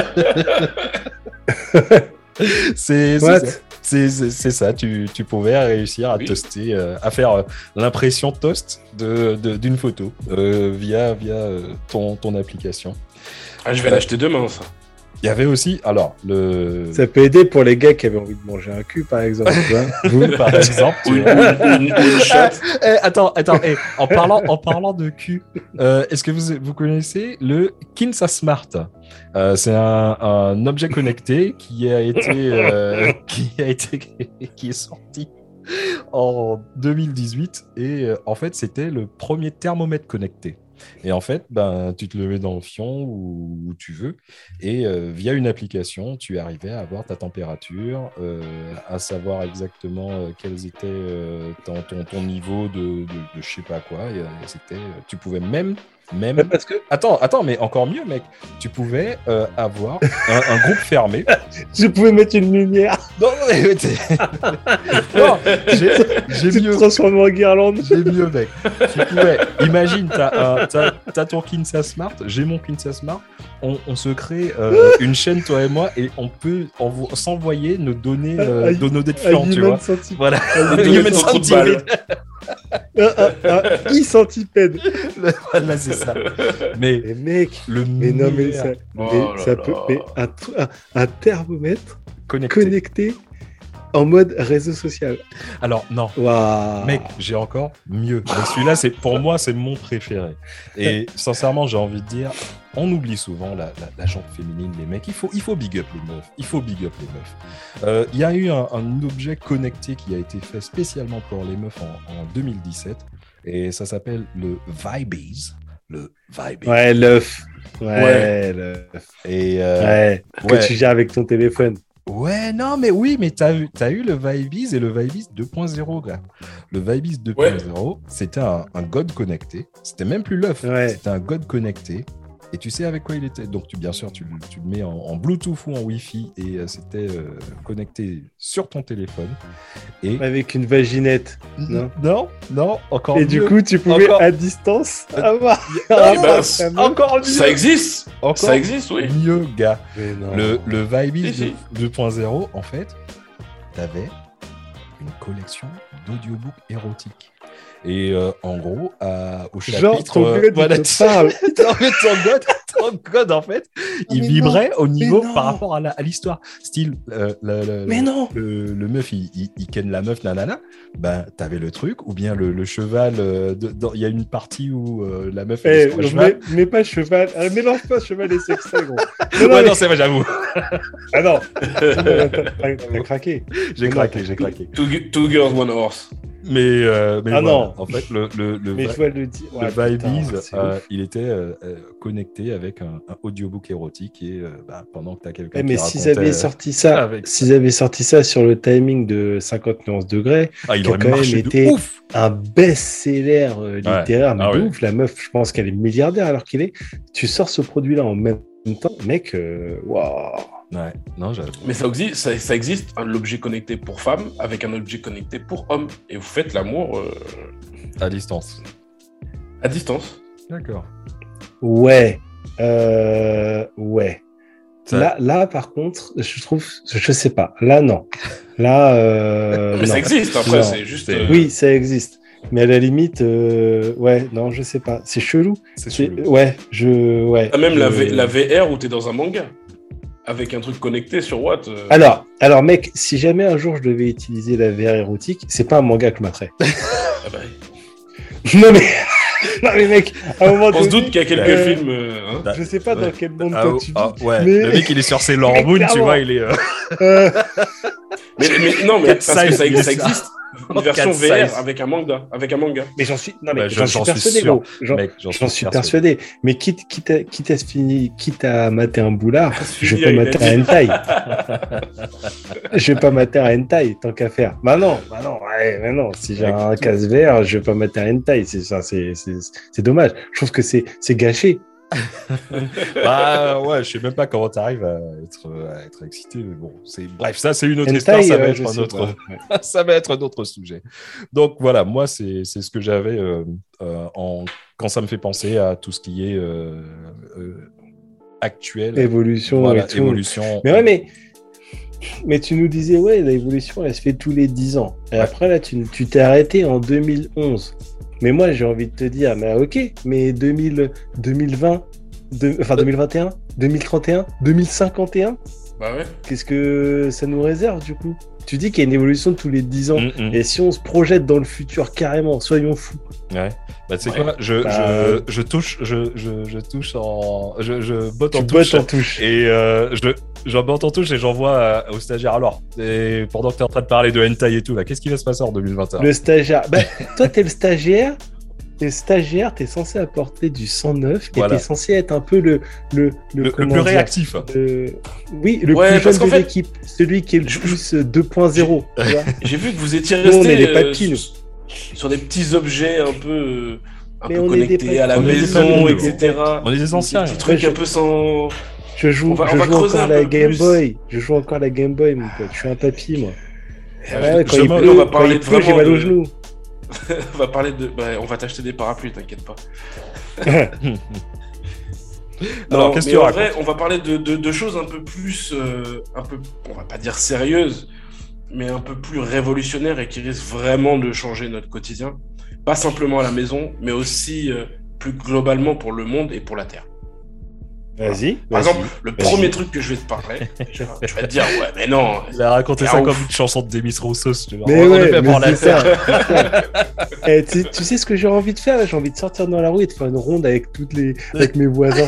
c'est c'est What ça. C'est c'est- c'est ça, tu, tu pouvais réussir à Oui. toaster, euh, à faire euh, l'impression toast de- de- d'une photo euh, via, via euh, ton, ton application. Ah, je vais l'acheter demain, ça. Il y avait aussi, alors, le. Ça peut aider pour les gars qui avaient envie de manger un cul, par exemple. tu vois. Vous, par exemple, Ou tu une, vois. ou une- ou une chatte. Eh, attends, attends, eh, en, parlant, en parlant de cul, euh, est-ce que vous, vous connaissez le Kinsa Smart? Euh, C'est un, un objet connecté qui a été, euh, qui a été, qui est sorti en deux mille dix-huit et euh, en fait c'était le premier thermomètre connecté. Et en fait, ben, tu te le mets dans le fion où, où tu veux. Et euh, via une application, tu arrivais à avoir ta température, euh, à savoir exactement euh, quels étaient euh, ton, ton, ton niveau de, de, de je sais pas quoi. Et, euh, c'était, tu pouvais même... Même... Ouais, parce que Attends, attends, mais encore mieux, mec. Tu pouvais euh, avoir un, un groupe fermé. je pouvais mettre une lumière. Non, mais t'es... non, j'ai, j'ai Tu te mieux. transformes en guirlande. J'ai mieux, mec. Tu pouvais. Imagine, t'as, un, t'as, t'as ton Kinsa Smart, j'ai mon Kinsa Smart. On, on se crée euh, une chaîne, toi et moi, et on peut envo- s'envoyer nos données, euh, Un- nos données de Un fion, tu human vois. centipede. Voilà. Un Un human human centipede. Un, un, un e-centipède. Voilà, c'est ça. Mais Mais mec, le mais non, mais meilleur ça, Oh mais là ça là. peut. Mais un, tr- un, un thermomètre connecté. connecté en mode réseau social. Alors, non. Waouh. Mec, j'ai encore mieux. Mais celui-là, c'est, pour moi, c'est mon préféré. Et sincèrement, j'ai envie de dire, on oublie souvent la, la, la jante féminine, les mecs. Il faut, il faut big up les meufs. Il faut big up les meufs. Euh, Il y a eu un, un objet connecté qui a été fait spécialement pour les meufs en, en deux mille dix-sept. Et ça s'appelle le Vibez. Le Vibez. Ouais, l'œuf. Ouais, Ouais. l'œuf. Et euh, Ouais. ouais. Que tu gères avec ton téléphone. Ouais, non, mais oui, mais t'as eu, t'as eu le Vibez et le Vibez deux point zéro, gars. Le Vibez deux point zéro, c'était un, un god connecté. C'était même plus l'œuf. Ouais. C'était un god connecté. Et tu sais avec quoi il était. Donc, tu, bien sûr, tu, tu le mets en, en Bluetooth ou en Wi-Fi et euh, c'était euh, connecté sur ton téléphone. Et Avec une vaginette. Non. non, non, encore Et mieux. du coup, tu pouvais Encore- à distance avoir. Ah, bah, avoir ta meuf. encore mieux. Ça existe. Encore Ça existe, oui. mieux, gars. Mais non. Le, le Vibez Si, si. deux point zéro, en fait, t'avais une collection d'audiobooks érotiques. Et euh, en gros, à- au Genre, chapitre... ton euh, god, il voilà, te parle. en fait, ton god, ton god, en fait, il mais vibrait au niveau non. par rapport à, la- à l'histoire. Style, euh, le, le- Mais non. le, le meuf, il, il, il ken la meuf, nanana, ben, t'avais le truc, ou bien le, le cheval, euh, de- dans- il y a une partie où euh, la meuf, elle Eh, est sur un cheval. mais, mais pas cheval. Ah, mélange pas cheval et sexuel, gros. Non, Ouais, non, mais- non, c'est vrai, j'avoue. Ah non. T'as t'as- t'as craqué. J'ai Mais craqué, non. j'ai craqué. Two, gu- two girls, one horse. Mais, euh, mais Ah voilà. non. En fait, le, le, le, Mais vrai- je vois le dire. le Ouais, putain, Vibez, c'est euh, ouf. il était euh, euh, connecté avec un, un audiobook érotique et euh, bah, pendant que tu as quelqu'un Eh, qui mais racontait... s'ils avaient sorti ça, avec- s'ils avaient sorti ça sur le timing de cinquante nuances degrés, Ah, il qui a aurait quand même marché été de ouf. un best-seller euh, littéraire, mais Ah de ouais. ouf. La meuf, je pense qu'elle est milliardaire alors qu'il est. Tu sors ce produit-là en même temps, mec, euh, waouh. Ouais, non, j'avoue. Mais ça existe, ça, ça existe un objet connecté pour femme avec un objet connecté pour homme. Et vous faites l'amour euh, À distance. à distance. D'accord. Ouais. Euh, ouais. Ça- Là, là, par contre, je trouve, je sais pas. Là, non. Là, euh, Mais non. ça existe, après, Non. c'est juste. C'est- euh, Oui, ça existe. Mais à la limite, euh, ouais, non, je sais pas. C'est chelou. C'est C'est- chelou. Ouais, je, ouais. T'as même je- la, V- la V R où t'es dans un manga. Avec un truc connecté sur Watt. euh, Alors, alors, mec, si jamais un jour je devais utiliser la V R érotique, c'est pas un manga que je mettrais. ah bah, non mais, non mais mec, à un moment on se donné, doute qu'il y a quelques euh, films. euh, hein. je sais pas dans Ouais. quel monde Ah, toi oh, tu vis. ah, ouais, mais- le mec il est sur ses Moon, tu clairement. vois, il est. euh, Euh, Mais, mais non, mais Quatre parce que ça, size, ça existe. Une version Quatre V R size. avec un manga. Avec un manga. mais j'en suis, non mais Bah, j'en j'en suis suis persuadé, sûr, gros. J'en, mec, j'en j'en suis persuadé. Mais quitte, quitte, à, quitte à se finir, quitte à mater un boulard, je vais pas il a mater dit. un hentai. Je vais pas mater un hentai tant qu'à faire. Bah non, bah non, ouais, bah non. Si j'ai Avec un tout. casse vert, je vais pas mater un hentai. C'est ça, c'est, c'est, c'est dommage. Je trouve que c'est, c'est gâché. Bah ouais, je sais même pas comment t'arrives à être, à être excité, mais bon, c'est bref, ça c'est une autre Hentai, histoire, ça va euh, être je un sais autre, pas. Ouais. ça va être un autre sujet. Donc voilà, moi c'est c'est ce que j'avais euh, euh, en quand ça me fait penser à tout ce qui est euh, euh, actuel, Évolution voilà, et tout. évolution. Mais ouais, mais, mais tu nous disais, ouais, l'évolution, elle se fait tous les dix ans. Et Ouais. après, là, tu tu t'es arrêté en deux mille onze. Mais moi, j'ai envie de te dire, mais ok, mais deux mille, deux mille vingt, deux- enfin deux mille vingt et un, deux mille trente et un, deux mille cinquante et un, Bah ouais. qu'est-ce que ça nous réserve du coup? Tu dis qu'il y a une évolution tous les dix ans. Mm, mm. Et si on se projette dans le futur carrément, soyons fous. Ouais. Bah tu sais Ouais. quoi, je, Bah, je, je touche, je, je, je touche en, je, je botte en Tu touche. bottes en touche. Et euh, je, j'en botte en touche et j'envoie à- au stagiaire. Alors, et pendant que tu es en train de parler de hentai et tout, là, qu'est-ce qui va se passer en deux mille vingt et un? Le stagiaire. Bah, toi, t'es le stagiaire. t'es stagiaire, t'es censé apporter du sang neuf, et Voilà. t'es censé être un peu le le Le, le comment plus dire, réactif. le- oui, le Ouais, plus parce jeune qu'en de fait, l'équipe, celui qui est le je- plus euh, deux point zéro. tu vois. J'ai vu que vous étiez Nous, on resté est des euh, papilles, sur, sur des petits objets un peu, euh, un Mais peu on est des connectés à la papilles. On est des maison, papilles, et cetera. On est des anciens. Des petits trucs Ouais, un je- peu sans. Je joue, On va- je on va joue creuser encore un la peu Game plus. Boy. Je joue encore la Game Boy, mon pote. Je suis un papy, moi. Euh, Ouais, quand je il me- pleut, on va quand parler il pleut, j'ai vraiment mal de- aux genoux. on va parler de. Bah, on va t'acheter des parapluies, t'inquiète pas. Alors, Non, qu'est-ce que mais tu en racontes vrai, on va parler de, de, de choses un peu plus, euh, un peu, on va pas dire sérieuses, mais un peu plus révolutionnaires et qui risquent vraiment de changer notre quotidien. Pas simplement à la maison, mais aussi euh, plus globalement pour le monde et pour la Terre. Vas-y. Par vas-y. exemple, le vas-y. premier truc que je vais te parler, tu vas, tu vas te dire, ouais, mais non. Il a raconté Ah, ça ouf. comme une chanson de Demis Roussos. Je te Mais on ouais, devait mais prendre la c'est ça. c'est ça. Eh, tu, tu sais ce que j'ai envie de faire là? J'ai envie de sortir dans la rue et de faire une ronde avec toutes les, avec mes voisins.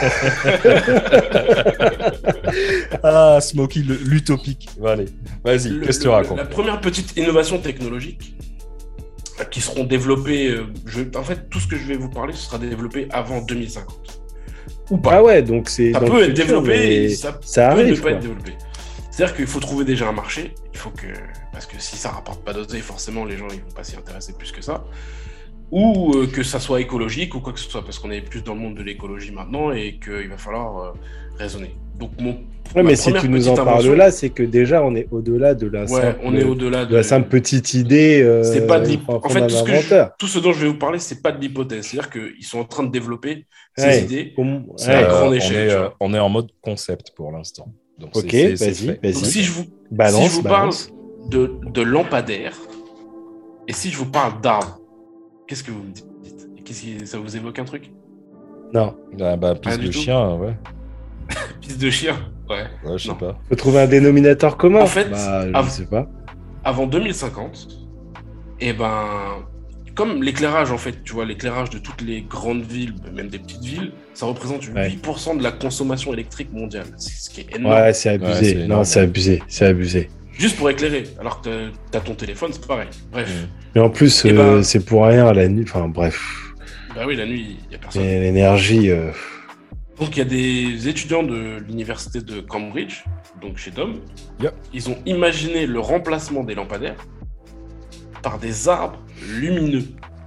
Ah, Smokey, le- l'utopique. Bon, allez, vas-y, Le- qu'est-ce que tu le- racontes? La première petite innovation technologique euh, qui seront développées, euh, je, en fait, tout ce que je vais vous parler, ce sera développé avant deux mille cinquante. Ou pas. Ah ouais, donc c'est. Ça dans peut le être futur, développé, mais et ça, ça peut arrive. ne pas quoi. être développé. C'est-à-dire qu'il faut trouver déjà un marché. Il faut que, parce que si ça rapporte pas d'oseille, forcément les gens ils vont pas s'y intéresser plus que ça. Ou euh, que ça soit écologique ou quoi que ce soit, parce qu'on est plus dans le monde de l'écologie maintenant et qu'il va falloir euh, raisonner. Donc mon. Ouais, ma mais si première tu nous petite en parles invention- là, c'est que déjà on est au-delà de la Ouais, simple, on est au-delà de la simple petite idée. Euh, C'est pas de l'hyp- enfin, En fait, tout ce, que je- inventeur. tout ce dont je vais vous parler, c'est pas de l'hypothèse. C'est-à-dire qu'ils sont en train de développer ces Ouais. idées. Comme- C'est à ouais. grande on, échelle, est, tu euh, vois. on est en mode concept pour l'instant. Donc, Ok, c'est- c'est- c'est vas-y, fait. vas-y. Donc, si je vous, Balance, si je vous balance. parle de, de lampadaire et si je vous parle d'arbre, qu'est-ce que vous me dites? Qu'est-ce qui, ça vous évoque un truc? Non, Ah, bah, Rien piste du de tout. chien, ouais. Piste de chien. Ouais. Ouais, je sais Non. pas. faut trouver un dénominateur commun. En fait, bah, je av- sais pas. Avant deux mille cinquante, et ben, comme l'éclairage, en fait, tu vois, l'éclairage de toutes les grandes villes, même des petites villes, ça représente Ouais. huit pour cent de la consommation électrique mondiale. C'est ce qui est énorme. Ouais, c'est Ouais, abusé. c'est non, énorme. c'est abusé. C'est abusé. Juste pour éclairer. Alors que t'as- t'as ton téléphone, c'est pareil. Bref. Mm. Mais en plus, Eh euh, ben- c'est pour rien la nuit. Enfin, bref. Bah oui, la nuit, il n'y a personne. Et l'énergie. euh, Donc il y a des étudiants de l'université de Cambridge, donc chez Dom, Yep. ils ont imaginé le remplacement des lampadaires par des arbres lumineux.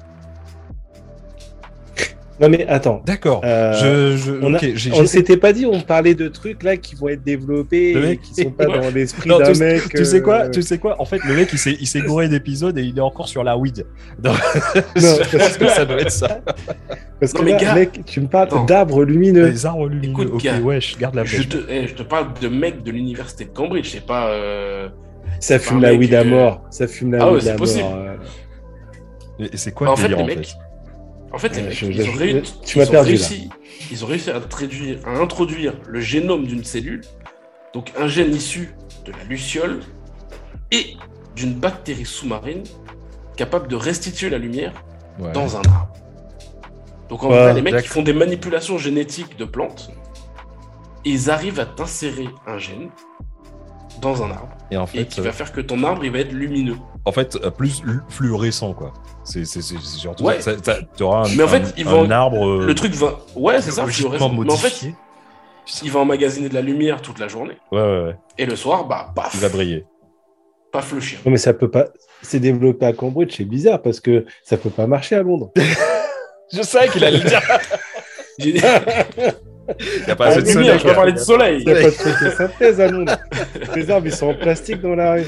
Non, mais attends. D'accord. Euh, je, je, on a- ok, j'ai- On j'ai- ne s'était pas dit, on parlait de trucs là qui vont être développés Le et mec- qui sont pas Ouais. dans l'esprit Non, d'un tu, mec. tu sais quoi, euh, tu sais quoi. En fait, le mec, il s'est, il s'est gouré d'épisodes et il est encore sur la weed. Donc, Non, je pense que ça doit être ça. Parce que Non, mais là, gars- mec, tu me parles Attends. d'arbres lumineux. Les arbres lumineux. Écoute, ok, gars, ouais, je garde la Je pêche. te, eh, je te parle de mecs de l'université de Cambridge, c'est pas... euh, Ça c'est fume pas un la mec, weed à euh, mort. Ça fume la Ah ouais, weed c'est à possible. mort. euh. Et c'est quoi En le fait, délire, les en mecs, fait En fait, les Ouais, mecs, je- ils, je- ont ré- tu m'as ils ont perdu, réussi, ils ont réussi à introduire, à introduire le génome d'une cellule, donc un gène issu de la luciole et d'une bactérie sous-marine capable de restituer la lumière Ouais. dans un arbre. Donc en Ouais, vrai, les mecs d'accord. ils font des manipulations génétiques de plantes et ils arrivent à t'insérer un gène dans un arbre Et en et fait, qui euh, va faire que ton arbre il va être lumineux. en fait, euh, plus lu- fluorescent, quoi. C'est, c'est, c'est c'est surtout Ouais. ça. Ça- ça- T'auras un, Mais en fait, un- ils un vont- arbre. euh, Le truc va... Ouais, c'est ça, biologiquement fluorescent. Mais en fait, modifié. il va emmagasiner de la lumière toute la journée Ouais, ouais, ouais. et le soir, bah, paf, Il va briller. paf le chien. Non, mais ça peut pas. C'est développé à Cambridge, c'est bizarre parce que ça peut pas marcher à Londres. Je savais qu'il allait le dire. J'ai dit, Il n'y a pas Ah, assez de lumière, lumière, soleil. je vais parler de soleil. Il n'y a pas de photosynthèse à Londres. Les arbres, ils sont en plastique dans la rue.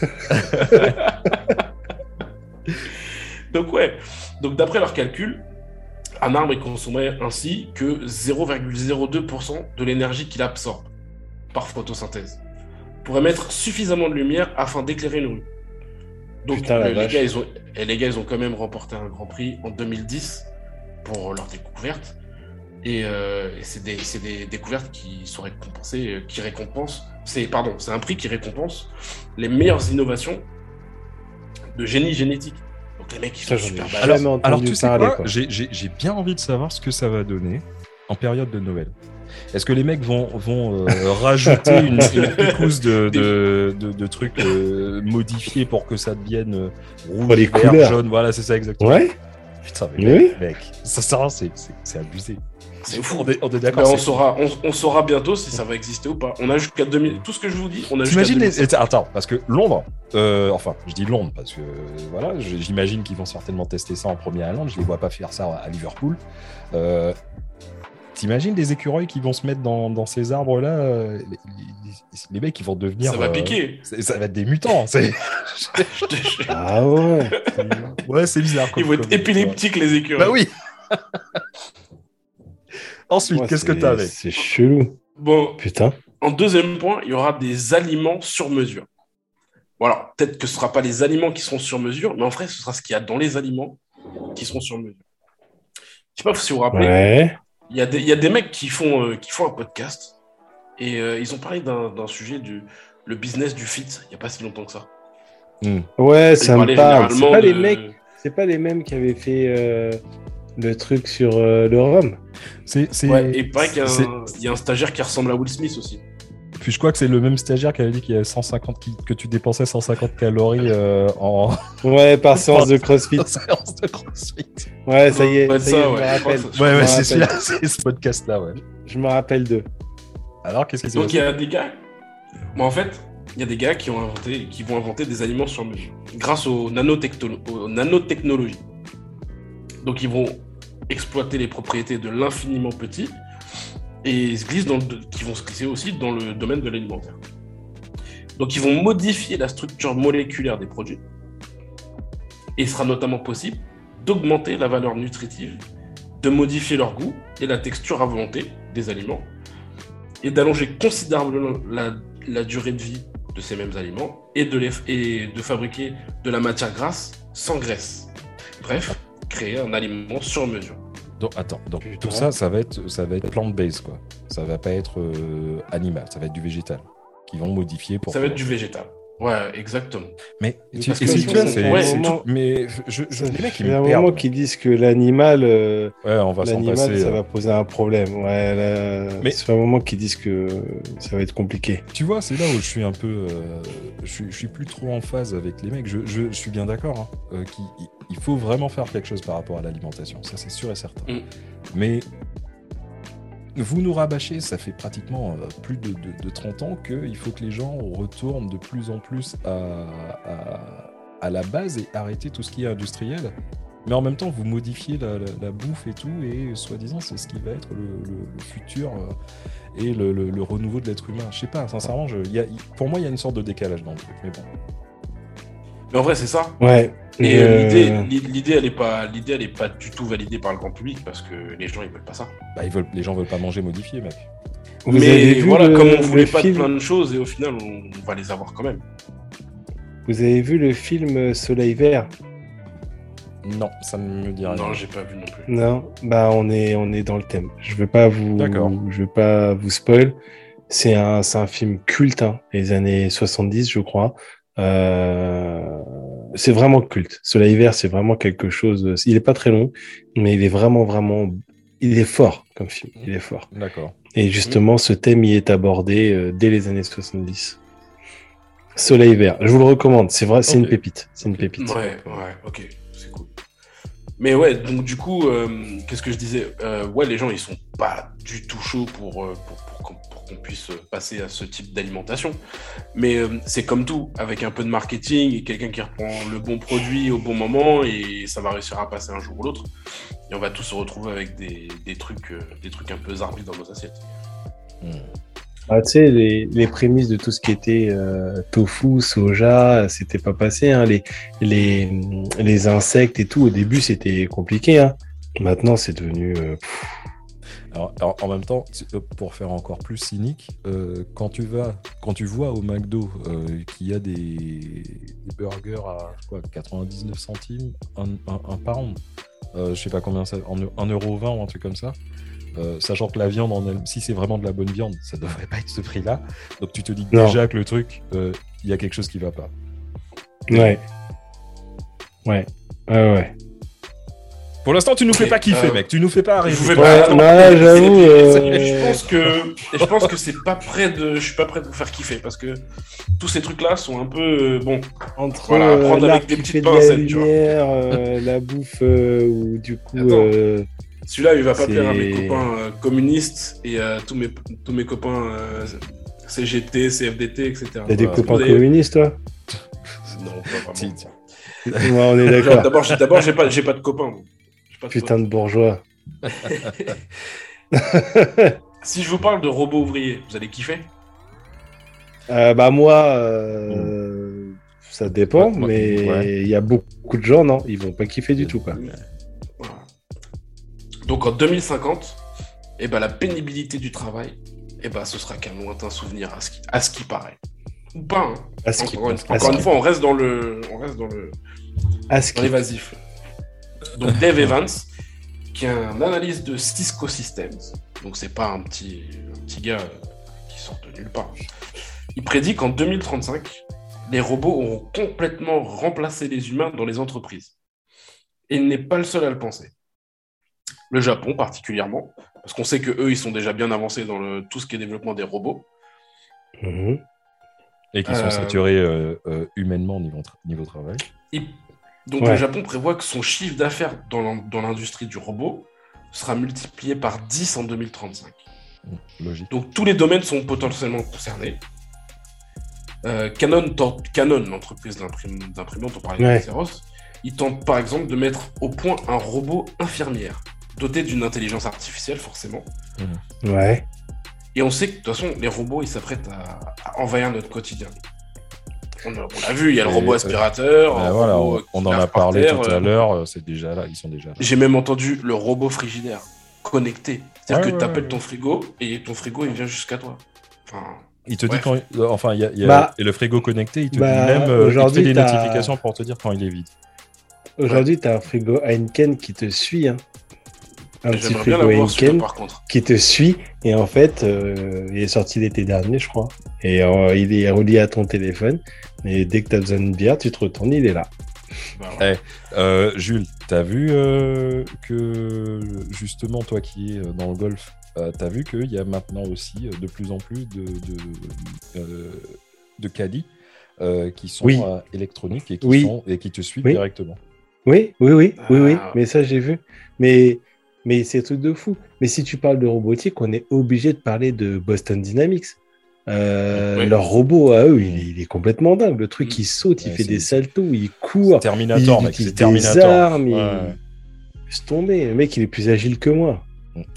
Donc ouais, donc d'après leurs calculs, un arbre il consommerait ainsi que zéro virgule zéro deux pour cent de l'énergie qu'il absorbe par photosynthèse pour émettre suffisamment de lumière afin d'éclairer une rue. Donc Putain, la le- les, vache. gars, ils ont, et les gars, ils ont quand même remporté un grand prix en deux mille dix pour leur découverte. Et, euh, et c'est des, c'est des découvertes qui sont récompensées, euh, qui récompensent, c'est, pardon, c'est un prix qui récompense les meilleures innovations de génie génétique. Donc les mecs, ils sont Ça, j'en ai super jamais balèzes. Alors, entendu alors tu sais parler, quoi, quoi. J'ai, j'ai, j'ai bien envie de savoir ce que ça va donner en période de Noël. Est-ce que les mecs vont, vont euh, rajouter une, une picouse de, de, de, de trucs euh, modifiés pour que ça devienne euh, rouge, Pour les vert, couleurs. jaune? Voilà, c'est ça exactement. Ouais. Putain, mais Oui. mec, mec, ça sert à rien, c'est, c'est, c'est abusé. C'est fou. On est, on est d'accord. Ben, on, c'est- saura, on, on saura bientôt si ça va exister ou pas. On a jusqu'à deux mille. Tout ce que je vous dis, on a jusqu'à T'imagines deux mille. les... Attends, parce que Londres, euh, enfin, je dis Londres parce que euh, voilà, je- j'imagine qu'ils vont certainement tester ça en premier à Londres. Je les vois pas faire ça à Liverpool. Euh, T'imagines des écureuils qui vont se mettre dans, dans ces arbres-là, euh, les, les, les mecs qui vont devenir. Ça va euh, piquer. c'est- Ça va être des mutants. C'est... Je te jure. Ah ouais. Ouais, c'est bizarre. Ils comme- vont être comme- épileptiques, les écureuils. Bah oui. Ensuite, Ouais, qu'est-ce que c'est- t'as avec? C'est chelou. Bon, Putain. en deuxième point, il y aura des aliments sur mesure. Voilà, peut-être que ce ne sera pas les aliments qui seront sur mesure, mais en vrai, ce sera ce qu'il y a dans les aliments qui seront sur mesure. Je sais pas si vous vous rappelez, Ouais. il y a des, il y a des mecs qui font, euh, qui font un podcast et euh, ils ont parlé d'un, d'un sujet du le business du fit il n'y a pas si longtemps que ça. Ouais, ça Ils me parlaient parle. C'est généralement pas de- les mecs, c'est pas les mêmes qui avaient fait euh, le truc sur euh, le rhum. C'est, c'est... Ouais, et il paraît qu'il y a, c'est- un, il y a un stagiaire qui ressemble à Will Smith aussi. Puis je crois que c'est le même stagiaire qui avait dit qu'il y avait cent cinquante qui- que tu dépensais cent cinquante calories euh, en Ouais, par séance de CrossFit. séance de CrossFit. Ouais, ça y est, Ouais, ça y ça, est, je ouais, me je rappelle. crois que- Je Ouais, me ouais, c'est rappelle. celui-là, c'est ce podcast-là, ouais. Je me rappelle d'eux. Alors, qu'est-ce qui s'est Donc il y passé? a des gars, bon, en fait, il y a des gars qui ont inventé, qui vont inventer des aliments sur mesure grâce aux, nanotectolo- aux nanotechnologies. Donc ils vont exploiter les propriétés de l'infiniment petit et ils se glissent dans le, qui vont se glisser aussi dans le domaine de l'alimentaire. Donc ils vont modifier la structure moléculaire des produits et il sera notamment possible d'augmenter la valeur nutritive, de modifier leur goût et la texture à volonté des aliments et d'allonger considérablement la, la durée de vie de ces mêmes aliments et de, les, et de fabriquer de la matière grasse sans graisse. Bref, créer un aliment sur mesure. Donc, attends, donc Putain. tout ça, ça va être, ça va être plant-based, quoi. Ça va pas être euh, animal, ça va être du végétal. Qui vont modifier pour. Ça va être du végétal. Ouais, exactement. Mais Mais tu, parce et que si ça, tu vois, ça c'est, fait un c'est moment- tout. Mais je, je, Ça les mecs, ils fait un me moment perdent. qu'ils disent que l'animal, euh, Ouais, on va s'en l'animal, passer. ça euh. va poser un problème. Ouais, là, Mais- ça fait un moment qu'ils disent que ça va être compliqué. Tu vois, c'est là où je suis un peu. euh, je, suis, je suis plus trop en phase avec les mecs. Je, je, je suis bien d'accord. Hein, euh, qu'il il faut vraiment faire quelque chose par rapport à l'alimentation. Ça, c'est sûr et certain. Mm. Mais vous nous rabâchez, ça fait pratiquement euh, plus de, de, de trente ans qu'il faut que les gens retournent de plus en plus à, à, à la base et arrêter tout ce qui est industriel. Mais en même temps, vous modifiez la, la, la bouffe et tout, et soi-disant, c'est ce qui va être le, le, le futur euh, et le, le, le renouveau de l'être humain. Je sais pas, sincèrement, je, y a, y- pour moi, il y a une sorte de décalage dans le truc. Mais bon. Mais en vrai, c'est ça. Ouais. Et euh, euh, l'idée, l'i- l'idée, elle n'est pas, l'idée, elle est pas du tout validée par le grand public parce que les gens, ils veulent pas ça. Bah, ils veulent, les gens veulent pas manger modifié, mec. Vous Mais avez vu voilà, le- comme on le voulait pas de film- plein de choses et au final, on, on va les avoir quand même. Vous avez vu le film Soleil Vert? Non, ça ne me dit rien. Non, j'ai pas vu non plus. Non, bah on est on est dans le thème. Je veux pas vous D'accord. je veux pas vous spoil. C'est un c'est un film culte, hein, les années soixante-dix, je crois. Euh, c'est vraiment culte. Soleil Vert, c'est vraiment quelque chose. Il est pas très long, mais il est vraiment vraiment il est fort comme film. Il est fort. D'accord. Et justement, ce thème y est abordé euh, dès les années soixante-dix. Soleil Vert, je vous le recommande. C'est vrai, c'est Ok. une pépite. C'est une pépite. Ouais, ouais, ok, c'est cool. Mais ouais, donc du coup, euh, qu'est-ce que je disais Euh, Ouais, les gens, ils sont pas du tout chauds pour, euh, pour, pour, qu'on, pour qu'on puisse passer à ce type d'alimentation. Mais euh, c'est comme tout, avec un peu de marketing et quelqu'un qui reprend le bon produit au bon moment, et ça va réussir à passer un jour ou l'autre. Et on va tous se retrouver avec des, des, trucs, euh, des trucs un peu zarbi dans nos assiettes. Hmm. Ah, tu sais, les, les prémices de tout ce qui était euh, tofu, soja, c'était pas passé. Hein. Les, les, les insectes et tout, au début, c'était compliqué. Hein. Maintenant, c'est devenu... euh, pff, Alors, alors, en même temps, tu- euh, pour faire encore plus cynique, euh, quand tu vas, quand tu vois au McDo euh, qu'il y a des, des burgers à quoi, quatre-vingt-dix-neuf centimes, un, un, un pound, euh, je sais pas combien ça, en un euro vingt ou un truc comme ça. Euh, sachant que la viande, en elle, si c'est vraiment de la bonne viande, ça devrait pas être ce prix-là. Donc tu te dis Non. déjà que le truc, il euh, y a quelque chose qui va pas. ouais. Ouais. Ouais, ouais. Pour l'instant, tu nous fais Mais, pas kiffer, euh, mec. Tu nous fais pas Je vous arriver. fais Ouais, pas- non, mais- j'avoue, mais- euh, mais Je pense que, et je pense que c'est pas près de, je suis pas prêt de vous faire kiffer parce que tous ces trucs-là sont un peu, euh, bon, Entre Voilà, euh, prendre l'art avec des qui petites fait de la pincettes, tu vois. lumière, euh, la bouffe, euh, ou du coup... Attends. euh, celui-là, il va pas C'est- plaire à mes copains euh, communistes et à tous mes, tous mes copains euh, C G T, C F D T, et cetera. T'as des Ouais, copains Des- communistes, toi? Non, pas Si, vraiment. si. Ouais, on est Genre, d'accord. D'abord, j'ai, d'abord, j'ai pas, j'ai pas de copains. moi. J'ai pas de Putain de bourgeois. potes. Si je vous parle de robots ouvriers, vous allez kiffer? Euh, bah moi, euh, ça dépend, Ouais, moi, mais il ouais. y a beaucoup de gens, non, ils vont pas kiffer du tout, quoi. Voilà. Donc en deux mille cinquante, eh ben, la pénibilité du travail, eh ben, ce sera qu'un lointain souvenir à ce qui, à ce qui paraît. Ou pas, hein. À ce qui- Encore, une, à ce encore une qui- fois, on reste dans le, on reste dans le, à ce dans qui- l'évasif. Donc Dave Evans, qui est un analyste de Cisco Systems, donc c'est pas un petit, un petit gars euh, qui sort de nulle part. Il prédit qu'en deux mille trente-cinq, les robots auront complètement remplacé les humains dans les entreprises. Et il n'est pas le seul à le penser. Le Japon particulièrement, parce qu'on sait que eux, ils sont déjà bien avancés dans le, tout ce qui est développement des robots. Mhm. Et qui sont Euh, saturés euh, euh, humainement niveau, tra- niveau travail. Il- Donc Ouais. le Japon prévoit que son chiffre d'affaires dans l'in- dans l'industrie du robot sera multiplié par dix en deux mille trente-cinq. Mmh, logique. Donc tous les domaines sont potentiellement concernés. Euh, Canon, tente- Canon, l'entreprise d'imprim- d'imprimante, on parlait Ouais. de Xerox, il tente par exemple de mettre au point un robot infirmière, doté d'une intelligence artificielle forcément. Ouais. Et on sait que de toute façon, les robots, ils s'apprêtent à, à envahir notre quotidien. On a- on l'a vu, il y a le Et, robot euh, aspirateur. Bah un voilà, robot on, qui on en lave a par parlé terre, tout euh, à l'heure. euh, C'est déjà là, ils sont déjà là. J'ai même entendu le robot frigidaire connecté. C'est-à-dire Ouais, que ouais, tu appelles ouais. ton frigo et ton frigo, il vient jusqu'à toi. Enfin, Il te dit Bref. quand. euh, Enfin, il y a, il y a- Bah, et le frigo connecté, il te bah, dit même. euh, il te fait aujourd'hui, des t'as- notifications pour te dire quand il est vide. Aujourd'hui, t'as un frigo Heineken qui te suit, hein. Un petit j'aimerais bien frigo l'avoir celui-là Heineken par contre. qui te suit, et en fait, euh, il est sorti l'été dernier, je crois. Et euh, il est relié à ton téléphone. Et dès que t'as besoin de bière, tu te retournes, il est là. Bah, ouais. Euh, Jules, t'as vu euh, que justement, toi qui es euh, dans le golf, euh, t'as vu qu'il y a maintenant aussi euh, de plus en plus de, de, euh, de caddies euh, qui sont Oui. euh, électroniques et qui, Oui. sont, et qui te suivent Oui. directement. Oui, oui, oui, oui, oui. Ah. Mais ça, j'ai vu. Mais, mais c'est un truc de fou. Mais si tu parles de robotique, on est obligé de parler de Boston Dynamics. Euh, Oui. Leur robot à eux, il est, il est complètement dingue. Le truc, Mm. il saute, il Ouais, fait c'est- des saltos, il court, Terminator, il mec, utilise c'est Terminator. des armes, il... Ouais. Laisse tomber. Le mec, il est plus agile que moi.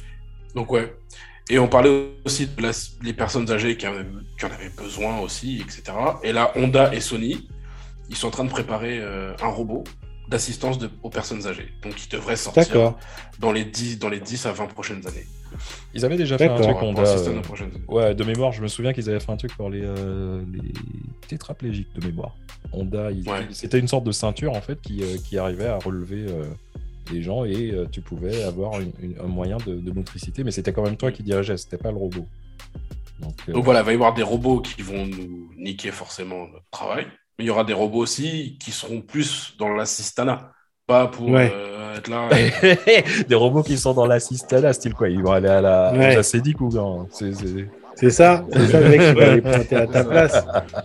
Donc ouais. Et on parlait aussi de la- les personnes âgées qui, avaient- qui en avaient besoin aussi, et cetera. Et là, Honda et Sony, ils sont en train de préparer euh, un robot d'assistance de- aux personnes âgées. Donc il devrait sortir D'accord. dans les dix, dans les dix à vingt prochaines années. Ils avaient déjà fait un D'accord. truc, Pour Honda. assister euh, aux prochaines années. Ouais, de mémoire, je me souviens qu'ils avaient fait un truc pour les, euh, les tétraplégiques de mémoire. Honda, ils- Ouais. c'était une sorte de ceinture en fait qui, euh, qui arrivait à relever euh, les gens et euh, tu pouvais avoir une- une- un moyen de, de motricité, mais c'était quand même toi qui dirigeais, c'était pas le robot. Donc, euh, Donc voilà, il va y avoir des robots qui vont nous niquer forcément notre travail, mais il y aura des robots aussi qui seront plus dans l'assistanat, pas pour Ouais. euh, être là. et- des robots qui sont dans l'assistanat, style quoi? Ils vont aller à la, Ouais. la Cédic ou bien c'est, c'est... C'est ça, c'est ça le mec qui va aller pointer à ta place.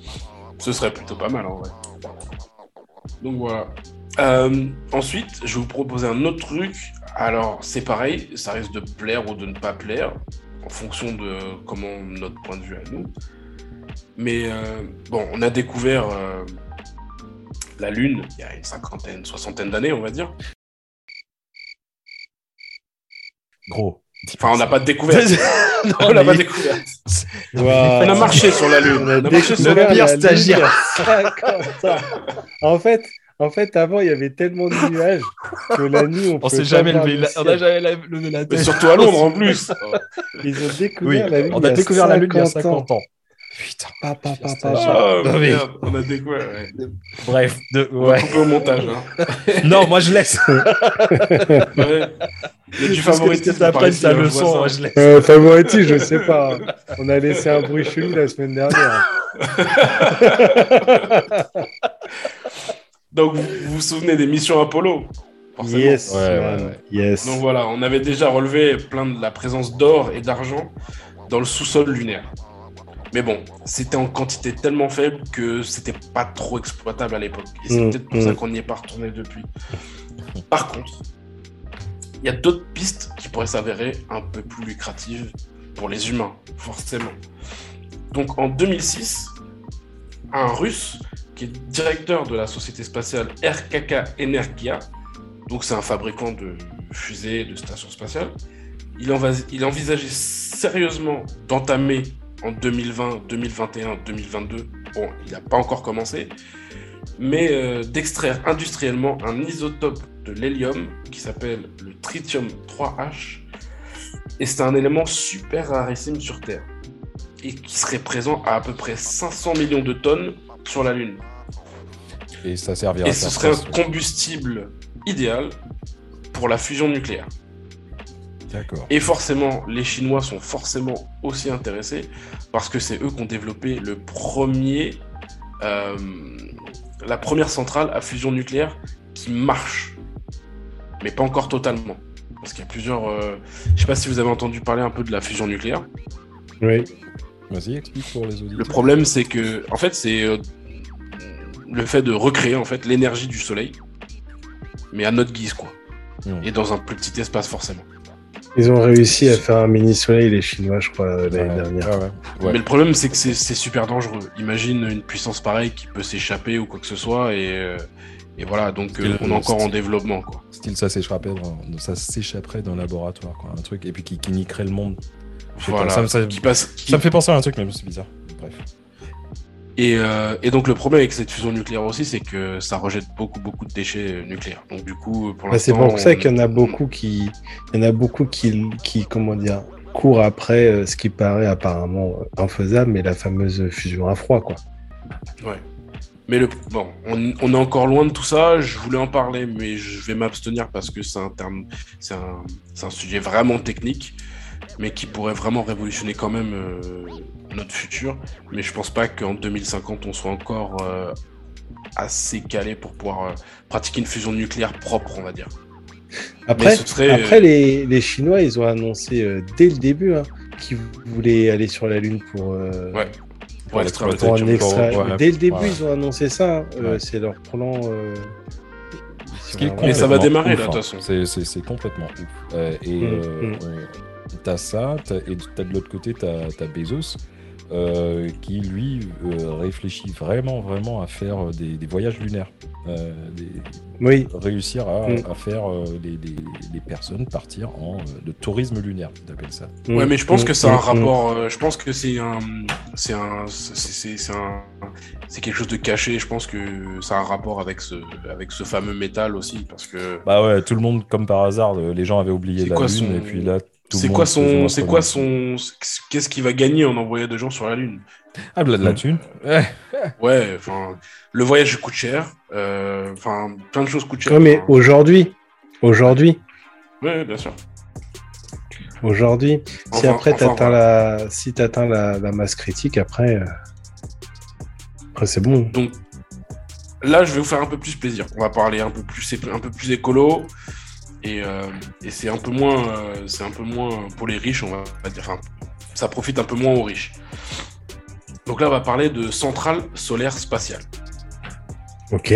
Ce serait plutôt pas mal en vrai. Donc voilà. Euh, ensuite, je vais vous proposer un autre truc. Alors, c'est pareil, ça risque de plaire ou de ne pas plaire, en fonction de comment notre point de vue à nous. Mais euh, bon, on a découvert euh, la Lune il y a une cinquantaine, soixantaine d'années, on va dire. Gros. Enfin, on n'a pas découvert. Non, on n'a mais- pas découvert. Waouh. On a marché sur la Lune. On a On a marché sur découvert la pire la Lune stagiaire. il y a cinquante ans. En fait, en fait, avant, il y avait tellement de nuages que la nuit, on On pouvait s'est pas jamais voir levé, le la... on n'a ciel. jamais levé la Mais tête. surtout à Londres en plus. Ils ont Oui, découvert la Lune. on il y a découvert la Lune il y a cinquante ans. cinquante ans. Putain. Pa, pa, pa, pa, stagiaire. pa. Oh, Non, mais- merde, on a découvert. Ouais. Bref, de... On va ouais. couper au montage. Hein. Non, moi je laisse. Ouais. Il y a du Jusqu'à ce que favoritisme. tu par apprennes ici, ta hein, je leçon, vois moi ça. je laisse. Euh, favoritis, je sais pas. On a laissé un bruit chelou la semaine dernière. Donc, vous vous vous souvenez des missions Apollo? forcément. Yes, Ouais, man. ouais, ouais. Yes. Donc voilà, on avait déjà relevé plein de la présence d'or et d'argent dans le sous-sol lunaire. Mais bon, c'était en quantité tellement faible que c'était pas trop exploitable à l'époque. Et c'est Mmh, peut-être pour mmh. ça qu'on n'y est pas retourné depuis. Par contre, il y a d'autres pistes qui pourraient s'avérer un peu plus lucratives pour les humains, forcément. Donc en deux mille six, un Russe qui est directeur de la société spatiale R K K Energia, donc c'est un fabricant de fusées, de stations spatiales, il, envas- il envisageait sérieusement d'entamer en deux mille vingt, deux mille vingt et un, deux mille vingt-deux, bon, il n'a pas encore commencé, mais euh, d'extraire industriellement un isotope de l'hélium qui s'appelle le tritium trois H, et c'est un élément super rarissime sur Terre, et qui serait présent à à peu près cinq cents millions de tonnes sur la Lune. Et ça servira Et à ce faire serait ça, un combustible idéal pour la fusion nucléaire. D'accord. Et forcément, les Chinois sont forcément aussi intéressés parce que c'est eux qui ont développé le premier, euh, la première centrale à fusion nucléaire qui marche, mais pas encore totalement. Parce qu'il y a plusieurs. Euh, je sais pas si vous avez entendu parler un peu de la fusion nucléaire. Oui. Vas-y, explique pour les auditeurs. Le problème, c'est que, en fait, c'est euh, le fait de recréer en fait l'énergie du Soleil, mais à notre guise, quoi. Mmh. Et dans un plus petit espace, forcément. Ils ont réussi à faire un mini-soleil, les Chinois, je crois, l'année Ouais, dernière. ouais, ouais. Ouais. Mais le problème, c'est que c'est, c'est super dangereux. Imagine une puissance pareille qui peut s'échapper ou quoi que ce soit, et, euh, et voilà, donc euh, on est encore en développement, quoi. Style, ça s'échapperait dans, ça s'échapperait dans le laboratoire, quoi. Un truc, et puis qui, qui niquerait le monde. Je sais pas, Voilà, ça, me- ça- qui passe, qui- ça me fait penser à un truc, mais c'est bizarre. Bref. Et, euh, et donc le problème avec cette fusion nucléaire aussi, c'est que ça rejette beaucoup, beaucoup de déchets euh, nucléaires. Donc du coup, pour Bah, c'est l'instant, pour ça on- qu'il y en a beaucoup qui, il y en a beaucoup qui, qui, comment dire, courent après euh, ce qui paraît apparemment infaisable, mais la fameuse fusion à froid, quoi. Ouais. Mais le, bon, on, on est encore loin de tout ça. Je voulais en parler, mais je vais m'abstenir parce que c'est un terme, c'est un, c'est un sujet vraiment technique, mais qui pourrait vraiment révolutionner quand même euh, notre futur. Mais je pense pas qu'en deux mille cinquante, on soit encore euh, assez calé pour pouvoir euh, pratiquer une fusion nucléaire propre, on va dire. Après, Mais ce serait, après euh, les, les Chinois, ils ont annoncé euh, dès le début hein, qu'ils voulaient aller sur la Lune pour, euh, Ouais. Pour Ouais, extraire le pour un tritium. extra. ouais, dès le début, ouais. ils ont annoncé ça. hein. Euh, Ouais. C'est leur plan. Euh... Ce qui est Mais ça va complètement démarrer, ouf, là, de toute hein. façon. C'est, c'est, c'est complètement ouf. Euh, et Mm, euh, mm. ouais, t'as ça, t'as, et t'as de l'autre côté, t'as, t'as Bezos, euh, qui lui euh, réfléchit vraiment, vraiment à faire des, des voyages lunaires. Euh, des- Oui. réussir à, Mm. à faire euh, les, les, les personnes partir en euh, de tourisme lunaire, t'appelles ça. Ouais, mais je pense Mm, que c'est un mm, rapport. euh, je pense que c'est un, c'est un, c'est, c'est, c'est un, c'est quelque chose de caché. Je pense que ça a un rapport avec ce, avec ce fameux métal aussi, parce que Bah ouais, tout le monde, comme par hasard, euh, les gens avaient oublié C'est la quoi Lune, son- et puis là, tout c'est le quoi monde plus ou moins son, c'est se quoi connaît. son, qu'est-ce qu'il va gagner en envoyant des gens sur la Lune? Ah, bah, de la Mm. thune. Ouais. Ouais, enfin, le voyage coûte cher. euh, Enfin, plein de choses coûtent cher. Ouais, mais Enfin, aujourd'hui, aujourd'hui, ouais, bien sûr. aujourd'hui, si Enfin, après enfin, t'atteins voilà. la, si t'atteins la, la masse critique, après, euh, après c'est bon. Donc là, je vais vous faire un peu plus plaisir. On va parler un peu plus, un peu plus écolo. Et, euh, et c'est un peu moins, euh, c'est un peu moins pour les riches, on va dire. Enfin, ça profite un peu moins aux riches. Donc là, on va parler de centrales solaires spatiales. Ok.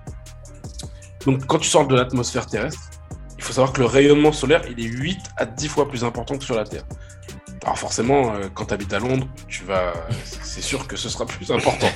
Donc, quand tu sors de l'atmosphère terrestre, il faut savoir que le rayonnement solaire, il est huit à dix fois plus important que sur la Terre. Alors forcément, euh, quand tu habites à Londres, tu vas, c'est sûr que ce sera plus important.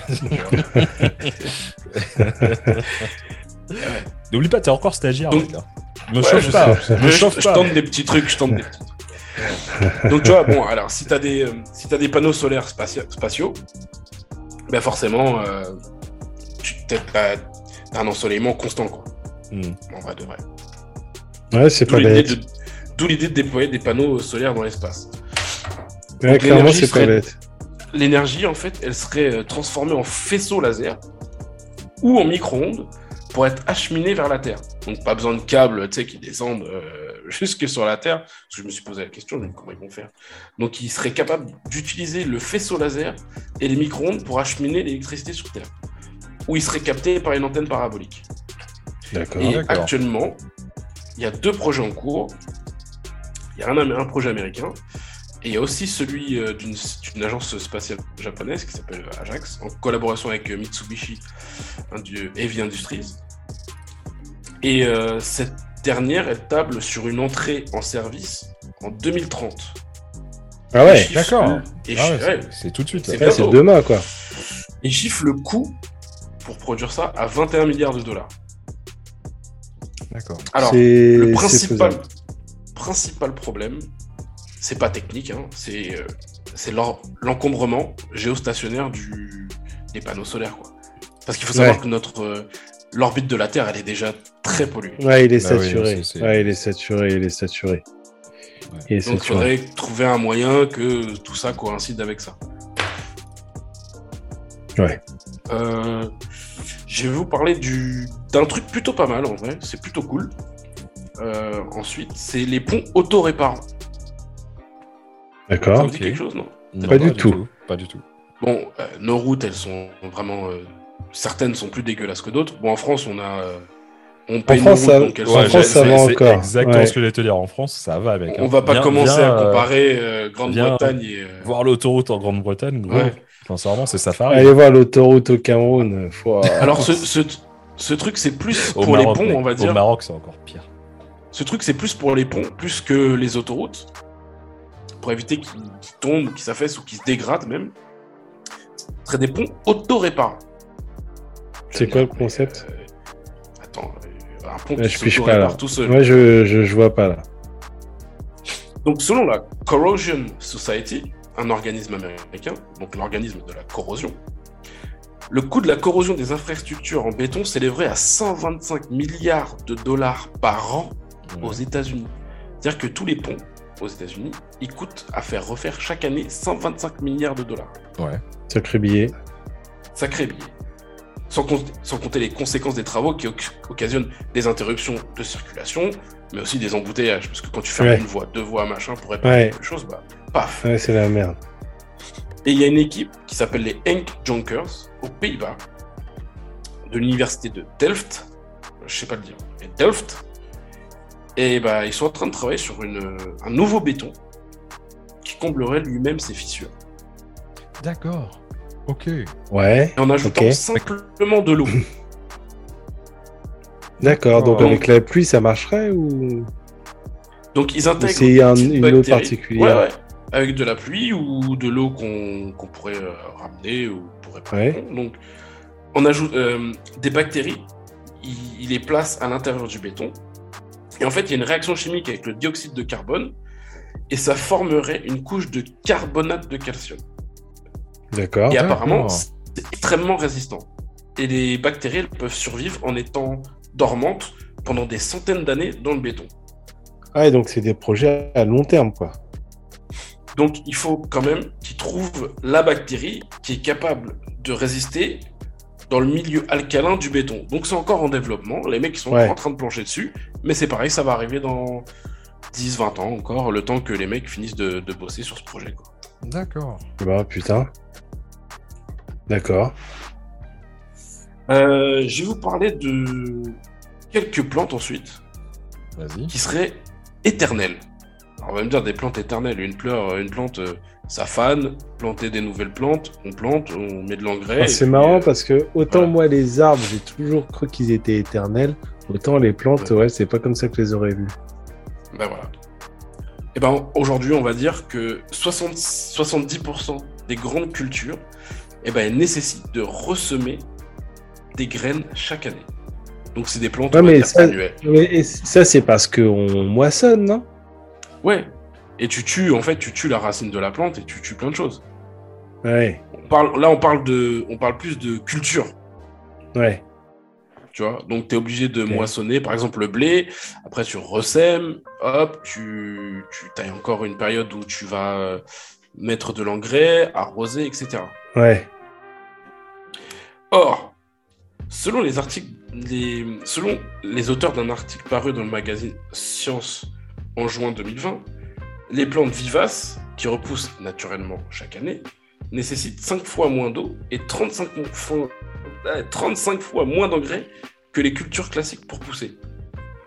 N'oublie pas, t'es encore stagiaire, Donc- mec, là. Me Ouais, chauffe je pas, sais, me je, chauffe je pas. tente des petits trucs, je tente des petits trucs. Donc tu vois, bon, alors si tu as des, euh, si t'as des panneaux solaires spatia- spatiaux, ben forcément, euh, tu as un ensoleillement constant, quoi. Hmm. En vrai de vrai. Ouais, c'est D'où pas l'idée, bête. de, d'où l'idée de déployer des panneaux solaires dans l'espace. Ouais, Donc, clairement, l'énergie c'est pas serait- bête. L'énergie, en fait, elle serait euh, transformée en faisceau laser ou en micro-ondes pour être acheminée vers la Terre. Donc pas besoin de câbles, tu sais, qui descendent euh, jusque sur la Terre. Parce que je me suis posé la question, je me dis comment ils vont faire. Donc ils seraient capables d'utiliser le faisceau laser et les micro-ondes pour acheminer l'électricité sur Terre. Ou ils seraient captés par une antenne parabolique. D'accord. Et d'accord. actuellement, il y a deux projets en cours. Il y a un, un projet américain et il y a aussi celui euh, d'une, d'une agence spatiale japonaise qui s'appelle Ajax, en collaboration avec euh, Mitsubishi Indu- Heavy Industries. Et euh, cette dernière, elle table sur une entrée en service en deux mille trente. Ah ouais, chiffre, d'accord. Et Ah chi- ouais, c'est, ouais, c'est tout de suite. C'est là. Ouais, c'est bientôt. demain, quoi. et chiffre le coût pour produire ça à vingt et un milliards de dollars. D'accord. Alors, c'est... le c'est principal, faisable. principal problème, c'est pas technique, hein, c'est, euh, c'est l'en- l'encombrement géostationnaire du, des panneaux solaires, quoi. Parce qu'il faut savoir Ouais. que notre, euh, l'orbite de la Terre, elle est déjà très polluée. Ouais, il est Bah oui, saturé. c'est- c'est- Ouais, il est saturé, il est saturé. Ouais. Il est Donc, il saturé. faudrait trouver un moyen que tout ça coïncide avec ça. Ouais. Euh, je vais vous parler du, d'un truc plutôt pas mal, en vrai. C'est plutôt cool. Euh, ensuite, c'est les ponts auto-réparants. Ça D'accord. vous dit Ok. quelque chose, non? Non, Pas du tout. Pas du tout. Bon, euh, nos routes, elles sont vraiment... euh, certaines sont plus dégueulasses que d'autres. Bon, en France, on a... euh, on paye nos France, routes, ça- donc elles en sont... France, ça va c'est encore. exactement Ouais. ce que j'allais te dire. En France, ça va, mec. On hein. va pas Viens- commencer viens, à euh, comparer euh, Grande-Bretagne viens et... euh, voir l'autoroute en Grande-Bretagne, gros. Ouais. Sincèrement, c'est safari. Allez voir l'autoroute au Cameroun. Faut... Alors, ce, ce, ce truc, c'est plus Au pour Maroc, les ponts, mec. on va Au dire. Maroc, c'est encore pire. Ce truc, c'est plus pour les ponts, plus que les autoroutes. Pour éviter qu'ils, qu'ils tombent, qu'ils s'affaissent ou qu'ils se dégradent même. Ce serait des ponts auto-réparants. C'est quoi le concept? Euh, Attends, euh, un pont Ouais, qui je piche pas, s'auto-répare là. tout seul. Moi, je, je, je vois pas là. Donc, selon la Corrosion Society, un organisme américain, donc l'organisme de la corrosion, le coût de la corrosion des infrastructures en béton s'élèverait à cent vingt-cinq milliards de dollars par an aux États-Unis. C'est-à-dire que tous les ponts aux États-Unis, ils coûtent à faire refaire chaque année cent vingt-cinq milliards de dollars. Ouais. Sacré billet. Sacré billet. Sans, com- sans compter les conséquences des travaux qui oc- occasionnent des interruptions de circulation, mais aussi des embouteillages. Parce que quand tu fermes Ouais. une voie, deux voies, machin, pour réparer Ouais. quelque chose, bah, paf. Ouais, c'est la merde. Et il y a une équipe qui s'appelle les Henk Jonkers, aux Pays-Bas, de l'université de Delft, je sais pas le dire, mais Delft, et bah, ils sont en train de travailler sur une, un nouveau béton qui comblerait lui-même ses fissures. D'accord. Ok. Ouais. Et en ajoutant Ok. simplement de l'eau. D'accord. Donc, Oh. avec la pluie, ça marcherait ou Donc ils intègrent c'est un- petites une eau bactéries. particulière? Ouais, ouais. Avec de la pluie ou de l'eau qu'on qu'on pourrait euh, ramener ou pour réparer. Ouais. Donc on ajoute euh, des bactéries, il, il les place à l'intérieur du béton. Et en fait, il y a une réaction chimique avec le dioxyde de carbone et ça formerait une couche de carbonate de calcium. D'accord. Et apparemment, d'accord. c'est extrêmement résistant. Et les bactéries, elles peuvent survivre en étant dormantes pendant des centaines d'années dans le béton. Ah, et donc c'est des projets à long terme, quoi. Donc, il faut quand même qu'ils trouvent la bactérie qui est capable de résister dans le milieu alcalin du béton. Donc, c'est encore en développement. Les mecs, ils sont Ouais. encore en train de plancher dessus. Mais c'est pareil, ça va arriver dans dix vingt ans encore, le temps que les mecs finissent de, de bosser sur ce projet, quoi. D'accord. Bah, putain. D'accord. Euh, je vais vous parler de quelques plantes ensuite Vas-y. qui seraient éternelles. Alors, on va me dire des plantes éternelles. Une, pleur, une plante, euh, ça fane. Planter des nouvelles plantes, on plante, on met de l'engrais. Ah, et c'est puis, marrant euh, parce que autant voilà. moi les arbres, j'ai toujours cru qu'ils étaient éternels, autant les plantes, Ouais. ouais, c'est pas comme ça que je les aurais vus. Ben voilà. Et ben aujourd'hui, on va dire que soixante, soixante-dix pour cent des grandes cultures, eh ben, elles nécessitent de ressemer des graines chaque année. Donc c'est des plantes Ouais, on va mais dire, ça- annuelles. Mais et ça, c'est parce qu'on moissonne, non? Ouais. Et tu tues, en fait, tu tues la racine de la plante et tu tues plein de choses. Ouais, On parle, là, on parle de, on parle plus de culture. ouais. Tu vois, donc tu es obligé de Ok. moissonner, par exemple, le blé. Après, tu ressèmes, hop, tu, tu as encore une période où tu vas euh, mettre de l'engrais, arroser, et cetera. Ouais. Or, selon les articles, les, selon les auteurs d'un article paru dans le magazine Science en juin deux mille vingt, les plantes vivaces, qui repoussent naturellement chaque année, nécessitent cinq fois moins d'eau et trente-cinq fois, trente-cinq fois moins d'engrais que les cultures classiques pour pousser.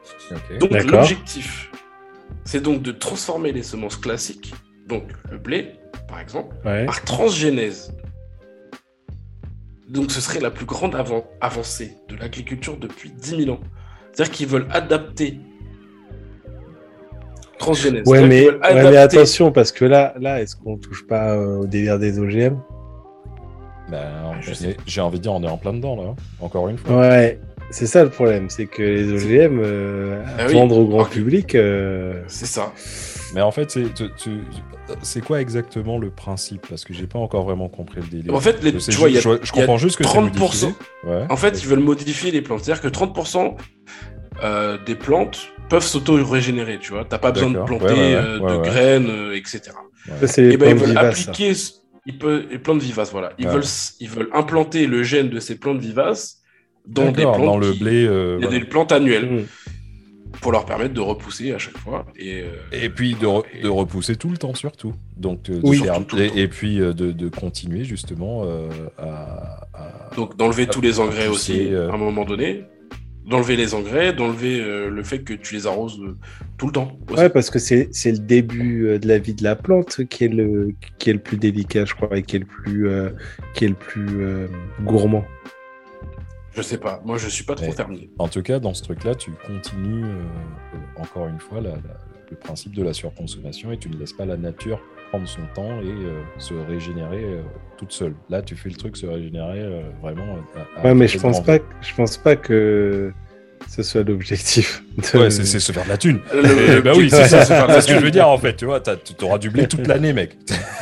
Ok. Donc D'accord. l'objectif, c'est donc de transformer les semences classiques, donc le blé, par exemple, Ouais. par transgénèse. Donc ce serait la plus grande avan- avancée de l'agriculture depuis dix mille ans. C'est-à-dire qu'ils veulent adapter transgénèse. Ouais, C'est-à-dire mais, qu'ils veulent ouais, mais adapter- attention, parce que là, là est-ce qu'on touche pas euh, au délire des O G M? Ben, je on- sais. j'ai envie de dire, on est en plein dedans, là. Encore une fois. Ouais, c'est ça le problème, c'est que les O G M, euh, Ah oui. vendre au grand Ok. public, euh, C'est ça. Mais en fait, c'est tu- tu- c'est quoi exactement le principe? Parce que j'ai pas encore vraiment compris le délire. En fait, les- Je sais tu vois, ju- il y a- je, je il y a comprends juste que c'est trente pour cent. modifié. Ouais. En fait, ils veulent modifier les plantes. C'est-à-dire que trente pour cent euh, des plantes peuvent s'auto-régénérer, tu vois. T'as pas besoin de D'accord. planter Ouais, ouais, ouais. euh, Ouais, de ouais. graines, euh, et cetera. ça, c'est les Et ben ils plantes veulent vivaces. ça. appliquer, ce- ils peuvent, les plantes vivaces, voilà. Ils Ouais. veulent, ils veulent implanter le gène de ces plantes vivaces dans des D'accord, plantes dans le qui- blé. euh, il y a voilà. des plantes annuelles Mm. pour leur permettre de repousser à chaque fois. Et, euh, Et puis de, re- de repousser tout le temps, surtout. Donc, de, de Oui. faire- Surtout tout le et, temps. et puis euh, de, de continuer justement euh, à, à- donc d'enlever tous les engrais pousser, aussi euh. à un moment donné, d'enlever les engrais, d'enlever euh, le fait que tu les arroses euh, tout le temps. aussi. Ouais, parce que c'est c'est le début euh, de la vie de la plante qui est le, qui est le plus délicat, je crois, et qui est le plus, euh, qui est le plus euh, gourmand. Je sais pas. Moi, je suis pas trop Mais- fermier. En tout cas, dans ce truc-là, tu continues euh, euh, encore une fois la- la- le principe de la surconsommation et tu ne laisses pas la nature prendre son temps et euh, se régénérer euh, toute seule. Là, tu fais le truc se régénérer euh, vraiment. à- à Ouais, mais je vitesse pense grand pas, que- je pense pas que ce soit l'objectif. de- V. Ouais, c'est c'est se faire de la thune. Le- Eh ben oui, c'est Ouais. ça, c'est faire de la- c'est ce que je veux dire en fait. Tu vois, t'as- tu auras du blé toute l'année, mec.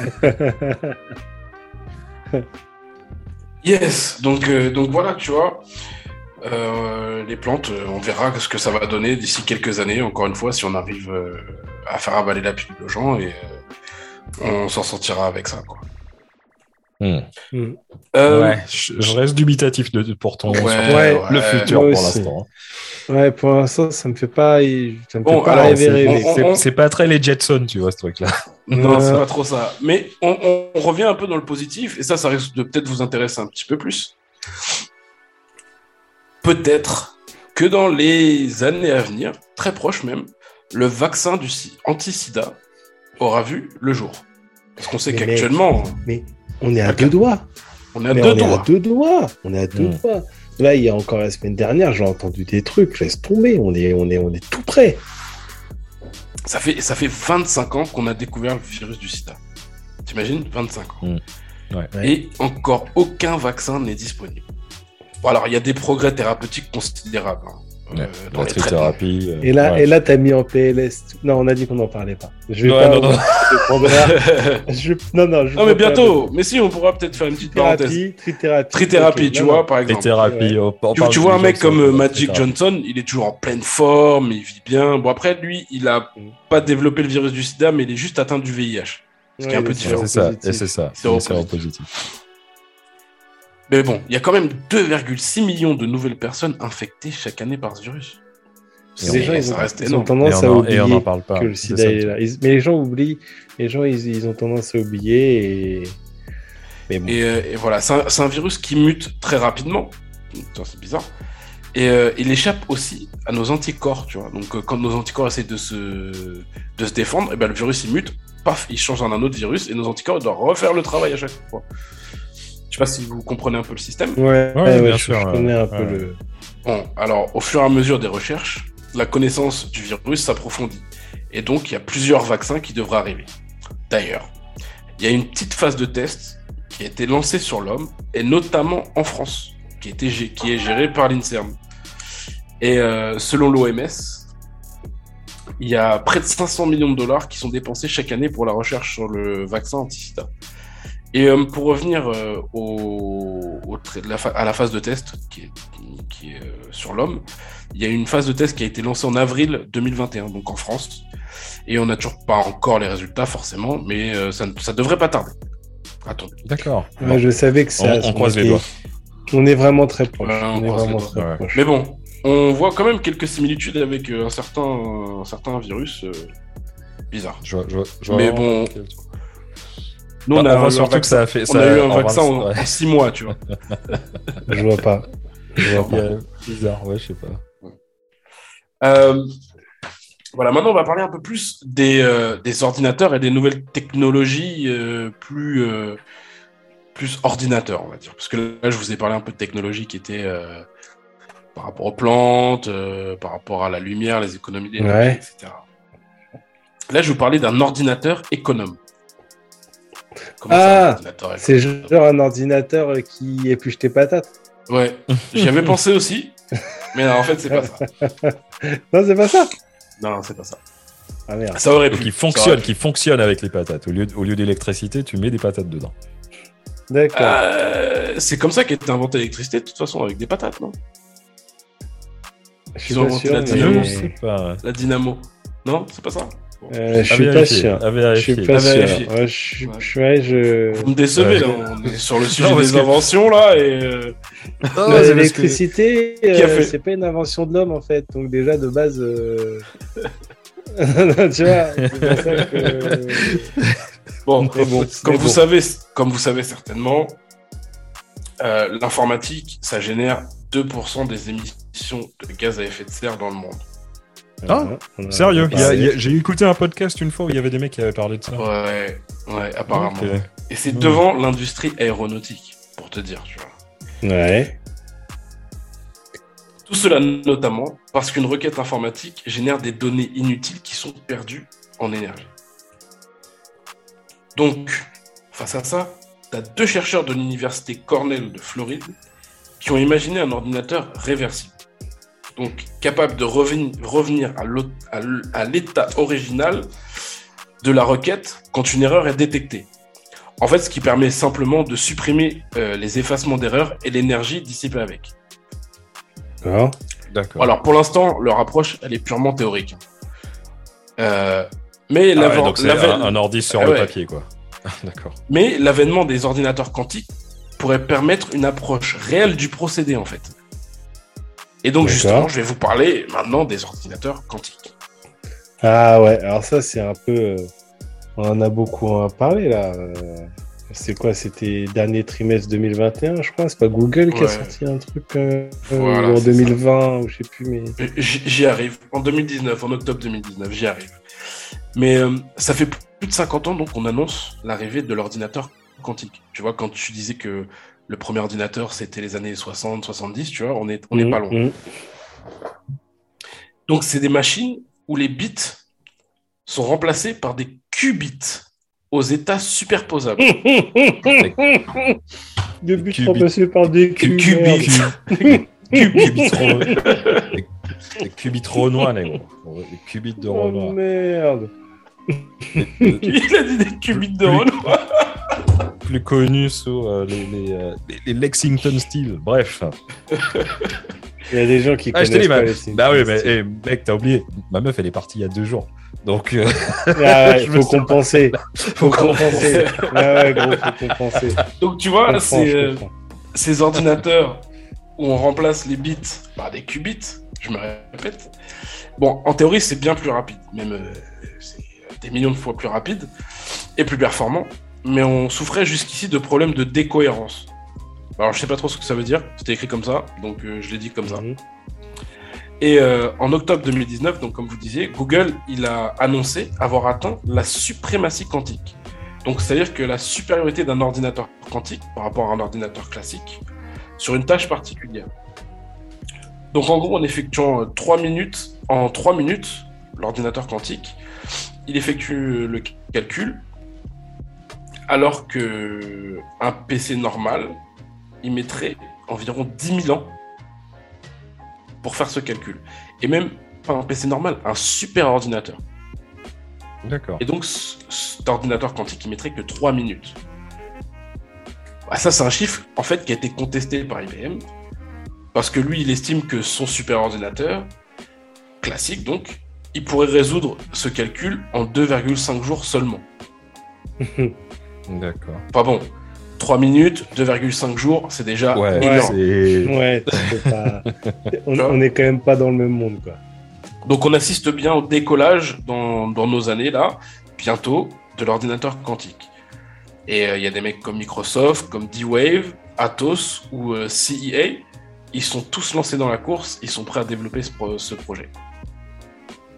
Yes, donc, euh, donc voilà, tu vois, euh, les plantes, euh, on verra ce que ça va donner d'ici quelques années, encore une fois, si on arrive euh, à faire avaler la pilule aux gens, et euh, on s'en sortira avec ça, quoi. Hmm. Mm. Euh, Ouais, je, je reste dubitatif de, pour ton Ouais, sur ouais, le futur moi pour aussi. l'instant. Ouais, pour l'instant, ça me fait pas, ça me Bon, fait pas alors, rêver, c'est- rêver. on- C'est on- c'est pas très les Jetsons, tu vois, ce truc-là. Non, c'est Euh, pas trop ça. Mais on, on- on revient un peu dans le positif, et ça, ça risque de peut-être vous intéresser un petit peu plus. Peut-être que dans les années à venir, très proches même, le vaccin du si- anti-sida aura vu le jour. Parce qu'on sait Mais qu'actuellement, Mais on est à Ok. deux doigts. on est à Mais deux on est doigts. à deux doigts. On est à deux Mm. doigts. Là, il y a encore la semaine dernière, j'ai entendu des trucs. Laisse tomber. On est, on est, on est tout près. Ça fait, ça fait vingt-cinq ans qu'on a découvert le virus du sida. T'imagines vingt-cinq ans. Mm. Ouais. Ouais. Et encore aucun vaccin n'est disponible. Bon, alors, il y a des progrès thérapeutiques considérables hein, Ouais, euh, dans la les traitements. trithérapie. euh, Et là, ouais. et là, t'as mis en P L S. tout- Non, on a dit qu'on n'en parlait pas. Je vais Ouais, pas. non, non. je prendrai- je- Non, non. Je Non, mais prends pas bientôt. Mais si, on pourra peut-être faire une petite la- parenthèse. Trithérapie, trithérapie. Trithérapie, Ok, tu non, vois, non. par exemple. Trithérapie. on- on Tu, parle tu de vois un gens mec qui sont comme dans euh, la Magic trithérapie. Johnson, il est toujours en pleine forme, il vit bien. Bon, après, lui, il a Mm. pas développé le virus du sida, mais il est juste atteint du V I H. Ce qui est un Ouais, peu il est différent. Ouais, c'est ça, séropositif. et c'est ça. Séropositif. C'est séropositif. Mais bon, il y a quand même deux virgule six millions de nouvelles personnes infectées chaque année par ce virus. Les C'est- gens, ils ça ont, reste ils ont énorme. Et tendance on, à en, et on oublier en parle pas. que le c'est sida ça, est là. Ils- Mais les gens oublient. Les gens, ils, ils ont tendance à oublier. Et... Mais bon. Et, euh, et voilà, c'est un, c'est un virus qui mute très rapidement. Ça, c'est bizarre. Et euh, il échappe aussi à nos anticorps, tu vois. Donc, euh, quand nos anticorps essaient de se, de se défendre, et ben, le virus, il mute, paf, il change en un autre virus, et nos anticorps, ils doivent refaire le travail à chaque fois. Je sais pas si vous comprenez un peu le système. Ouais, Ouais, ouais, bien je, sûr, je ouais. connais un peu Ouais. le. Bon, alors, au fur et à mesure des recherches, la connaissance du virus s'approfondit. Et donc, il y a plusieurs vaccins qui devraient arriver. D'ailleurs, il y a une petite phase de test qui a été lancée sur l'homme, et notamment en France, qui, a été gé- qui est gérée par l'INSERM. Et euh, selon l'O M S, il y a près de cinq cents millions de dollars qui sont dépensés chaque année pour la recherche sur le vaccin anti-sida. Et euh, pour revenir euh, au, au tra- la fa- à la phase de test qui est, qui est euh, sur l'homme, il y a une phase de test qui a été lancée en avril deux mille vingt et un, donc en France. Et on n'a toujours pas encore les résultats forcément, mais euh, ça, ne- ça devrait pas tarder. Attends. D'accord. Ouais, je savais que ça. On- on croise les doigts. On est vraiment très proche. Ouais, on on est croise les vraiment doigts. très Ouais. proche. Mais bon, on voit quand même quelques similitudes avec euh, un certain, un certain virus euh, bizarre. Je vois- je vois- je vois Mais vraiment bon, quel- Nous, Bah, on, a on eu voit un surtout que vaccin- ça a fait. on ça a eu un en vaccin vingt- en, ouais. en six mois, tu vois. Je vois pas. Je vois Il y pas. a- Bizarre, ouais, je sais pas. Euh, voilà, maintenant on va parler un peu plus des, euh, des ordinateurs et des nouvelles technologies euh, plus, euh, plus ordinateurs, on va dire. Parce que là, je vous ai parlé un peu de technologie qui était euh, par rapport aux plantes, euh, par rapport à la lumière, les économies d'énergie, Ouais. et cetera. Là, je vais vous parler d'un ordinateur économe. Comment ça, un Ah, ordinateur c'est économe genre un ordinateur qui épluche tes patates. Ouais, j'y avais pensé aussi, mais non, en fait, c'est pas ça. Non, c'est pas ça. Non, c'est pas ça. Ah merde. Ça aurait Donc, pu. qui ça fonctionne, aurait pu. qui fonctionne avec les patates. Au lieu, de- au lieu d'électricité, tu mets des patates dedans. D'accord. Euh, c'est comme ça qu'a été inventée l'électricité, de toute façon, avec des patates, non? Je suis ils ont pas inventé sûr. la mais- Je dynamo. sais pas. La dynamo. Non, c'est pas ça? Bon. Euh, je À suis pas vérifier, sûr. à Je vérifier. suis pas À sûr. vérifier. Ouais, je suis- Ouais. je- ouais, je- Vous me décevez, Ouais. là. On est sur le sujet Non, parce des que- inventions, là, et... euh, Ah, Bah, c'est parce que- L'électricité, Qui a euh, fait c'est pas une invention de l'homme en fait. Donc déjà de base, euh... tu vois, c'est pour ça que. Bon, Mais bon, comme mais vous bon. savez, comme vous savez certainement, euh, l'informatique, ça génère deux pour cent des émissions de gaz à effet de serre dans le monde. Ah, Voilà, on a Sérieux, il y a- parlé. il y a- j'ai écouté un podcast une fois où il y avait des mecs qui avaient parlé de ça. Ouais, ouais, apparemment. Ok. Et c'est Ouais. devant l'industrie aéronautique, pour te dire, tu vois. Ouais. Tout cela notamment parce qu'une requête informatique génère des données inutiles qui sont perdues en énergie. Donc, face à ça, tu as deux chercheurs de l'université Cornell de Floride qui ont imaginé un ordinateur réversible. Donc, capable de reven- revenir à l'au- à l- à l'état original de la requête quand une erreur est détectée. En fait, ce qui permet simplement de supprimer euh, les effacements d'erreurs et l'énergie dissipée avec. D'accord. D'accord. Alors pour l'instant, leur approche, elle est purement théorique. Euh, mais Ah ouais, l'avènement donc c'est l'avèn- un, un ordi sur Ah le ouais. papier, quoi. D'accord. mais l'avènement des ordinateurs quantiques pourrait permettre une approche réelle du procédé, en fait. Et donc D'accord. justement, je vais vous parler maintenant des ordinateurs quantiques. Ah ouais, alors ça c'est un peu. euh, On en a beaucoup à parler là. Euh, C'est quoi? C'était dernier trimestre deux mille vingt et un, je crois. C'est pas Google qui a Ouais. sorti un truc euh, Voilà, en c'est deux mille vingt ou je sais plus, mais. Euh, J'y j'y arrive. En deux mille dix-neuf, en octobre deux mille dix-neuf, j'y arrive. Mais euh, ça fait plus de cinquante ans donc qu'on annonce l'arrivée de l'ordinateur quantique. Tu vois, quand tu disais que le premier ordinateur c'était les années soixante soixante-dix, tu vois, on est, on est Mmh, pas loin. mmh. Donc, c'est des machines où les bits sont remplacés par des qubits aux états superposables. Deux buts Qubits. remplacés par des Qu- cubes. merde. qubits. Qubits Ro- les, les qubits Renoir, les gros. Les qubits de Oh Renoir. merde. Il a dit des qubits de Plus- Renoir. Plus connus sous euh, les, les, euh, les- les Lexington Steel. Bref. Il y a des gens qui Ah, je connaissent te dis, pas ma- les Simpsons. bah oui, mais eh, mec, t'as oublié. Ma meuf, elle est partie il y a deux jours. Donc, euh, Ah ouais, Je me faut sais compenser. Faut compenser. compenser. Ouais, ouais, gros, faut compenser. Donc, tu Je vois, comprends, c'est je euh, comprends. ces ordinateurs où on remplace les bits par des qubits, je me répète. Bon, en théorie, c'est bien plus rapide. Même, euh, c'est des millions de fois plus rapide et plus performant. Mais on souffrait jusqu'ici de problèmes de décohérence. Alors, je sais pas trop ce que ça veut dire. C'était écrit comme ça, donc euh, je l'ai dit comme ça. Mhm. Et euh, en octobre deux mille dix-neuf, donc comme vous disiez, Google il a annoncé avoir atteint la suprématie quantique. Donc c'est-à-dire que la supériorité d'un ordinateur quantique par rapport à un ordinateur classique sur une tâche particulière. Donc en gros, en effectuant euh, trois minutes, en trois minutes, l'ordinateur quantique, il effectue le calcul, alors que un P C normal, il mettrait environ dix mille ans pour faire ce calcul. Et même pas un P C normal, un super ordinateur. d'accord. Et donc, c- cet ordinateur quantique, il mettrait que trois minutes. Bah, ça, c'est un chiffre, en fait, qui a été contesté par I B M, parce que lui, il estime que son super ordinateur, classique donc, il pourrait résoudre ce calcul en deux virgule cinq jours seulement. D'accord. Enfin bon, trois minutes, deux virgule cinq jours, c'est déjà Ouais, énorme. c'est. Ouais, tu peux pas- on, Tu vois on est quand même pas dans le même monde, quoi. Donc on assiste bien au décollage dans, dans nos années là, bientôt, de l'ordinateur quantique. Et il euh, y a des mecs comme Microsoft, comme D-Wave, Atos ou euh, C E A, ils sont tous lancés dans la course, ils sont prêts à développer ce, pro- ce projet.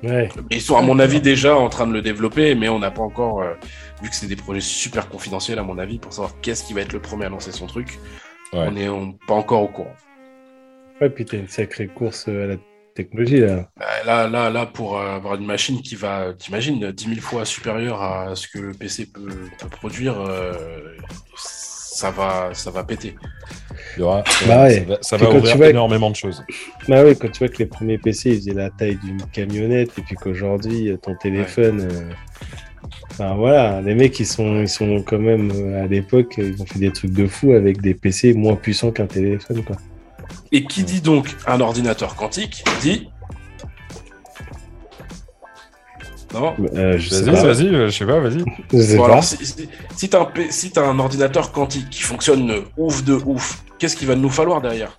Ouais. Ils sont, à mon avis, déjà en train de le développer, mais on n'a pas encore, euh, vu que c'est des projets super confidentiels, à mon avis, pour savoir qu'est-ce qui va être le premier à lancer son truc. Ouais. On n'est pas encore au courant. Ouais, puis t'as une sacrée course à la technologie, là. Bah, là, là, là, pour euh, avoir une machine qui va, t'imagines, dix mille fois supérieure à ce que le P C peut, peut produire, euh, ça va, ça va péter. Il y aura, bah ouais. Ça va, ça va ouvrir vois... énormément de choses. Bah oui, quand tu vois que les premiers P C, ils faisaient la taille d'une camionnette, et puis qu'aujourd'hui, ton téléphone... Ouais. Euh... Enfin voilà, les mecs, ils sont, ils sont quand même, euh, à l'époque, ils ont fait des trucs de fou avec des P C moins puissants qu'un téléphone, quoi. Et qui dit donc un ordinateur quantique, dit... Non euh, je Vas-y, sais vas-y, je sais pas, vas-y. Je sais bon, pas. Alors, si, si, si t'as un, si t'as un ordinateur quantique qui fonctionne ouf de ouf, qu'est-ce qu'il va nous falloir derrière?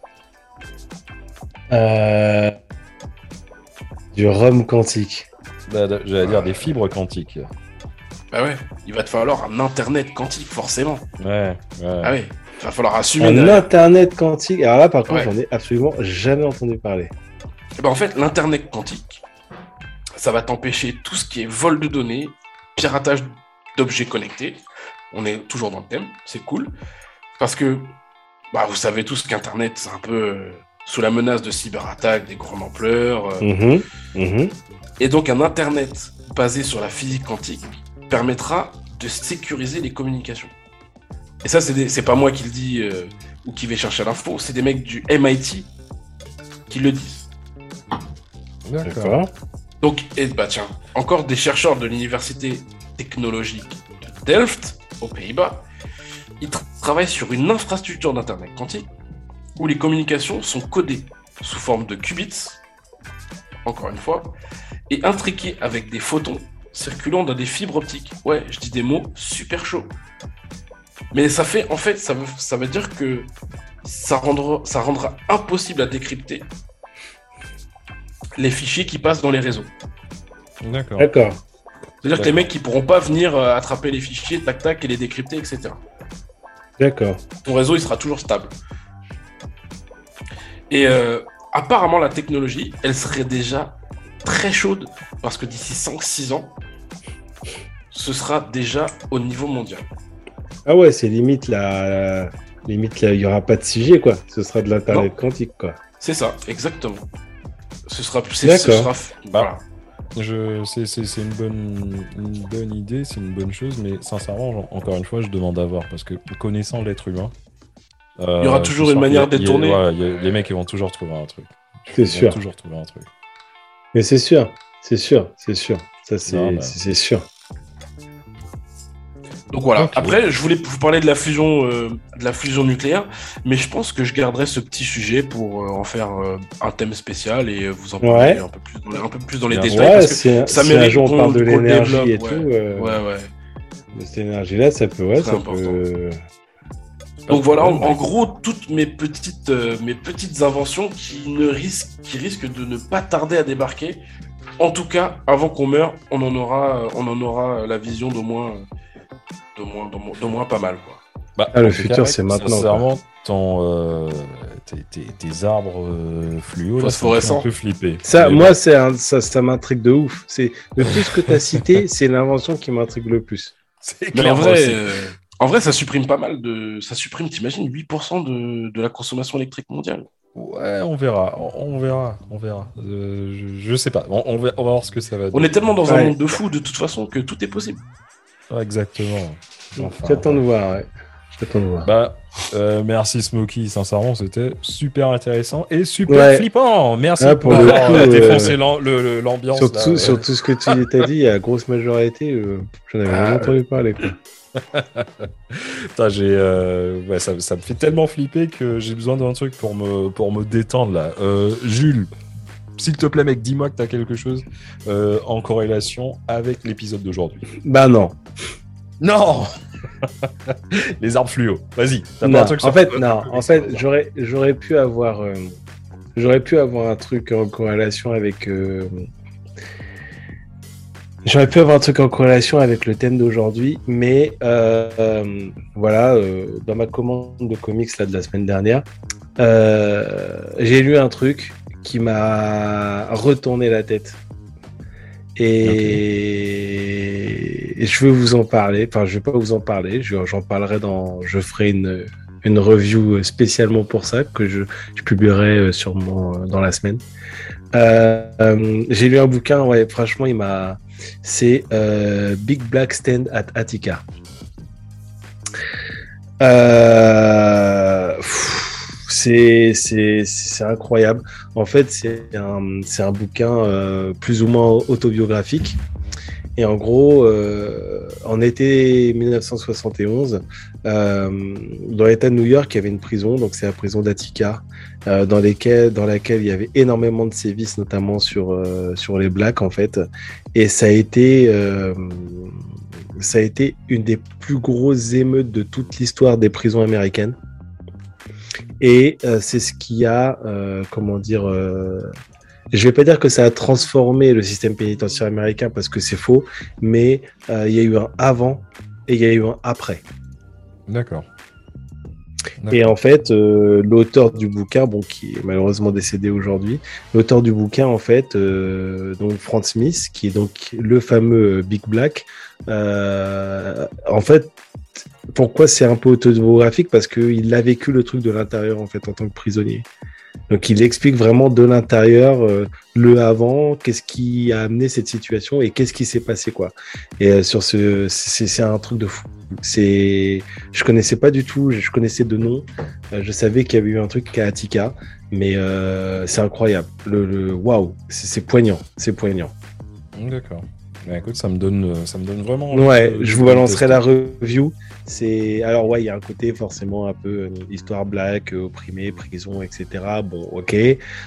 euh... Du ROM quantique. Bah, j'allais dire des fibres quantiques. Bah ouais, il va te falloir un internet quantique, forcément. Ouais, ouais. Ah ouais, il va falloir assumer. Un derrière. Internet quantique. Alors là, par contre, ouais. J'en ai absolument jamais entendu parler. Bah en fait, l'internet quantique, ça va t'empêcher tout ce qui est vol de données, piratage d'objets connectés. On est toujours dans le thème, c'est cool. Parce que, bah, vous savez tous qu'Internet, c'est un peu euh, sous la menace de cyberattaques, des grande ampleur. Euh, mmh, mmh. Et donc, un Internet basé sur la physique quantique permettra de sécuriser les communications. Et ça, c'est, des, c'est pas moi qui le dis euh, ou qui vais chercher l'info, c'est des mecs du M I T qui le disent. D'accord. Donc, et bah tiens, encore des chercheurs de l'université technologique de Delft, aux Pays-Bas, ils tra- travaillent sur une infrastructure d'Internet quantique où les communications sont codées sous forme de qubits, encore une fois, et intriquées avec des photons circulant dans des fibres optiques. Ouais, je dis des mots super chauds. Mais ça fait, en fait, ça veut, ça veut dire que ça rendra, ça rendra impossible à décrypter les fichiers qui passent dans les réseaux. D'accord. D'accord. C'est-à-dire D'accord. que les mecs, ils pourront pas venir euh, attraper les fichiers, tac tac, et les décrypter, et cetera. D'accord. Ton réseau, il sera toujours stable. Et euh, apparemment, la technologie, elle serait déjà très chaude, parce que d'ici cinq six ans, ce sera déjà au niveau mondial. Ah ouais, c'est limite la... Limite, là, il n'y aura pas de six G, quoi. Ce sera de l'internet non. quantique, quoi. C'est ça, exactement. Ce sera... C'est, D'accord. Ce sera... Voilà. Je, c'est, c'est, c'est une, bonne, une bonne idée, c'est une bonne chose, mais sincèrement, genre, encore une fois, je demande à voir, parce que connaissant l'être humain... Euh, il y aura toujours une manière de détourner. Voilà, les mecs, ils vont toujours trouver un truc. C'est ils sûr. Vont toujours trouver un truc. Mais c'est sûr, c'est sûr, c'est sûr. Ça, c'est, non, bah... c'est, c'est sûr. Donc voilà. Okay. Après, je voulais vous parler de la fusion, euh, de la fusion nucléaire, mais je pense que je garderai ce petit sujet pour euh, en faire euh, un thème spécial et vous en parler ouais. un peu plus dans les, un peu plus dans les ouais, détails. Parce que c'est, ça si mérite un jour on parle de qu'on l'énergie développe, et ouais. tout. Euh, ouais, ouais. De cette énergie-là, ça peut, ouais, c'est ça important. peut. Donc voilà, en, en gros, toutes mes petites, euh, mes petites inventions qui ne risquent, qui risquent de ne pas tarder à débarquer. En tout cas, avant qu'on meure, on en aura, on en aura la vision d'au moins. D'au moins, d'au moins, d'au moins pas mal, quoi. Bah, ah, le futur, cas, c'est maintenant. Sincèrement, ton, euh, tes, tes, tes arbres euh, fluo, là, c'est un peu flippé. Ça, Mais moi, bon. c'est un, ça, ça m'intrigue de ouf. C'est, de tout ce que tu as cité, c'est l'invention qui m'intrigue le plus. C'est Mais en vrai, euh, en vrai, ça supprime pas mal de... Ça supprime, t'imagines, huit pour cent de, de la consommation électrique mondiale. Ouais, on verra, on, on verra, on verra. Euh, je, je sais pas, on, on, va, on va voir ce que ça va On dire. est tellement dans ouais. un monde de fou, de toute façon, que tout est possible. Ouais, exactement. Enfin, J'attends de voir, ouais. J'attends de voir. Bah, euh, merci Smokey, sincèrement, c'était super intéressant et super ouais. flippant. Merci ah, pour, pour avoir euh, défoncé euh, le, l'ambiance. Sur, là, tout, ouais. sur tout ce que tu t'as dit, la grosse majorité, euh, j'en avais ah, jamais entendu ouais. parler, quoi. Putain, j'ai, euh, ouais, ça, ça me fait tellement flipper que j'ai besoin d'un truc pour me, pour me détendre, là. Euh, Jules, s'il te plaît, mec, dis-moi que t'as quelque chose euh, en corrélation avec l'épisode d'aujourd'hui. Bah non. Non. Les arbres fluo. Vas-y. T'as non, pas un truc en fait, le... non. En fait, j'aurais, j'aurais pu avoir, euh, j'aurais pu avoir un truc en corrélation avec. Euh... J'aurais pu avoir un truc en corrélation avec le thème d'aujourd'hui, mais euh, euh, voilà, euh, dans ma commande de comics là de la semaine dernière, euh, j'ai lu un truc qui m'a retourné la tête. Et... et je vais vous en parler. Enfin, je vais pas vous en parler. Je- J'en parlerai dans. Je ferai une une review spécialement pour ça que je, je publierai sûrement dans la semaine. Euh, euh, j'ai lu un bouquin. Ouais, franchement, il m'a. C'est euh, Big Black Stand at Attica. Euh, pff, c'est, c'est, c'est incroyable. En fait, c'est un, c'est un bouquin euh, plus ou moins autobiographique. Et en gros, euh, en été dix-neuf cent soixante et onze, euh, dans l'État de New York, il y avait une prison, donc c'est la prison d'Attica, euh, dans, lesquelles, dans laquelle il y avait énormément de sévices, notamment sur, euh, sur les Blacks, en fait. Et ça a été... Euh, ça a été une des plus grosses émeutes de toute l'histoire des prisons américaines. Et euh, c'est ce qui a, euh, comment dire, euh, je vais pas dire que ça a transformé le système pénitentiaire américain parce que c'est faux, mais euh, il y a eu un avant et il y a eu un après. D'accord. Et en fait, euh, l'auteur du bouquin, bon, qui est malheureusement décédé aujourd'hui, l'auteur du bouquin, en fait, euh, donc Frank Smith, qui est donc le fameux Big Black, euh, en fait, pourquoi c'est un peu autobiographique? Parce qu'il a vécu le truc de l'intérieur, en fait, en tant que prisonnier. Donc, il explique vraiment de l'intérieur euh, le avant, qu'est-ce qui a amené cette situation et qu'est-ce qui s'est passé, quoi. Et euh, sur ce, c'est, c'est un truc de fou. C'est, je connaissais pas du tout, je connaissais de nom, euh, je savais qu'il y avait eu un truc à Attica, mais euh, c'est incroyable. Le, le waouh, c'est, c'est poignant, c'est poignant. D'accord. Bah, écoute, ça me donne, ça me donne vraiment. Ouais, envie de- je de vous balancerai tester. la review. C'est alors ouais, il y a un côté forcément un peu euh, histoire black, euh, opprimé, prison, et cetera. Bon, ok,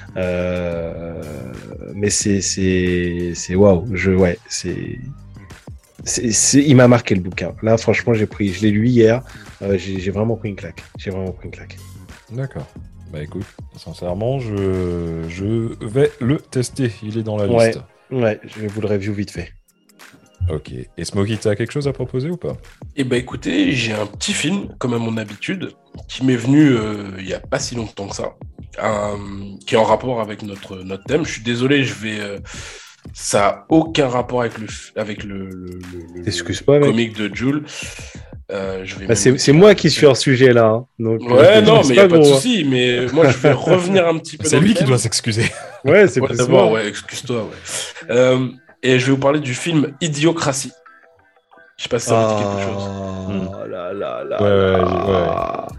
euh, mais c'est c'est c'est waouh. Je ouais, c'est c'est, c'est il m'a marqué le bouquin. Là, franchement, j'ai pris, je l'ai lu hier. Euh, j'ai, j'ai vraiment pris une claque. J'ai vraiment pris une claque. D'accord. Bah écoute, sincèrement, je, je vais le tester. Il est dans la Ouais. liste. Ouais, je vais vous le review vite fait. Ok. Et Smokey, t'as quelque chose à proposer ou pas? Eh ben écoutez, j'ai un petit film, comme à mon habitude, qui m'est venu euh, il y a pas si longtemps que ça, un- qui est en rapport avec notre, notre thème. Je suis désolé, je vais. euh, ça a aucun rapport avec le, f- avec le, le, le- T'excuses le pas, mec. comique de Jules. Euh, je vais Bah, même c'est le c'est dire. moi qui suis hors sujet là. Hein. Donc, Ouais, euh, non, c'est mais il n'y a pas de gros, hein. souci. Mais moi, je vais revenir un petit peu. C'est dans lui le qui thème. doit s'excuser. Ouais, c'est Ouais, pas d'abord, ça. ouais, excuse-toi. Ouais. Euh, et je vais vous parler du film Idiocratie. Je sais pas si ça vous dit quelque chose. Oh là là là. Ouais, ouais, là.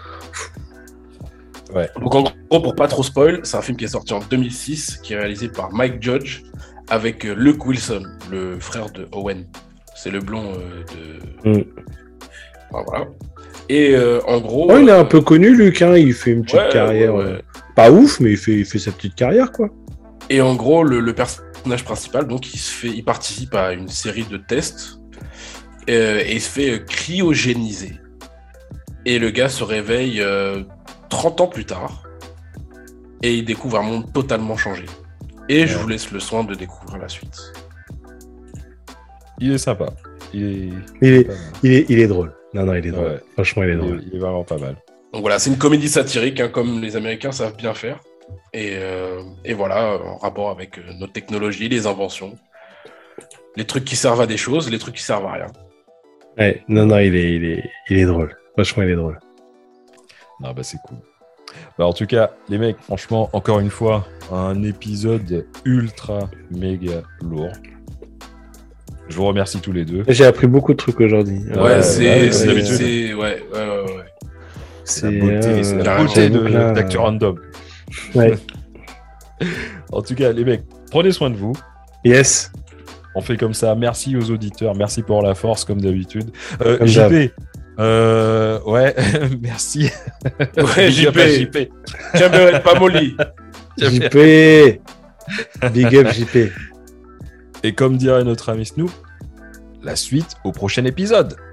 Ouais. Donc en gros, pour pas trop spoil, c'est un film qui est sorti en deux mille six, qui est réalisé par Mike Judge avec euh, Luke Wilson, le frère de Owen. C'est le blond euh, de. Mm. Enfin, voilà. Et euh, en gros. Oh, il est euh, un peu connu, Luc. Hein. Il fait une petite ouais, carrière. ouais, ouais. euh, Pas ouf, mais il fait, il fait sa petite carrière, quoi. Et en gros, le, le personnage principal, donc, il se fait, il participe à une série de tests euh, et il se fait euh, cryogéniser. Et le gars se réveille euh, trente ans plus tard et il découvre un monde totalement changé. Et je Ouais. vous laisse le soin de découvrir la suite. Il est sympa. Il est, Il est, pas mal. il est, il est drôle. Non, non, il est drôle. Ouais. Franchement, il est Il drôle. est- il est vraiment pas mal. Donc voilà, c'est une comédie satirique, hein, comme les Américains savent bien faire. Et, euh, et voilà, en rapport avec euh, nos technologies, les inventions, les trucs qui servent à des choses, les trucs qui servent à rien. Ouais, non, non, il est, il est, il est drôle. Franchement, il est drôle. Non, bah c'est cool. Bah, en tout cas, les mecs, franchement, encore une fois, un épisode ultra méga lourd. Je vous remercie tous les deux. J'ai appris beaucoup de trucs aujourd'hui. Ouais, Ouais, c'est, ouais, c'est, d'habitude. c'est- ouais, ouais, ouais, ouais. C'est la beauté, euh, c'est la carrément. beauté de- j'avoue que là, d'Acteur Random. Ouais. En tout cas, les mecs, prenez soin de vous. Yes. On fait comme ça. Merci aux auditeurs. Merci pour la force, comme d'habitude. Euh, Comme J d'hab. P. Euh, ouais, merci. Ouais, Big up à J P. Tiens, ben, pas molly. J P. Big up, J P. Et comme dirait notre ami Snoop, la suite au prochain épisode.